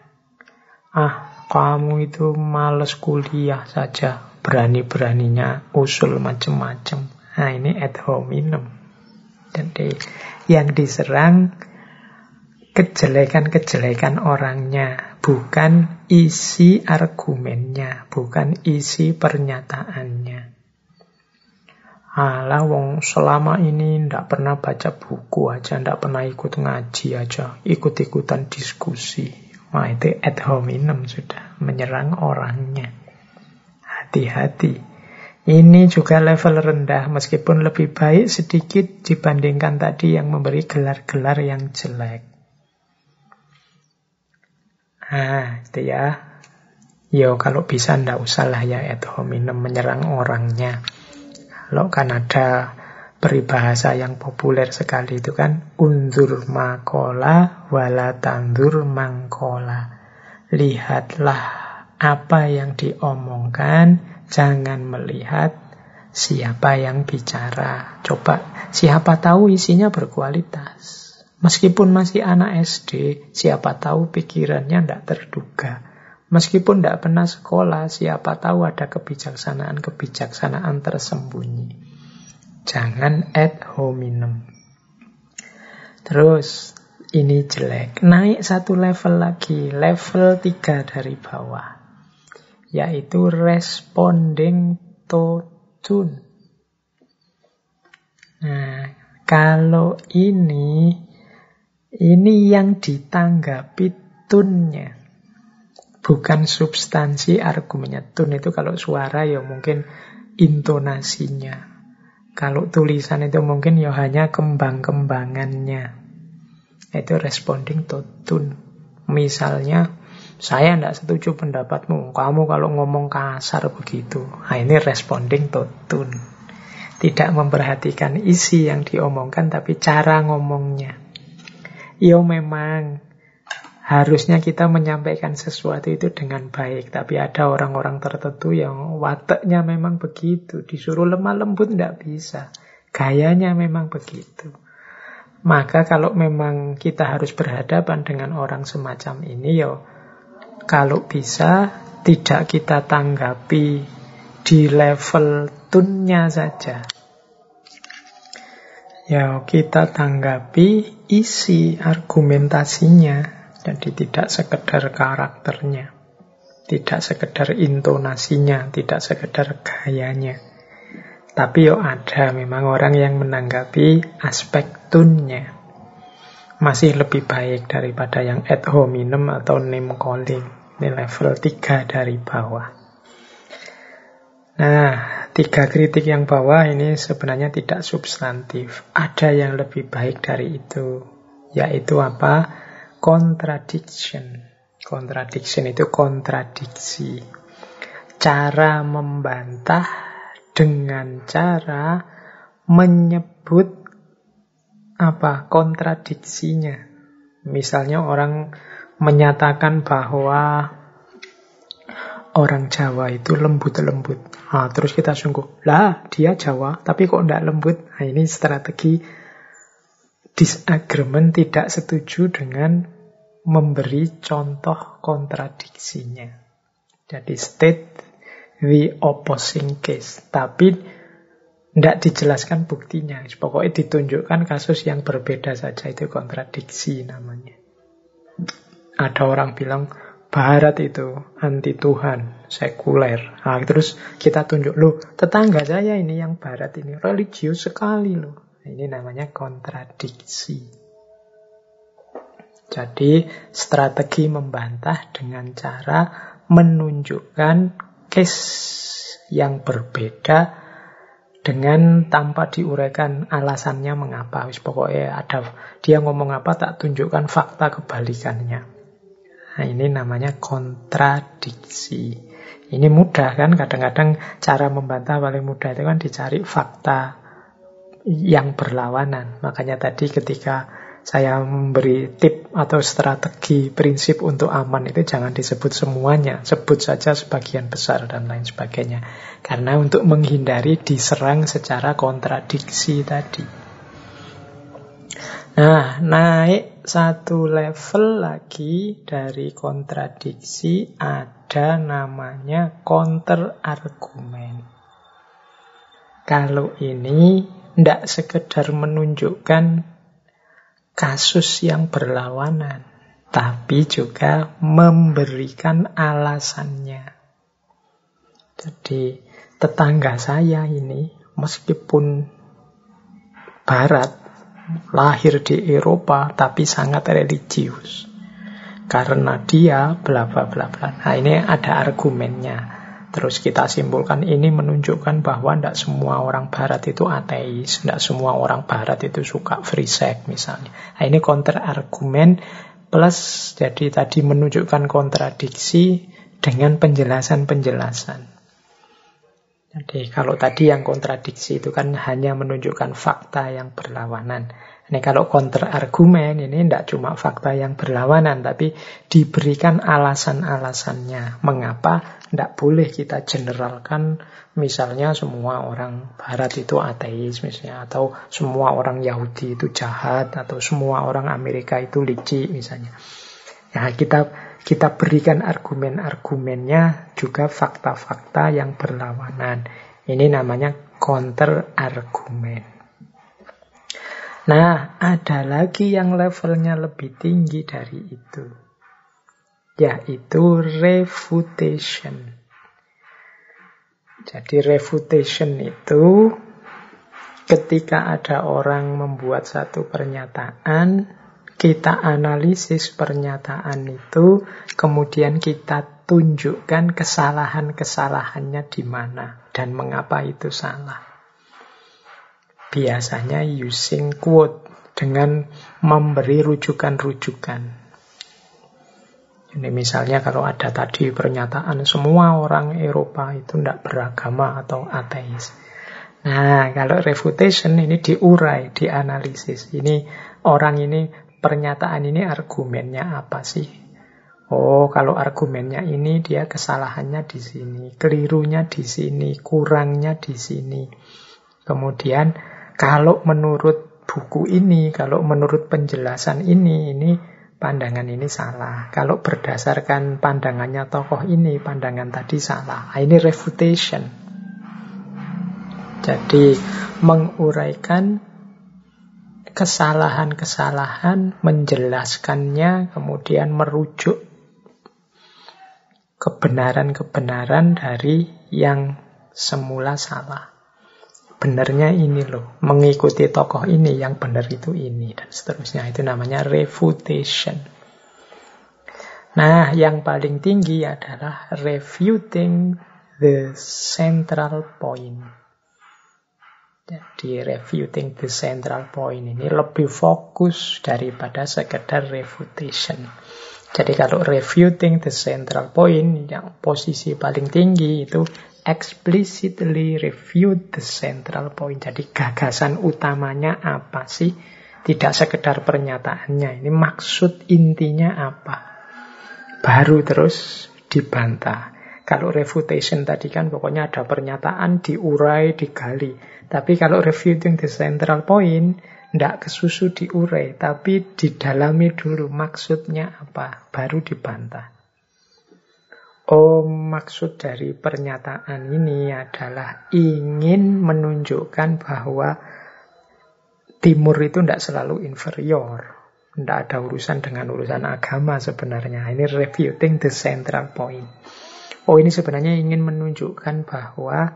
Kamu itu males kuliah saja, berani-beraninya usul macam-macam. Ini ad hominem. Jadi yang diserang kejelekan-kejelekan orangnya, bukan isi argumennya, bukan isi pernyataannya. Wong selama ini ndak pernah baca buku aja, ndak pernah ikut ngaji aja, ikut-ikutan diskusi. Itu ad hominem sudah, menyerang orangnya. Hati-hati. Ini juga level rendah, meskipun lebih baik sedikit dibandingkan tadi yang memberi gelar-gelar yang jelek. Itu ya. Ya kalau bisa ndak usah lah ya ad hominem menyerang orangnya. Kalau kan ada peribahasa yang populer sekali itu kan, unzur makola wala tanzur mangkola. Lihatlah apa yang diomongkan, jangan melihat siapa yang bicara. Coba, siapa tahu isinya berkualitas. Meskipun masih anak SD, siapa tahu pikirannya tidak terduga. Meskipun tidak pernah sekolah, siapa tahu ada kebijaksanaan tersembunyi. Jangan ad hominem. Terus, ini jelek. Naik satu level lagi, level 3 dari bawah. Yaitu responding to tune. Nah, kalau ini yang ditanggapi tune-nya, bukan substansi argumennya. Tune itu kalau suara ya mungkin intonasinya. Kalau tulisan itu mungkin ya hanya kembang-kembangannya. Itu responding to tune. Misalnya, saya tidak setuju pendapatmu. Kamu kalau ngomong kasar begitu. Nah, ini responding to tune. Tidak memperhatikan isi yang diomongkan, tapi cara ngomongnya. Ya memang harusnya kita menyampaikan sesuatu itu dengan baik, tapi ada orang-orang tertentu yang wataknya memang begitu. Disuruh lemah lembut tidak bisa. Gayanya memang begitu. Maka kalau memang kita harus berhadapan dengan orang semacam ini, ya kalau bisa tidak kita tanggapi di level tune-nya saja. Ya, kita tanggapi isi argumentasinya, jadi tidak sekedar karakternya, tidak sekedar intonasinya, tidak sekedar gayanya. Tapi ada memang orang yang menanggapi aspek tune-nya. Masih lebih baik daripada yang ad hominem atau name calling. Ini level 3 dari bawah. Nah, 3 kritik yang bawah ini sebenarnya tidak substantif. Ada yang lebih baik dari itu. Yaitu apa? Contradiction. Contradiction itu kontradiksi. Cara membantah dengan cara menyebut kontradiksinya. Misalnya orang menyatakan bahwa orang Jawa itu lembut-lembut. Nah, terus kita sungguh, lah dia Jawa, tapi kok tidak lembut? Nah, ini strategi disagreement, tidak setuju dengan memberi contoh kontradiksinya. Jadi state the opposing case, tapi tidak dijelaskan buktinya. Pokoknya ditunjukkan kasus yang berbeda saja, itu kontradiksi namanya. Ada orang bilang, Barat itu anti Tuhan, sekuler. Nah, terus kita tunjuk, loh tetangga saya ini yang Barat ini religius sekali loh. Ini namanya kontradiksi. Jadi strategi membantah dengan cara menunjukkan case yang berbeda dengan tanpa diuraikan alasannya mengapa. Pokoknya ada dia ngomong apa tak tunjukkan fakta kebalikannya. Nah, ini namanya kontradiksi. Ini mudah kan, kadang-kadang cara membantah paling mudah itu kan dicari fakta yang berlawanan. Makanya tadi ketika saya memberi tip atau strategi prinsip untuk aman itu jangan disebut semuanya, sebut saja sebagian besar dan lain sebagainya. Karena untuk menghindari diserang secara kontradiksi tadi. Nah, naik satu level lagi dari kontradiksi, ada namanya counter argumen. Kalau ini tidak sekedar menunjukkan kasus yang berlawanan, tapi juga memberikan alasannya. Jadi tetangga saya ini meskipun Barat, lahir di Eropa tapi sangat religius. Karena dia bla bla bla bla. Nah, ini ada argumennya. Terus kita simpulkan ini menunjukkan bahwa tidak semua orang Barat itu ateis, tidak semua orang Barat itu suka free sex misalnya. Nah, ini counter argumen plus jadi tadi menunjukkan kontradiksi dengan penjelasan-penjelasan. Jadi kalau tadi yang kontradiksi itu kan hanya menunjukkan fakta yang berlawanan. Ini kalau counter argumen ini tidak cuma fakta yang berlawanan, tapi diberikan alasan-alasannya. Mengapa tidak boleh kita generalkan, misalnya semua orang Barat itu ateis misalnya, atau semua orang Yahudi itu jahat, atau semua orang Amerika itu licik misalnya. Ya, kita berikan argumen-argumennya juga fakta-fakta yang berlawanan. Ini namanya counter argumen. Nah, ada lagi yang levelnya lebih tinggi dari itu, yaitu refutation. Jadi refutation itu ketika ada orang membuat satu pernyataan, kita analisis pernyataan itu, kemudian kita tunjukkan kesalahan-kesalahannya di mana dan mengapa itu salah. Biasanya using quote, dengan memberi rujukan-rujukan. Ini misalnya kalau ada tadi pernyataan semua orang Eropa itu tidak beragama atau ateis. Nah, kalau refutation ini diurai, dianalisis. Ini orang ini, pernyataan ini argumennya apa sih? Oh, kalau argumennya ini dia kesalahannya di sini, kelirunya di sini, kurangnya di sini. Kemudian kalau menurut buku ini, kalau menurut penjelasan ini pandangan ini salah. Kalau berdasarkan pandangannya tokoh ini, pandangan tadi salah. Ini refutation. Jadi menguraikan kesalahan-kesalahan, menjelaskannya, kemudian merujuk kebenaran-kebenaran dari yang semula salah. Benarnya ini loh, mengikuti tokoh ini, yang benar itu ini, dan seterusnya. Itu namanya refutation. Nah, yang paling tinggi adalah refuting the central point. Jadi refuting the central point ini lebih fokus daripada sekedar refutation. Jadi kalau refuting the central point, yang posisi paling tinggi itu explicitly refute the central point. Jadi gagasan utamanya apa sih? Tidak sekedar pernyataannya. Ini maksud intinya apa? Baru terus dibantah. Kalau refutation tadi kan pokoknya ada pernyataan, diurai, digali. Tapi kalau refuting the central point, tidak kesusu diurai, tapi didalami dulu maksudnya apa, baru dibantah. Oh, maksud dari pernyataan ini adalah ingin menunjukkan bahwa Timur itu tidak selalu inferior. Tidak ada urusan dengan urusan agama sebenarnya. Ini refuting the central point. Oh, ini sebenarnya ingin menunjukkan bahwa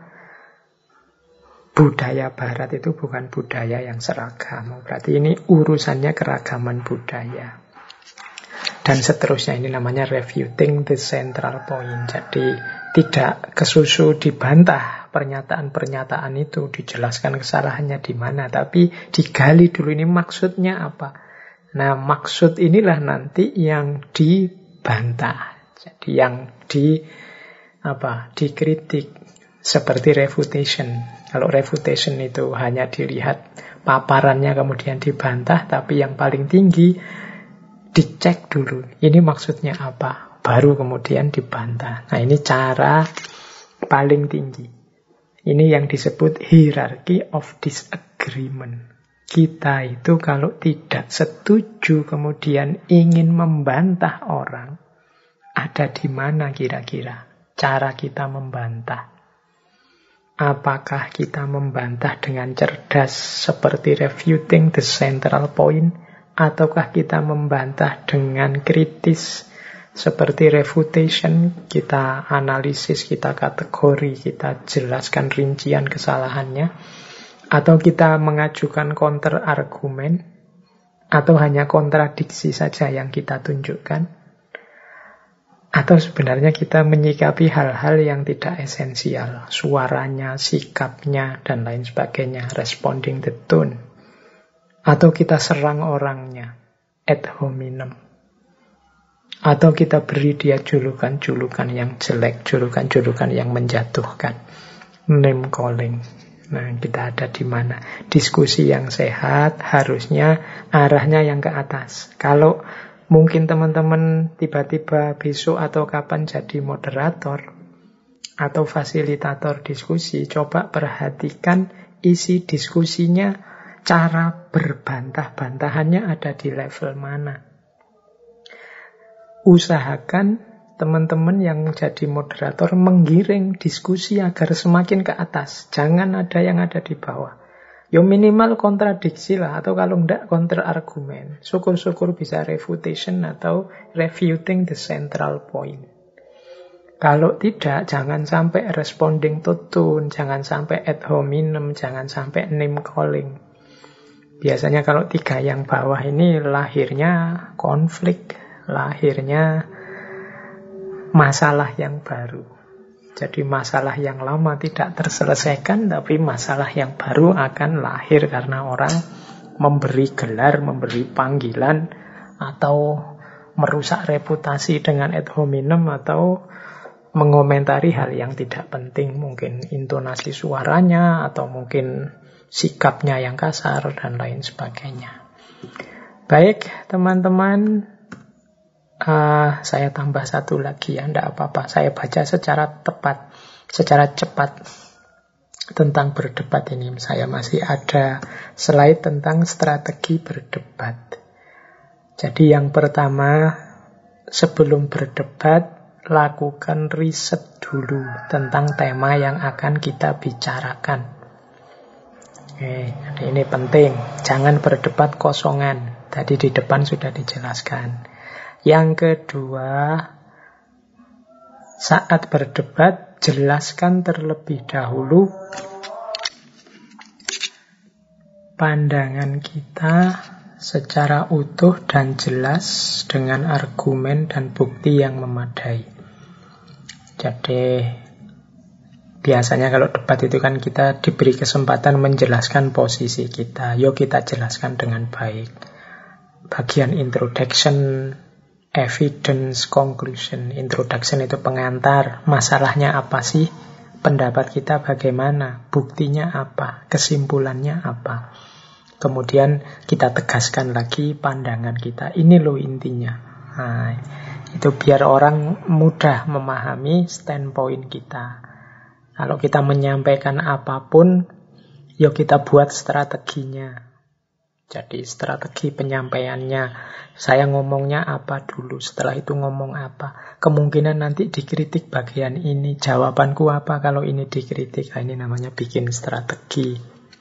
budaya Barat itu bukan budaya yang seragam. Berarti ini urusannya keragaman budaya. Dan seterusnya, ini namanya refuting the central point. Jadi tidak kesusu dibantah pernyataan-pernyataan itu, dijelaskan kesalahannya di mana, tapi digali dulu ini maksudnya apa. Nah, maksud inilah nanti yang dibantah. Jadi yang dikritik, seperti refutation. Kalau refutation itu hanya dilihat paparannya kemudian dibantah, tapi yang paling tinggi dicek dulu, ini maksudnya apa, baru kemudian dibantah. Nah, ini cara paling tinggi. Ini yang disebut hierarchy of disagreement. Kita itu kalau tidak setuju kemudian ingin membantah orang, ada di mana kira-kira cara kita membantah? Apakah kita membantah dengan cerdas seperti refuting the central point? Ataukah kita membantah dengan kritis seperti refutation, kita analisis, kita kategori, kita jelaskan rincian kesalahannya, atau kita mengajukan counter argumen, atau hanya kontradiksi saja yang kita tunjukkan, atau sebenarnya kita menyikapi hal-hal yang tidak esensial, suaranya, sikapnya, dan lain sebagainya, responding the tone. Atau kita serang orangnya, ad hominem. Atau kita beri dia julukan-julukan yang jelek, julukan-julukan yang menjatuhkan. Name calling. Nah, kita ada di mana? Diskusi yang sehat harusnya arahnya yang ke atas. Kalau mungkin teman-teman tiba-tiba besok atau kapan jadi moderator atau fasilitator diskusi, coba perhatikan isi diskusinya, cara berbantah-bantahannya ada di level mana. Usahakan teman-teman yang jadi moderator menggiring diskusi agar semakin ke atas. Jangan ada yang ada di bawah. Ya minimal kontradiksi lah, atau kalau enggak counter argumen. Syukur-syukur bisa refutation atau refuting the central point. Kalau tidak, jangan sampai responding to tune, jangan sampai ad hominem, jangan sampai name calling. Biasanya kalau tiga yang bawah ini lahirnya konflik, lahirnya masalah yang baru. Jadi masalah yang lama tidak terselesaikan, tapi masalah yang baru akan lahir karena orang memberi gelar, memberi panggilan, atau merusak reputasi dengan ad hominem, atau mengomentari hal yang tidak penting, mungkin intonasi suaranya, atau mungkin sikapnya yang kasar, dan lain sebagainya. Baik, teman-teman, saya tambah satu lagi ya, tidak apa-apa. Saya baca secara cepat tentang berdebat ini. Saya masih ada slide tentang strategi berdebat. Jadi yang pertama, sebelum berdebat, lakukan riset dulu tentang tema yang akan kita bicarakan. Ini penting, jangan berdebat kosongan. Tadi di depan sudah dijelaskan. Yang kedua, saat berdebat, jelaskan terlebih dahulu pandangan kita secara utuh dan jelas dengan argumen dan bukti yang memadai. Jadi, biasanya kalau debat itu kan kita diberi kesempatan menjelaskan posisi kita. Yuk kita jelaskan dengan baik. Bagian introduction, evidence, conclusion. Introduction itu pengantar, masalahnya apa sih, pendapat kita bagaimana, buktinya apa, kesimpulannya apa. Kemudian kita tegaskan lagi pandangan kita, ini loh intinya. Nah, itu biar orang mudah memahami standpoint kita. Kalau kita menyampaikan apapun, yuk kita buat strateginya. Jadi strategi penyampaiannya, saya ngomongnya apa dulu, setelah itu ngomong apa. Kemungkinan nanti dikritik bagian ini, jawabanku apa kalau ini dikritik. Nah, ini namanya bikin strategi.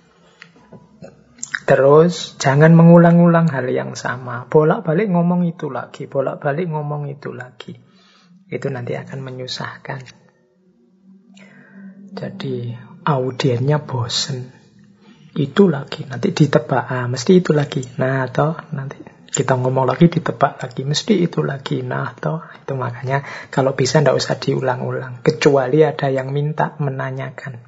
Terus jangan mengulang-ulang hal yang sama, bolak-balik ngomong itu lagi, bolak-balik ngomong itu lagi. Itu nanti akan menyusahkan. Jadi audiennya bosen. Itu lagi, nanti ditebak, mesti itu lagi. Nah, toh nanti kita ngomong lagi, ditebak lagi, mesti itu lagi. Nah, toh itu makanya kalau bisa ndak usah diulang-ulang, kecuali ada yang minta menanyakan.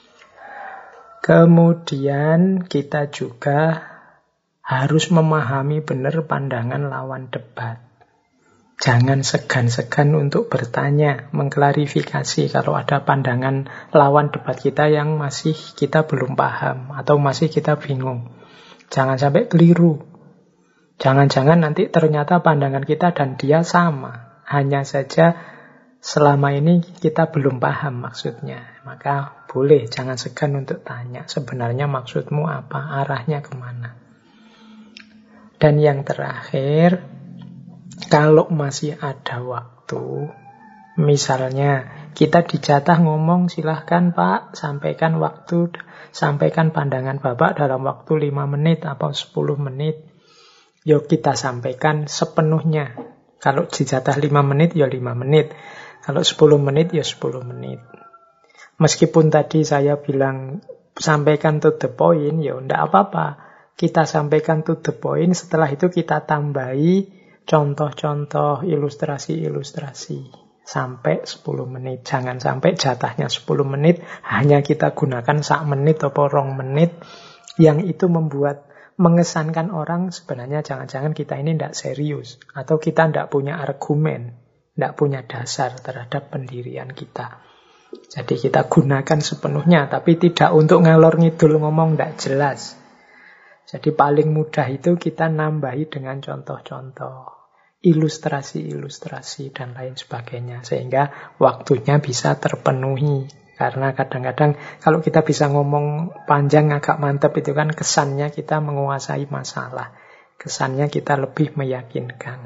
Kemudian kita juga harus memahami benar pandangan lawan debat. Jangan segan-segan untuk bertanya, mengklarifikasi kalau ada pandangan lawan debat kita yang masih kita belum paham atau masih kita bingung. Jangan sampai keliru. Jangan-jangan nanti ternyata pandangan kita dan dia sama. Hanya saja selama ini kita belum paham maksudnya. Maka boleh, jangan segan untuk tanya. Sebenarnya maksudmu apa? Arahnya kemana? Dan yang terakhir, kalau masih ada waktu, misalnya kita dijatah ngomong, silahkan Pak, sampaikan pandangan Bapak dalam waktu 5 menit atau 10 menit. Yuk kita sampaikan sepenuhnya. Kalau dijatah 5 menit, ya 5 menit. Kalau 10 menit, ya 10 menit. Meskipun tadi saya bilang sampaikan to the point, ya enggak apa-apa. Kita sampaikan to the point, setelah itu kita tambahi contoh-contoh, ilustrasi-ilustrasi sampai 10 menit. Jangan sampai jatahnya 10 menit hanya kita gunakan 1 menit atau 2 menit, yang itu membuat mengesankan orang, sebenarnya jangan-jangan kita ini tidak serius. Atau kita tidak punya argumen, tidak punya dasar terhadap pendirian kita. Jadi kita gunakan sepenuhnya, tapi tidak untuk ngalor ngidul ngomong tidak jelas. Jadi paling mudah itu kita nambahi dengan contoh-contoh, ilustrasi-ilustrasi, dan lain sebagainya. Sehingga waktunya bisa terpenuhi. Karena kadang-kadang kalau kita bisa ngomong panjang agak mantap itu kan kesannya kita menguasai masalah. Kesannya kita lebih meyakinkan.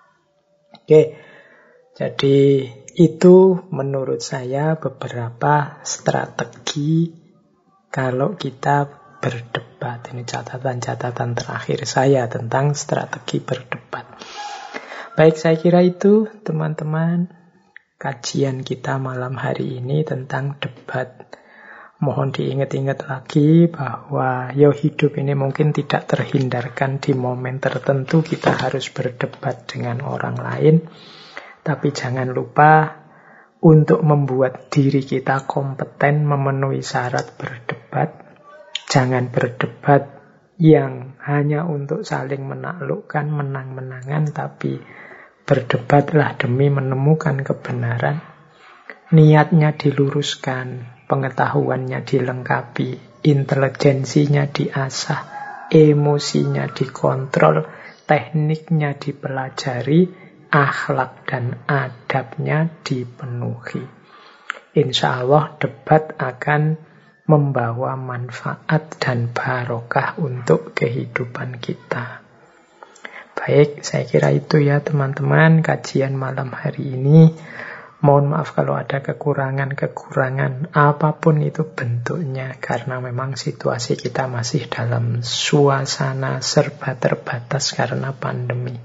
Oke, jadi itu menurut saya beberapa strategi kalau kita berdebat. Ini catatan-catatan terakhir saya tentang strategi berdebat. Baik, saya kira itu teman-teman kajian kita malam hari ini tentang debat. Mohon diingat-ingat lagi bahwa hidup ini mungkin tidak terhindarkan di momen tertentu kita harus berdebat dengan orang lain. Tapi jangan lupa untuk membuat diri kita kompeten memenuhi syarat berdebat. Jangan berdebat yang hanya untuk saling menaklukkan, menang-menangan, tapi berdebatlah demi menemukan kebenaran. Niatnya diluruskan, pengetahuannya dilengkapi, intelijensinya diasah, emosinya dikontrol, tekniknya dipelajari, akhlak dan adabnya dipenuhi. Insya Allah debat akan membawa manfaat dan barokah untuk kehidupan kita. Baik, saya kira itu ya teman-teman kajian malam hari ini. Mohon maaf kalau ada kekurangan-kekurangan apapun itu bentuknya, karena memang situasi kita masih dalam suasana serba terbatas karena pandemi.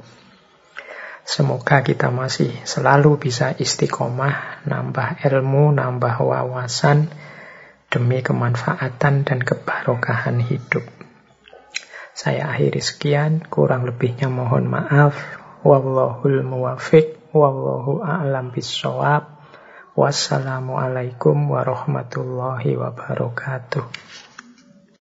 Semoga kita masih selalu bisa istiqomah, nambah ilmu, nambah wawasan demi kemanfaatan dan kebarokahan hidup. Saya akhiri sekian, kurang lebihnya mohon maaf. Wallahul muwafiq, wallahu a'lam bissawab. Wassalamualaikum warahmatullahi wabarakatuh.